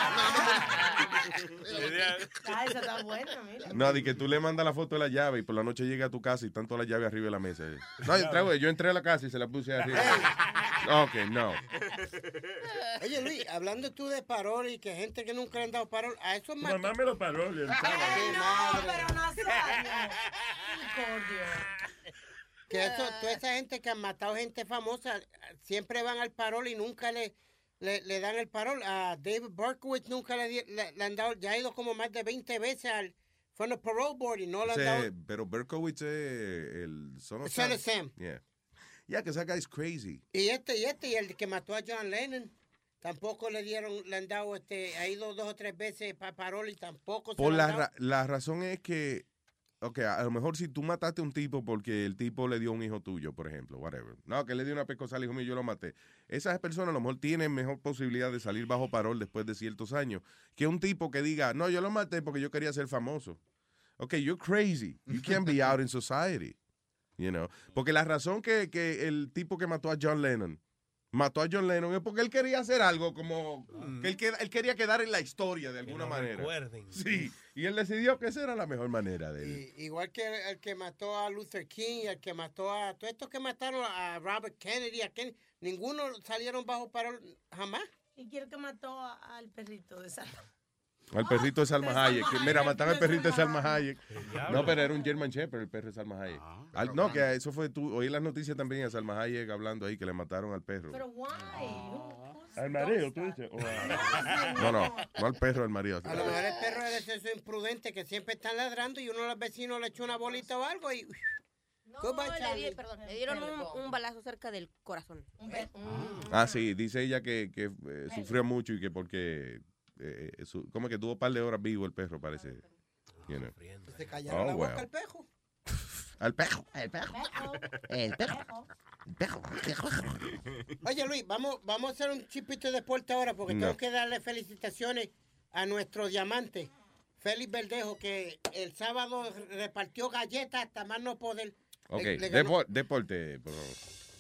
Ah, esa está buena, mira. No, de que tú le mandas la foto de la llave y por la noche llega a tu casa y están todas las llaves arriba de la mesa. No, yo, traigo, yo entré a la casa y se la puse arriba. Ok, no. Oye, Luis, hablando tú de parol y que gente que nunca le han dado parol, a eso más. Mamá me lo paró. Ay, no, pero no sé. Que eso, toda esa gente que han matado gente famosa siempre van al parol y nunca le, le, le dan el parol. A David Berkowitz nunca le, le, le han dado, ya ha ido como más de veinte veces al from the parole board y no le han sí, dado. Pero Berkowitz es el son of Sam. Sam. Yeah. Yeah, que esa guy is crazy. Y este y este y el que mató a John Lennon tampoco le dieron, le han dado, este, ha ido dos o tres veces para parol y tampoco. Por se la, han dado. Ra- la razón es que ok, a lo mejor si tú mataste a un tipo porque el tipo le dio un hijo tuyo, por ejemplo, whatever. No, que le dio una pescosa al hijo mío y yo lo maté. Esas personas a lo mejor tienen mejor posibilidad de salir bajo parol después de ciertos años que un tipo que diga, no, yo lo maté porque yo quería ser famoso. Ok, you're crazy. You can't be out in society. You know? Porque la razón que, que el tipo que mató a John Lennon mató a John Lennon es porque él quería hacer algo como mm. que él, él quería quedar en la historia de alguna manera. Recuerden. Sí, y él decidió que esa era la mejor manera de él. Y, igual que el, el que mató a Luther King, el que mató a todos estos que mataron a Robert Kennedy, a Kennedy, ninguno salieron bajo parol jamás. ¿Y quién que mató a, al perrito de Salma? Al perrito de Salma Hayek. Que, mira, mataron al perrito de Salma Hayek. No, pero era un German Shepherd, el perro de Salma Hayek. Ah, al, no, que eso fue tú. Oí las noticias también a Salma Hayek hablando ahí que le mataron al perro. Pero why? Al marido, tú dices. No, no, no al perro, al marido. A lo mejor el perro es de esos imprudentes que siempre están ladrando y uno de los vecinos le echó una bolita o algo y... No, le, di, perdón, le dieron un, un balazo cerca del corazón. Ah, sí, dice ella que, que eh, sufrió mucho y que porque... Eh, su, como que tuvo un par de horas vivo el perro, parece. You know. Se callaron oh, la boca well. al pejo. Al pejo. El pejo. El pejo. El pejo. Oye, Luis, vamos, vamos a hacer un chipito de deporte ahora porque no. tengo que darle felicitaciones a nuestro diamante, Félix Verdejo, que el sábado repartió galletas hasta más no poder. Ok, le, le Depo- deporte, por favor.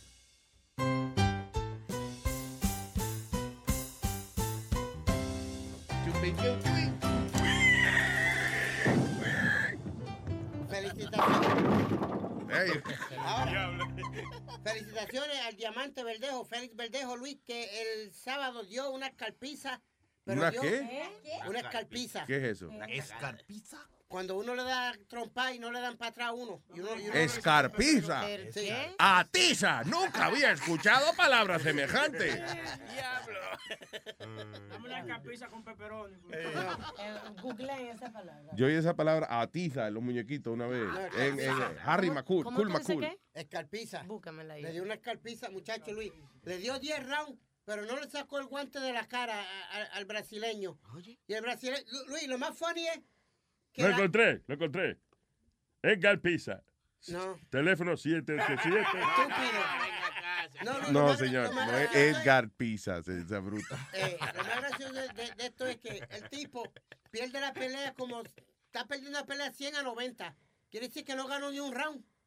Felicitaciones. Ahora, felicitaciones al diamante Verdejo, Félix Verdejo, Luis, que el sábado dio una escarpiza. Pero ¿Una dio, qué? ¿Eh? Una escarpiza. ¿Qué es eso? ¿Una escarpiza? Cuando uno le da trompa y no le dan para atrás a uno. Y uno, y uno Escarpiza. Sí. Atiza. Nunca había escuchado palabras semejantes. Diablo. Dame una escarpiza con pepperoni. Googleen esa palabra. Yo oí esa palabra atiza en los muñequitos una vez. En, en, en Harry McCool. ¿Cómo Cool tú dices McCool. qué? Escarpiza. Búscamela ahí. Le dio una escarpiza, muchacho Luis. Le dio diez rounds, pero no le sacó el guante de la cara a, a, al brasileño. Oye. Y el brasileño, Luis, lo más funny es que Lo la- encontré, lo encontré. Edgar Pisa. No. Teléfono siete ocho siete. No, no, No, lo más- señor, lo más no es gracioso Edgar Pisa, esa bruta. Eh, lo más gracioso de, de- de esto es que el tipo pierde la pelea como está perdiendo la pelea cien a noventa. Quiere decir que no ganó ni un round.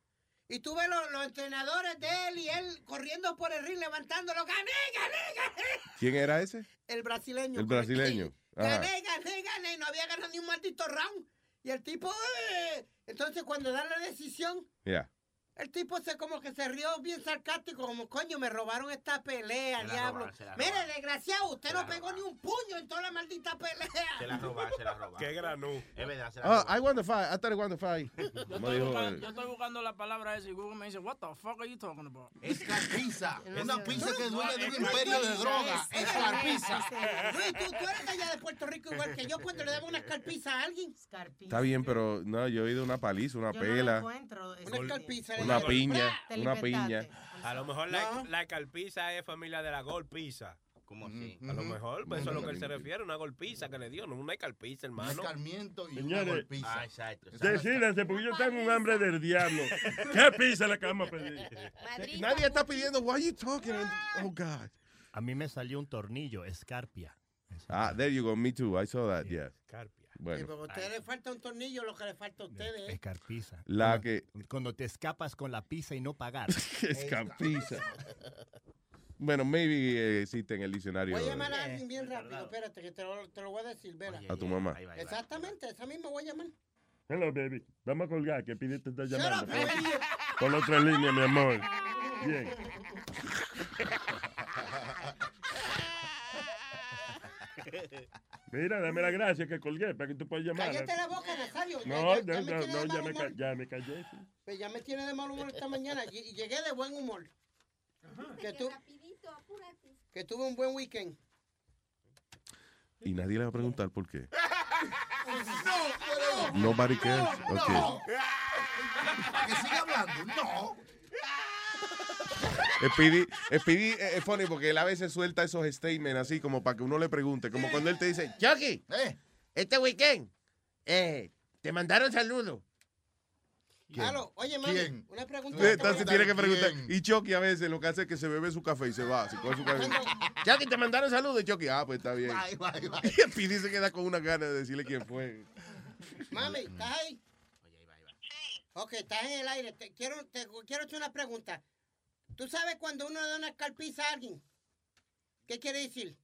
Y tú ves los, los entrenadores de él y él corriendo por el ring levantándolo. ¡Gané, gané, gané! ¿Quién era ese? El brasileño. El brasileño. Ajá. Gané, gané, gané. No había ganado ni un maldito round. Y el tipo... ¡eh! Entonces cuando da la decisión... Ya. Yeah. El tipo se como que se rió bien sarcástico, como, coño, me robaron esta pelea, Se la diablo. robaron, se la Mire, robaron. desgraciado, usted Se no la pegó robaron. ni un puño en toda la maldita pelea. Se la robaron, se la robaron. Qué granú. Es verdad, se la Oh, robaron. I won the fight. I thought I won the fight. Yo Como estoy, dijo, buscando, eh, yo estoy buscando la palabra esa y Google me dice, what the fuck are you talking about? Escarpiza. No, Una no, pizza no, que es no, dueña de un es- imperio de es- droga. es- Escarpiza. Luis, tú, tú eres de allá de Puerto Rico igual que yo. Cuando le daba una escarpiza a alguien. Está bien, pero no, yo he oído una paliza, una Yo no pela, la encuentro. Una escarpiza. una le- piña, Te una la piña. A lo mejor la, No. la calpisa es familia de la golpiza. ¿Cómo así? A lo mejor, pues eso es lo que él se refiere, una golpiza que le dio, no una calpisa, hermano. Escarmiento y una Señores, golpiza. Ah, exacto. exacto. Decídense, porque yo tengo un hambre del diablo. ¿Qué pizza le acabamos a pedir? Nadie está pidiendo, why are you talking? Oh, God. A mí me salió un tornillo, escarpia. Ah, there you go, me too, I saw that, yeah. Escarpia. Sí, Bueno, porque a usted le falta un tornillo, lo que le falta a ustedes. ¿eh? Escarpiza. la Cuando- que... Cuando te escapas con la pizza y no pagar. Escapiza. Bueno, maybe eh, existe en el diccionario Voy a llamar a eh, alguien bien rápido. Espérate, que te lo, te lo voy a decir, Vela. a tu mamá. Exactamente, esa misma voy a llamar. Hello, baby. Vamos a colgar, que Pidi te está Shut llamando. up, baby. Por la otra línea, mi amor. Bien. Mira, dame la gracia que colgué para que tú puedas llamar. Cállate la boca, Nazario. Ya- No, ya, ya no, me no, tiene no, de ya, mal me, humor. ca- ya me callé. Sí. Pues ya me tiene de mal humor esta mañana y, y llegué de buen humor. Que, tu, que tuve un buen weekend. Y nadie le va a preguntar por qué. No, no. Nobody cares. No. Okay. Que siga hablando. No. Speedy, Speedy eh, es funny porque él a veces suelta esos statements así como para que uno le pregunte. Como cuando él te dice, Chucky, Eh. este weekend, eh, te mandaron saludos. Claro, oye, mami, ¿Quién? una pregunta. Entonces tiene que preguntar. ¿Quién? Y Chucky a veces lo que hace es que se bebe su café y se va. Se coge su café. Chucky, te mandaron saludos. Y Chucky, ah, pues está bien. Bye, bye, bye. Y Speedy se queda con una gana de decirle quién fue. Mami, ¿estás ahí? Ok, estás en el aire. Te quiero, te quiero hacer una pregunta. ¿Tú sabes cuando uno le da una escarpiza a alguien? ¿Qué quiere decir?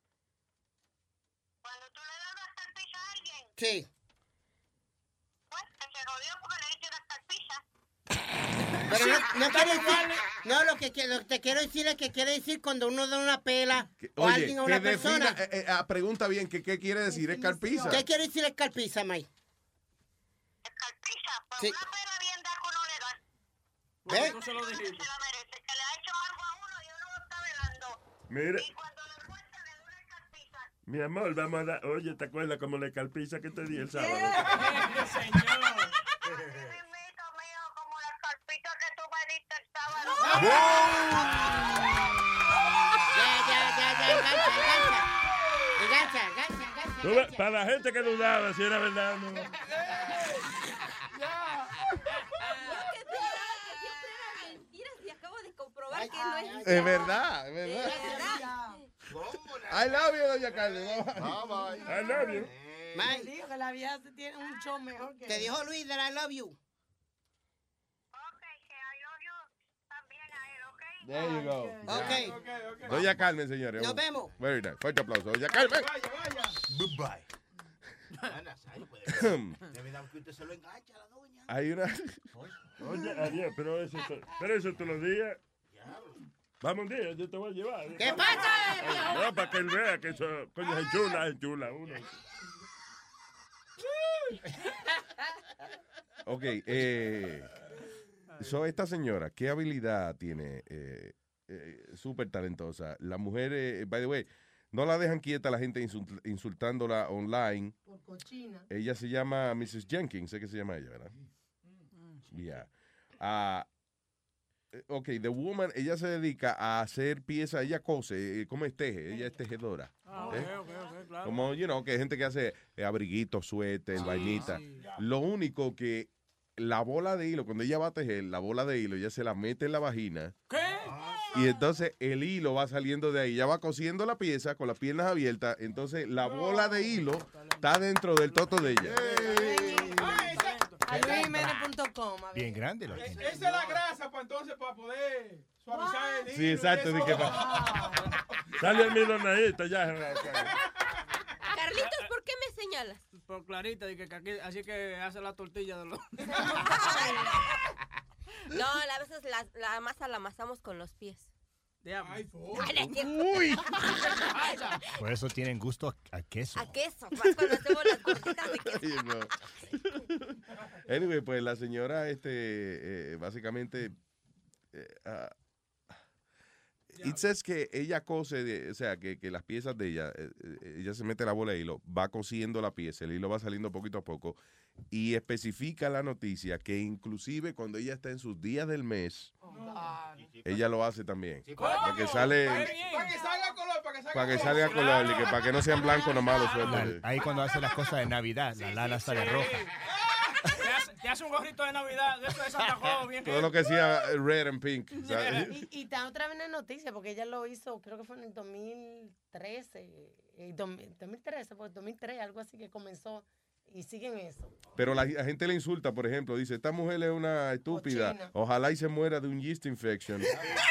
Cuando tú le das una escarpiza a alguien, Sí. pues que se jodió porque le diste una escarpiza. Pero no, no quiere decir, no, lo que, quiero- lo que te quiero decir es que quiere decir cuando uno da una pela o Oye, alguien a que una defina, persona. eh, eh, ah, pregunta bien, que, ¿qué quiere decir escarpiza? ¿Qué quiere decir escarpiza, May? Escarpiza, pues Sí. una pena bien dar que uno le da. ¿Ves? Tú se lo dijiste. Se la merece, que le ha hecho algo a uno y uno lo está velando. Mira, Y cuando le muestra le da una escarpiza. mi amor, vamos a dar. Oye, ¿te acuerdas como la calpiza que te di el sábado? Señor. Mismito mío, como la escarpiza que tú me diste el sábado. Ya, ya, ya, ya, engancha, engancha. Engancha, engancha, engancha. Tú ves, para la gente que dudaba si era verdad o no. Mentiras y acabo de comprobar que no es Es verdad, es verdad. I love you, doña Carmen. Bye, bye. I love you. May, Dijo que la vieja se tiene un show mejor que te dijo Luis that I love you. Ok, que I love you también a él, ¿ok? There you go. Ok. Doña Carmen, señores. Nos vemos. Very nice. Fuerte aplauso. Doña Carmen. Bye, bye. Ah, Nazario, pues, de verdad que usted se lo engancha a la doña. Hay una... Oye, adiós, pero eso, to- pero eso todos los días. Vamos un día, yo te voy a llevar. ¿Qué pasa, viejo? No, para que él vea que eso, coño, es chula, es chula uno. Ok, eh... So, esta señora, ¿qué habilidad tiene? Eh, eh, Súper talentosa. La mujer, eh, by the way, no la dejan quieta la gente insult- insultándola online. por cochina. Ella se llama missus Jenkins, sé que se llama ella, ¿verdad? Yeah. Ah, eh, ok, The Woman, ella se dedica a hacer piezas, ella cose, eh, como es teje, ella es tejedora. Ah, ¿eh? ok, ok, ok, claro. Como, you know, que hay gente que hace eh, abriguitos, suéter, vainitas. Lo único que la bola de hilo, cuando ella va a tejer, la bola de hilo, ella se la mete en la vagina. ¿Qué? Y entonces el hilo va saliendo de ahí. Ya va cosiendo la pieza con las piernas abiertas. Entonces la bola de hilo está dentro del toto de ella. A luis jiménez punto com. Bien grande la Es- Esa es la grasa para entonces para poder suavizar el hilo. Sí, exacto. y De eso. que pa- Sale el milonadito ya. Carlitos, ¿por qué me señalas? Por Clarita, de que, que aquí, así que hace la tortilla de los... No, a veces la, la masa la amasamos con los pies. Ay, Uy. Por eso tienen gusto a, a queso. A queso, más cuando hacemos las gorditas de queso. Ay, no. Anyway, pues la señora, este, eh, básicamente, eh, ah, it says que ella cose, de- o sea, que, que las piezas de ella, eh, eh, ella se mete la bola de hilo, va cosiendo la pieza, el hilo va saliendo poquito a poco, y especifica la noticia que inclusive cuando ella está en sus días del mes, ella lo hace también. Para que sale, Para que salga color, para que salga para que color. salga a color, y que para que no sean blancos nomás los sueltos. Ahí cuando hace las cosas de Navidad, la lana sale roja. Te hace, te hace un gorrito de Navidad, de eso de Santa Claus, bien Todo lo que decía red and pink. ¿sabes? Y, y está otra vez una noticia, porque ella lo hizo, creo que fue en el dos mil trece, eh, dos mil dos mil trece, pues dos mil tres, algo así que comenzó, y siguen eso. Pero la, la gente le insulta, por ejemplo, dice, esta mujer es una estúpida, Cochina. ojalá y se muera de un yeast infection.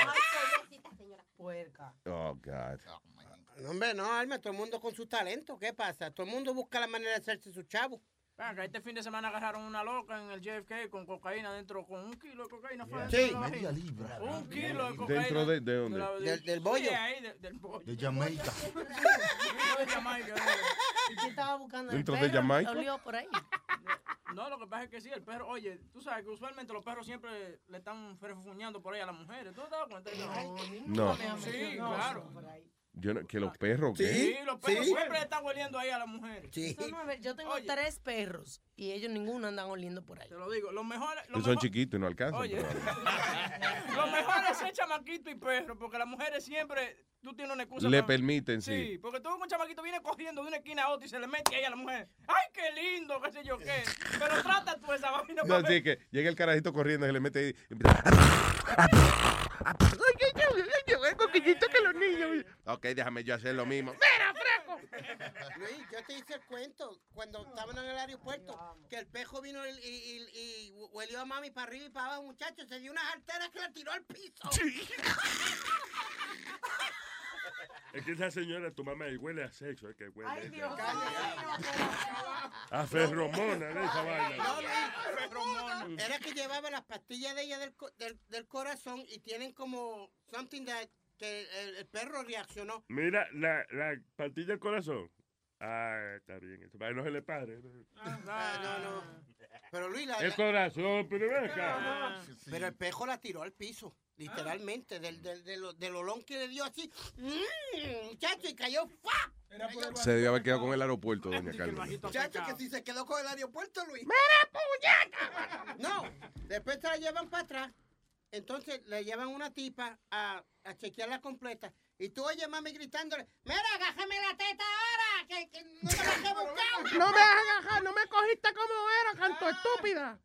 Puerca. Oh, God. No, hombre, no, Alma, todo el mundo con sus talentos. ¿Qué pasa? Todo el mundo busca la manera de hacerse su chavo. Vean que este fin de semana agarraron una loca en el J F K con cocaína dentro, con un kilo de cocaína. fue Sí. dentro de la Media vagina. libra. Un kilo de cocaína. ¿Dentro de, de dónde? la- Del- del sí, bollo. ahí, de- del bollo. De Jamaica. de Jamaica. ¿Y quién estaba buscando? ¿Dentro el de perro? Jamaica? Olió por ahí. No, lo que pasa es que sí, el perro, oye, tú sabes que usualmente los perros siempre le están frefuñando por ahí a las mujeres. ¿Tú te das cuenta de eso? No. Sí, claro. Yo no- ¿Que los perros qué? Sí, los perros sí. siempre le están oliendo ahí a las mujeres. Eso no, a ver, yo tengo tres perros y ellos ninguno andan oliendo por ahí. Te lo digo, los mejores... Que son chiquitos y no alcanzan. Oye, pero- lo mejor es ser chamaquito y perro, porque las mujeres siempre, tú tienes una excusa. Le para- permiten, sí. Sí, porque tú ves que un chamaquito viene corriendo de una esquina a otra y se le mete ahí a la mujer. ¡Ay, qué lindo! ¿Qué sé yo qué? Pero trata tú esa vaina. No, para sí, ver- que llega el carajito corriendo y se le mete ahí. y empieza- que los niños. Ok, déjame yo hacer lo mismo. ¡Mira, fresco! Luis, yo te hice el cuento cuando estaban en el aeropuerto que el pejo vino y, y, y, y huelió a mami para arriba y para abajo, muchachos. Se dio unas arteras que la tiró al piso. Es que esa señora, tu mamá, y huele a sexo, es que huele. Ay, Dios A ferromona, ¿no? Esa vaina. No, Luis, era que llevaba las pastillas de ella del, co- del, del corazón y tienen como something that que el, el perro reaccionó. Mira, la, la pastilla del corazón. Ah, está bien. Eso para que no se le pare. Ah, no, no. Pero Luis, la, El la- corazón, pero ven acá. pero el pejo la tiró al piso, literalmente, del, del, del, del olón que le dio así, mm, muchacho, y cayó, ¡fa! Cayó. Se debió haber quedado con el aeropuerto, doña Carmen. Muchacho, que si se quedó con el aeropuerto, Luis. ¡Mira, puñeta! No, después se la llevan para atrás. Entonces le llevan una tipa a, a chequearla completa. Y tú oyes mami gritándole, mira, agájame la teta ahora, que, que no me la he buscado. No me vas a agarrar, no me cogiste como era, canto estúpida.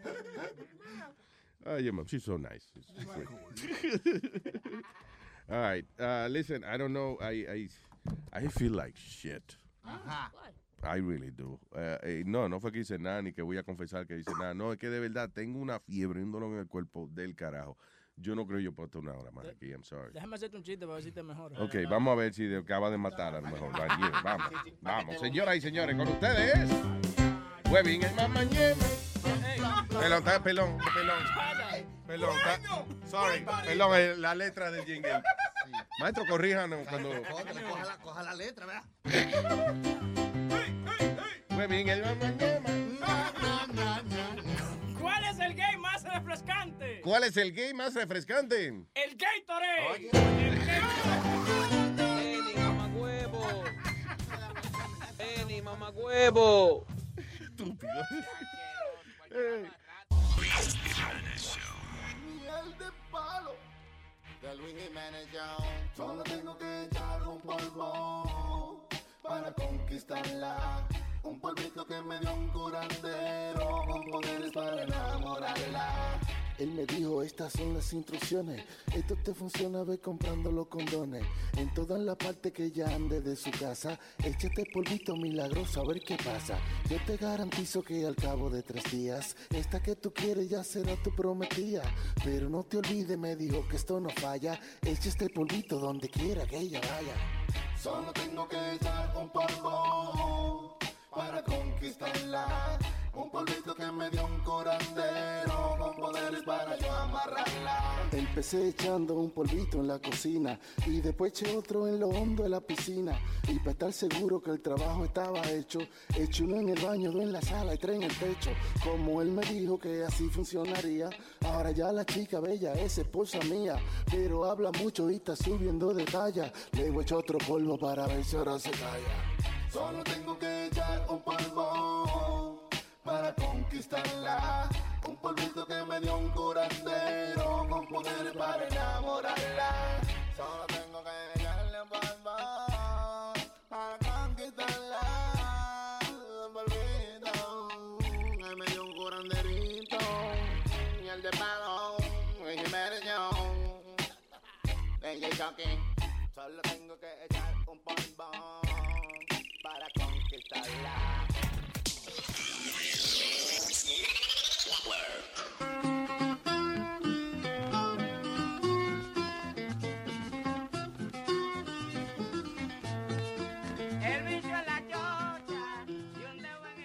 Ay, your mom, she's so nice. She's sweet. All right, uh, listen, I don't know, I, I, I feel like shit. Ajá. I really do. Eh, eh, no, no fue que hice nada ni que voy a confesar que hice nada. No, es que de verdad tengo una fiebre, un dolor en el cuerpo del carajo. Yo no creo yo puedo estar una hora más aquí, I'm sorry. Déjame hacerte un chiste para ver si te mejora. Ok, vamos a ver si acaba de matar a lo mejor. Vamos, vamos, vamos. Señoras y señores, con ustedes, Huevín el mamañema. Pelón, está pelón, pelón. Pelón, está, sorry, pelón, es la letra del jingle. Maestro, corríjanos cuando... Coja la, coja la letra, ¿verdad? Huevín el mamañema. ¿Cuál es el gay más refrescante? ¿Cuál es el gay más refrescante? El Gatorade. Eni, mamagüevo. Eni, mamagüevo. Estúpido. Miel de palo. De Luis Jiménez Show. Solo tengo que echar un polvo para conquistarla. Un polvito que me dio un curandero con poderes para enamorarla. Él me dijo, estas son las instrucciones. Esto te funciona, ve comprando los condones. En toda la parte que ella ande de su casa, échate polvito milagroso a ver qué pasa. Yo te garantizo que al cabo de tres días, esta que tú quieres ya será tu prometida. Pero no te olvides, me dijo que esto no falla. Echa este polvito donde quiera que ella vaya. Solo tengo que echar un polvo para conquistarla. Un polvito que me dio un curandero con poderes para yo amarrarla. Empecé echando un polvito en la cocina y después eché otro en lo hondo de la piscina. Y para estar seguro que el trabajo estaba hecho, eché uno en el baño, dos en la sala y tres en el techo. Como él me dijo que así funcionaría, ahora ya la chica bella es esposa mía. Pero habla mucho y está subiendo de talla. Le voy a echar otro polvo para ver si ahora se calla. Solo tengo que echar un polvo para conquistarla. Un polvito que me dio un curandero con poderes para enamorarla. Solo tengo que echarle un polvo para conquistarla. Un polvito que me dio un curanderito y el de palo y Jiménez D J Shocking. Solo tengo que echar un polvo para conquistarla. El bicho en la chocha y un dedo en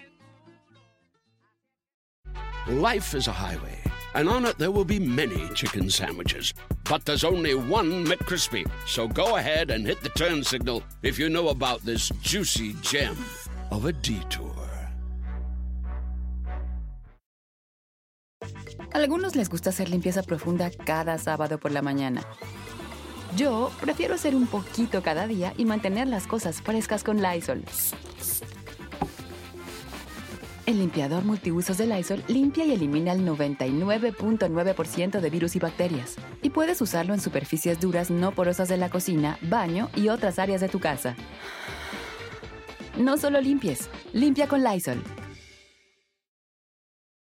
el... Life is a highway, and on it there will be many chicken sandwiches. But there's only one McCrispy. So go ahead and hit the turn signal if you know about this juicy gem of a detour. A algunos les gusta hacer limpieza profunda cada sábado por la mañana. Yo prefiero hacer un poquito cada día y mantener las cosas frescas con Lysol. El limpiador multiusos de Lysol limpia y elimina el noventa y nueve punto nueve por ciento de virus y bacterias. Y puedes usarlo en superficies duras no porosas de la cocina, baño y otras áreas de tu casa. No solo limpies, limpia con Lysol.